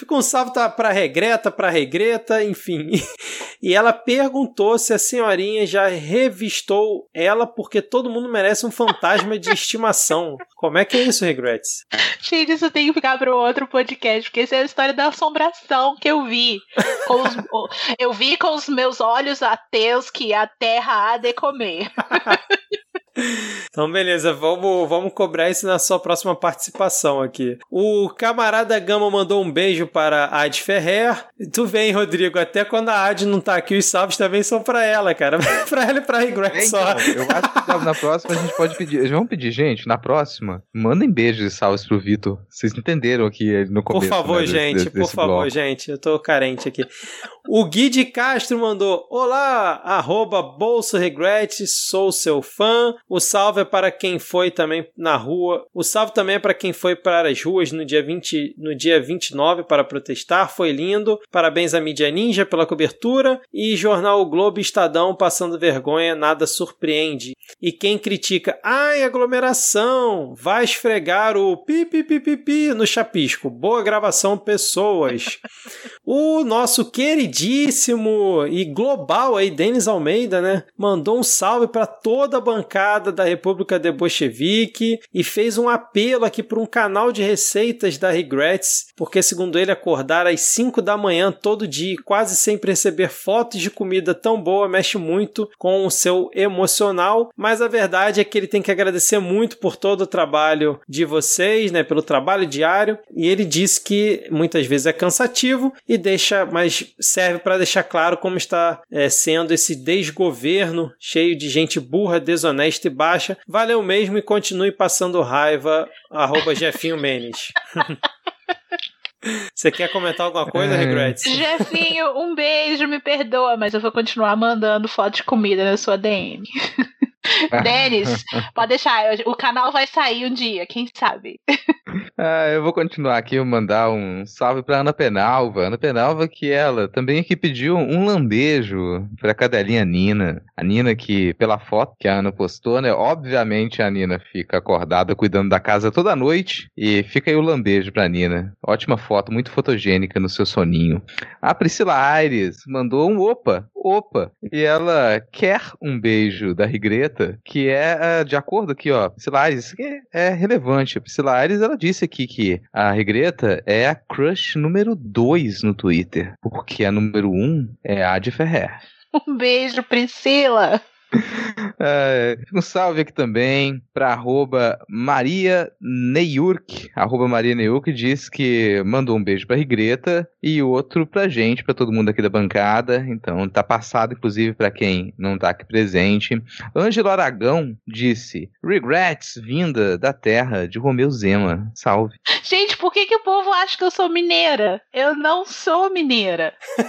Fica um salve tá, pra Regreta, pra Regreta, enfim. E ela perguntou se a senhorinha já revistou ela, porque todo mundo merece um fantasma de estimação. Como é que é isso, Regrets? Gente, isso tem que ficar para outro podcast, porque essa é a história da assombração que eu vi. Com os, eu vi com os meus olhos ateus que a terra há de comer. Então, beleza, vamos, vamos cobrar isso na sua próxima participação aqui. O camarada Gama mandou um beijo para a Ad Ferrer. Tu vem, Rodrigo, até quando a Ad não tá aqui, os salves também são pra ela, cara. Pra ela e pra Regret é, só. Então, eu acho que na próxima a gente pode pedir. Eles vão pedir, gente, na próxima, mandem beijos e salves pro Vitor. Vocês entenderam aqui no começo. Por favor, né, gente, desse, por desse favor, bloco. gente. Eu tô carente aqui. O Gui de Castro mandou: olá, arroba Bolso Regret, sou seu fã. O salve é para quem foi também na rua. O salve também é para quem foi para as ruas no dia, vinte, no dia vinte e nove para protestar. Foi lindo. Parabéns à Mídia Ninja pela cobertura. E Jornal O Globo e Estadão passando vergonha, nada surpreende. E quem critica, ai, aglomeração, vai esfregar o pi, pi, pi, pi, pi no chapisco. Boa gravação, pessoas. O nosso queridíssimo e global aí, Denis Almeida, né? Mandou um salve para toda a bancada da República de Bolchevique e fez um apelo aqui para um canal de receitas da Regrets, porque segundo ele acordar às cinco da manhã todo dia, quase sem receber fotos de comida tão boa, mexe muito com o seu emocional, mas a verdade é que ele tem que agradecer muito por todo o trabalho de vocês, né, pelo trabalho diário, e ele disse que muitas vezes é cansativo e deixa, mas serve para deixar claro como está é, sendo esse desgoverno cheio de gente burra, desonesta e baixa. Valeu mesmo e continue passando raiva, arroba Jefinho Menes. Você quer comentar alguma coisa, Regrets? Jefinho, um beijo, me perdoa, mas eu vou continuar mandando foto de comida na sua D M. Denis, pode deixar, o canal vai sair um dia, quem sabe? Ah, eu vou continuar aqui, vou mandar um salve pra Ana Penalva. Ana Penalva, que ela também aqui pediu um lambejo pra cadelinha Nina. A Nina que, pela foto que a Ana postou, né, obviamente a Nina fica acordada cuidando da casa toda noite e fica aí o lambejo pra Nina. Ótima foto, muito fotogênica no seu soninho. A Priscila Aires mandou um opa, opa, e ela quer um beijo da Regreta, que é, de acordo aqui, ó, Priscila Aires, isso aqui é relevante. A Priscila Aires, ela disse aqui que a Regreta é a crush número dois no Twitter, porque a número um é a Ad Ferrer. Um beijo, Priscila! É, um salve aqui também para arroba Maria Neyurk. Arroba Maria Neyurk diz que mandou um beijo pra Regreta e outro pra gente, pra todo mundo aqui da bancada. Então tá passado, inclusive, pra quem não tá aqui presente. Ângelo Aragão disse: Regrets vinda da terra de Romeu Zema. Salve. Gente, por que, que o povo acha que eu sou mineira? Eu não sou mineira.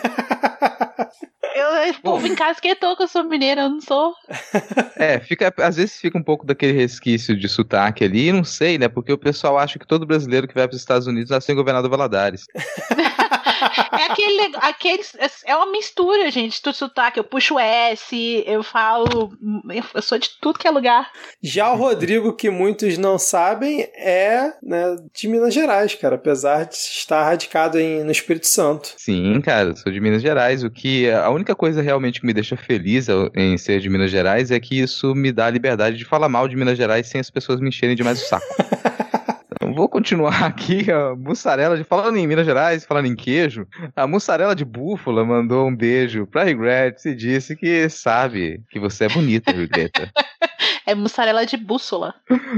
Eu, o povo em casa que que eu sou mineira, eu não sou. É, fica, às vezes fica um pouco daquele resquício de sotaque ali, não sei, né? Porque o pessoal acha que todo brasileiro que vai para os Estados Unidos nasceu em Governador Valadares. É aquele, aquele. É uma mistura, gente, do sotaque. Eu puxo S, eu falo. Eu sou de tudo que é lugar. Já o Rodrigo, que muitos não sabem, é, né, de Minas Gerais, cara, apesar de estar radicado em, no Espírito Santo. Sim, cara, sou de Minas Gerais. O que a única coisa realmente que me deixa feliz em ser de Minas Gerais é que isso me dá a liberdade de falar mal de Minas Gerais sem as pessoas me encherem demais o saco. Vou continuar aqui, a mussarela de... Falando em Minas Gerais, falando em queijo, a mussarela de búfala mandou um beijo pra Regrets e disse que sabe que você é bonita, Regreta. É mussarela de bússola.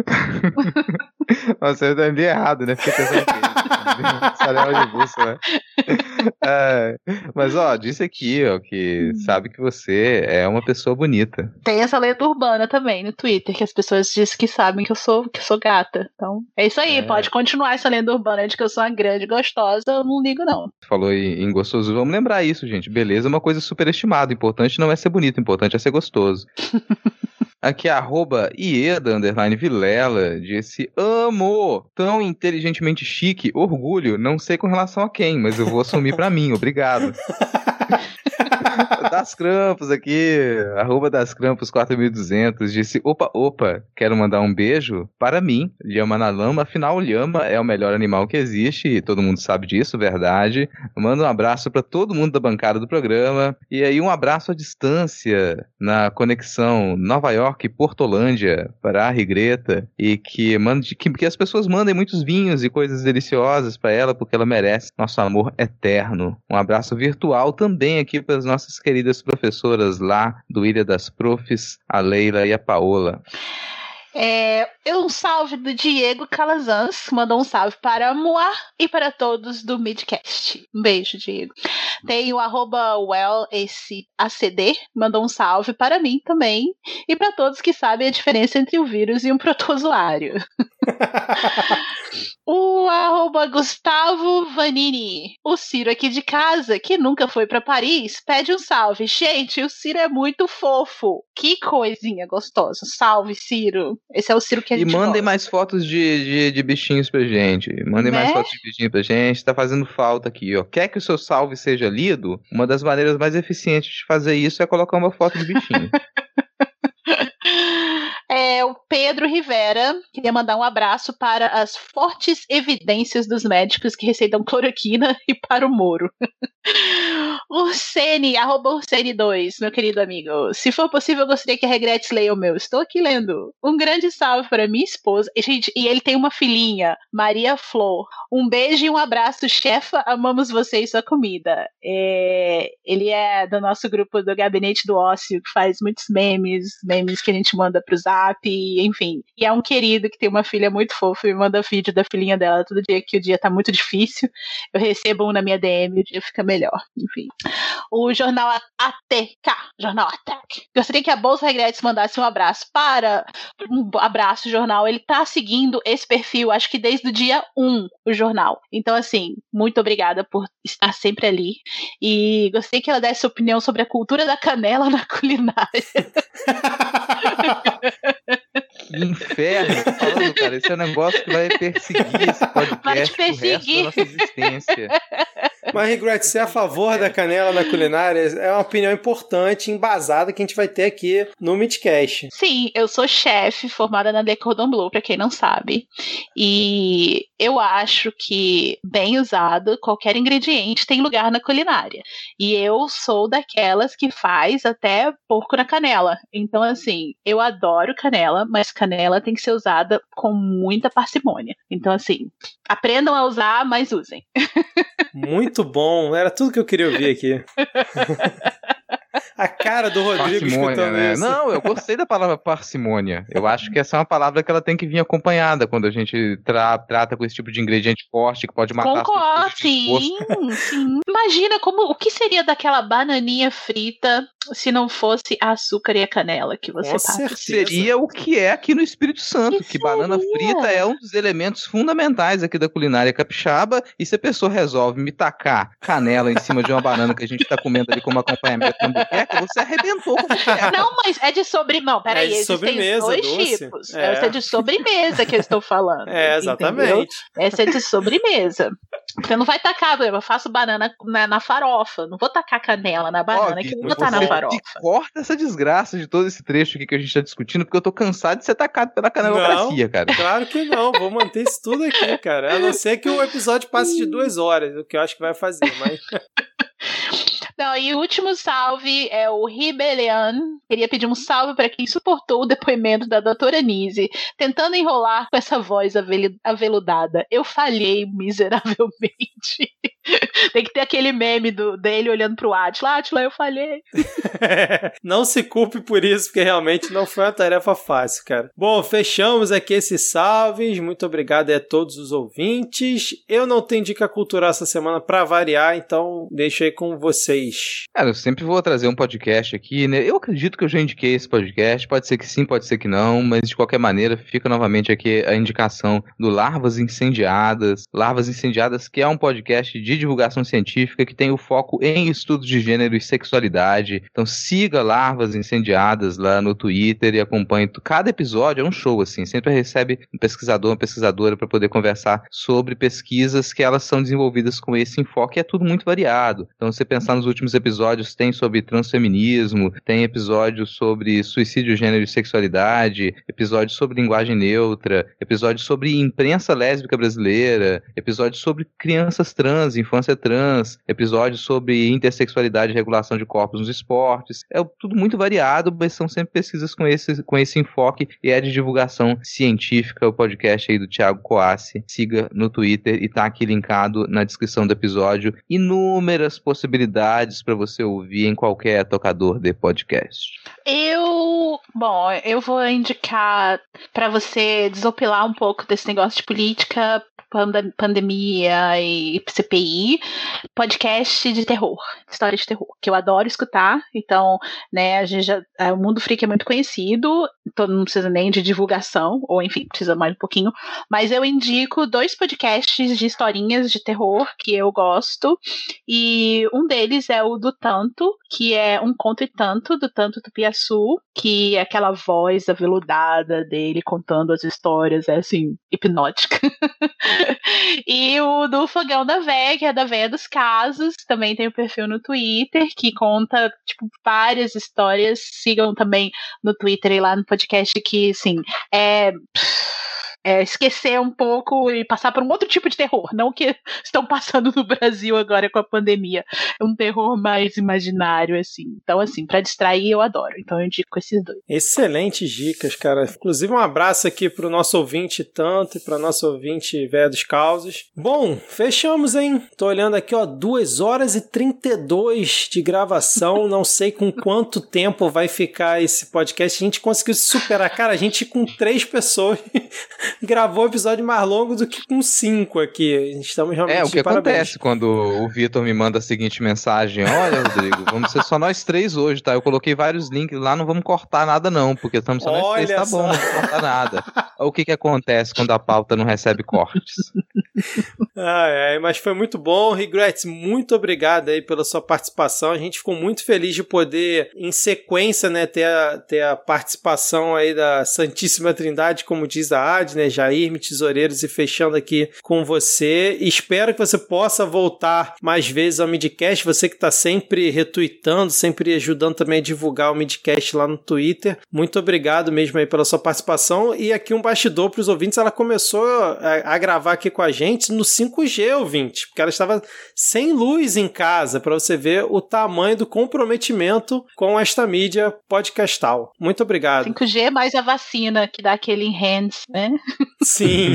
Nossa, eu entendi errado, né? Fiquei pensando que mussarela de bússola. É, mas, ó, disse aqui, ó, que sabe que você é uma pessoa bonita. Tem essa lenda urbana também no Twitter, que as pessoas dizem que sabem que eu sou, que eu sou gata. Então, é isso aí, é. Pode continuar essa lenda urbana de que eu sou uma grande gostosa, eu não ligo, não. Falou em, em gostoso, vamos lembrar isso, gente. Beleza é uma coisa superestimada. O importante não é ser bonito, o importante é ser gostoso. Aqui, arroba Ieda, underline Vilela, disse: amo, tão inteligentemente chique, orgulho, não sei com relação a quem, mas eu vou assumir pra mim, obrigado. Das Krampus aqui, arroba Das Krampus quatro mil e duzentos, disse, opa, opa, quero mandar um beijo para mim, Lhama na Lama, afinal o Lhama é o melhor animal que existe, e todo mundo sabe disso, verdade. Manda um abraço para todo mundo da bancada do programa, e aí um abraço à distância, na conexão Nova York-Portolândia, para a Rigreta, e que, mande, que, que as pessoas mandem muitos vinhos e coisas deliciosas para ela, porque ela merece nosso amor eterno. Um abraço virtual também aqui para as nossas queridas professoras lá do Ilha das Profs, a Leila e a Paola. É, um salve do Diego Calazans, mandou um salve para a Moá e para todos do Midcast. Um beijo, Diego. Tem o arroba wellacd, mandou um salve para mim também e para todos que sabem a diferença entre um vírus e um protozoário. O arroba Gustavo Vanini, o Ciro aqui de casa, que nunca foi pra Paris, pede um salve. Gente, o Ciro é muito fofo. Que coisinha gostosa. Salve, Ciro. Esse é o Ciro que a e gente mandem gosta. mais fotos de, de, de bichinhos pra gente. Mandem Né? mais fotos de bichinhos pra gente. Tá fazendo falta aqui, ó. Quer que o seu salve seja lido? Uma das maneiras mais eficientes de fazer isso é colocar uma foto de bichinho. É, o Pedro Rivera queria mandar um abraço para as fortes evidências dos médicos que receitam cloroquina e para o Moro. Ursene, arroba Ursene dois, meu querido amigo. Se for possível, eu gostaria que a Regretes leia o meu. Estou aqui lendo. Um grande salve para minha esposa. E, gente, e ele tem uma filhinha, Maria Flor. Um beijo e um abraço, chefa. Amamos você e sua comida. É, ele é do nosso grupo do Gabinete do Ócio, que faz muitos memes, memes que a gente manda pro Zap, enfim. E é um querido que tem uma filha muito fofa e manda vídeo da filhinha dela todo dia que o dia tá muito difícil. Eu recebo um na minha D M e o dia fica melhor. Enfim. O jornal A T K, Jornal Attack. Gostaria que a Bolsa Regretes mandasse um abraço para. Um abraço, jornal. Ele tá seguindo esse perfil, acho que desde o dia um, o jornal. Então, assim, muito obrigada por estar sempre ali. E gostaria que ela desse opinião sobre a cultura da canela na culinária. Que inferno, tô falando, cara. Esse é um negócio que vai perseguir esse podcast Vai te pro resto perseguir. da nossa existência. Mas, Regret, ser a favor da canela na culinária é uma opinião importante, embasada, que a gente vai ter aqui no Midcast. Sim, eu sou chefe, formada na Le Cordon Bleu, pra quem não sabe. E eu acho que, bem usado, qualquer ingrediente tem lugar na culinária. E eu sou daquelas que faz até porco na canela. Então, assim, eu adoro canela, mas canela tem que ser usada com muita parcimônia. Então, assim, aprendam a usar, mas usem. Muito bom, era tudo que eu queria ouvir aqui. A cara do Rodrigo Parcimônia, escutando né? isso. Não, eu gostei da palavra parcimônia. Eu acho que essa é uma palavra que ela tem que vir acompanhada quando a gente tra- trata com esse tipo de ingrediente forte que pode matar Concordo, as pessoas. sim, sim. Imagina como, o que seria daquela bananinha frita se não fosse açúcar e a canela que você Com passa. certeza. Seria o que é aqui no Espírito Santo, Que que banana seria? frita é um dos elementos fundamentais aqui da culinária capixaba, e se a pessoa resolve me tacar canela em cima de uma banana que a gente tá comendo ali como acompanhamento na buqueca, você arrebentou com a buqueca. Não, mas é de sobre... Não, peraí, É de existem sobremesa, dois doce. tipos. É. Essa é de sobremesa que eu estou falando. É, entendeu? exatamente. Essa é de sobremesa. Você não vai tacar, eu faço banana na, na farofa. Não vou tacar canela na banana, Ó, que Vitor, não tá na você farofa. me corta essa desgraça de todo esse trecho aqui que a gente tá discutindo, porque eu tô cansado de ser tacado pela canelocracia, cara. Claro que não, vou manter isso tudo aqui, cara. A não ser que o episódio passe de duas horas, o que eu acho que vai fazer, mas... Não, e o último salve é o Ribelian. Queria pedir um salve para quem suportou o depoimento da doutora Nise, tentando enrolar com essa voz avelu- aveludada. Eu falhei miseravelmente. Tem que ter aquele meme do, dele olhando pro Átila. Átila, eu falhei. Não se culpe por isso, porque realmente não foi uma tarefa fácil, cara. Bom, fechamos aqui esses salves. Muito obrigado a todos os ouvintes. Eu não tenho dica cultural essa semana pra variar, então deixo aí com vocês. Cara, eu sempre vou trazer um podcast aqui, né? Eu acredito que eu já indiquei esse podcast, pode ser que sim, pode ser que não, mas de qualquer maneira fica novamente aqui a indicação do Larvas Incendiadas. Larvas Incendiadas, que é um podcast de divulgação científica, que tem o foco em estudos de gênero e sexualidade. Então siga Larvas Incendiadas lá no Twitter e acompanhe. Cada episódio é um show, assim, sempre recebe um pesquisador, uma pesquisadora para poder conversar sobre pesquisas que elas são desenvolvidas com esse enfoque, é tudo muito variado. Então, você pensar nos últimos episódios, tem sobre transfeminismo, tem episódios sobre suicídio, gênero e sexualidade, episódios sobre linguagem neutra, episódios sobre imprensa lésbica brasileira, episódios sobre crianças trans, infância trans, episódios sobre intersexualidade e regulação de corpos nos esportes. É tudo muito variado, mas são sempre pesquisas com esse, com esse enfoque e é de divulgação científica. O podcast aí do Thiago Coassi, siga no Twitter e tá aqui linkado na descrição do episódio. Inúmeras possibilidades para você ouvir em qualquer tocador de podcast. Eu, bom, eu vou indicar para você desopilar um pouco desse negócio de política, pand- pandemia e C P I, podcast de terror, história de terror, que eu adoro escutar. Então, né, a gente já, o Mundo Freak é muito conhecido, todo não precisa nem de divulgação, ou enfim, precisa mais um pouquinho, mas eu indico dois podcasts de historinhas de terror que eu gosto, e um deles é o do Tanto, que é um conto e tanto, do Tanto Tupiaçu, que é aquela voz aveludada dele contando as histórias, é assim, hipnótica. E o do Fogão da Véia, que é da Véia dos Casos, também tem o um perfil no Twitter, que conta, tipo, várias histórias. Sigam também no Twitter e lá no podcast, que, assim, é... É esquecer um pouco e passar por um outro tipo de terror, não o que estão passando no Brasil agora com a pandemia. É um terror mais imaginário, assim. Então, assim, pra distrair eu adoro. Então eu indico esses dois. Excelentes dicas, cara. Inclusive um abraço aqui pro nosso ouvinte Tanto e pra nosso ouvinte Véia dos Causos. Bom, fechamos, hein? Tô olhando aqui, ó, duas horas e trinta e dois de gravação. Não sei com quanto tempo vai ficar esse podcast. A gente conseguiu se superar. Cara, a gente com três pessoas gravou um episódio mais longo do que com cinco aqui. Estamos realmente É, o que de parabéns. acontece quando o Vitor me manda a seguinte mensagem: olha, Rodrigo, vamos ser só nós três hoje, tá? Eu coloquei vários links lá, não vamos cortar nada não, porque estamos só nós Olha três, tá só. bom, não vamos cortar nada. O que que acontece quando a pauta não recebe cortes? Ah, é, mas foi muito bom. Regrets, muito obrigado aí pela sua participação. A gente ficou muito feliz de poder, em sequência, né, ter a, ter a participação aí da Santíssima Trindade, como diz a Ad, né, Jair, Tesoureiros, e fechando aqui com você. Espero que você possa voltar mais vezes ao Midcast, você que está sempre retweetando, sempre ajudando também a divulgar o Midcast lá no Twitter. Muito obrigado mesmo aí pela sua participação. E aqui um bastidor para os ouvintes, ela começou a, a gravar aqui com a gente no cinco G, ouvinte, porque ela estava sem luz em casa, para você ver o tamanho do comprometimento com esta mídia podcastal. Muito obrigado. cinco G mais a vacina, que dá aquele enhance, né? Sim.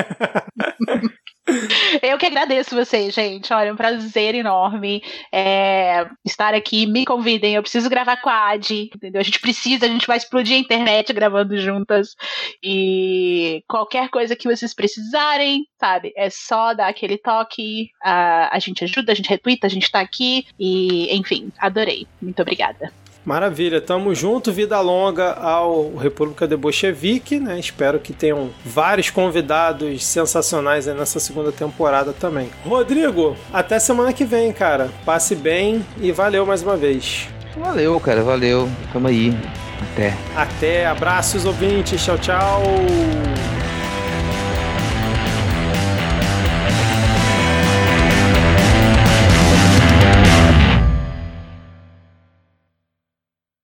Eu que agradeço vocês, gente. Olha, é um prazer enorme é, estar aqui. Me convidem, eu preciso gravar com a Adi, entendeu? A gente precisa, a gente vai explodir a internet gravando juntas. E qualquer coisa que vocês precisarem, sabe? É só dar aquele toque. A, a gente ajuda, a gente retweeta, a gente tá aqui. E, enfim, adorei. Muito obrigada. Maravilha, tamo junto, vida longa ao República de Bolchevique, né? Espero que tenham vários convidados sensacionais aí nessa segunda temporada também. Rodrigo, até semana que vem, cara. Passe bem e valeu mais uma vez. Valeu, cara, valeu. Tamo aí. Até. Até, abraços ouvintes, tchau, tchau.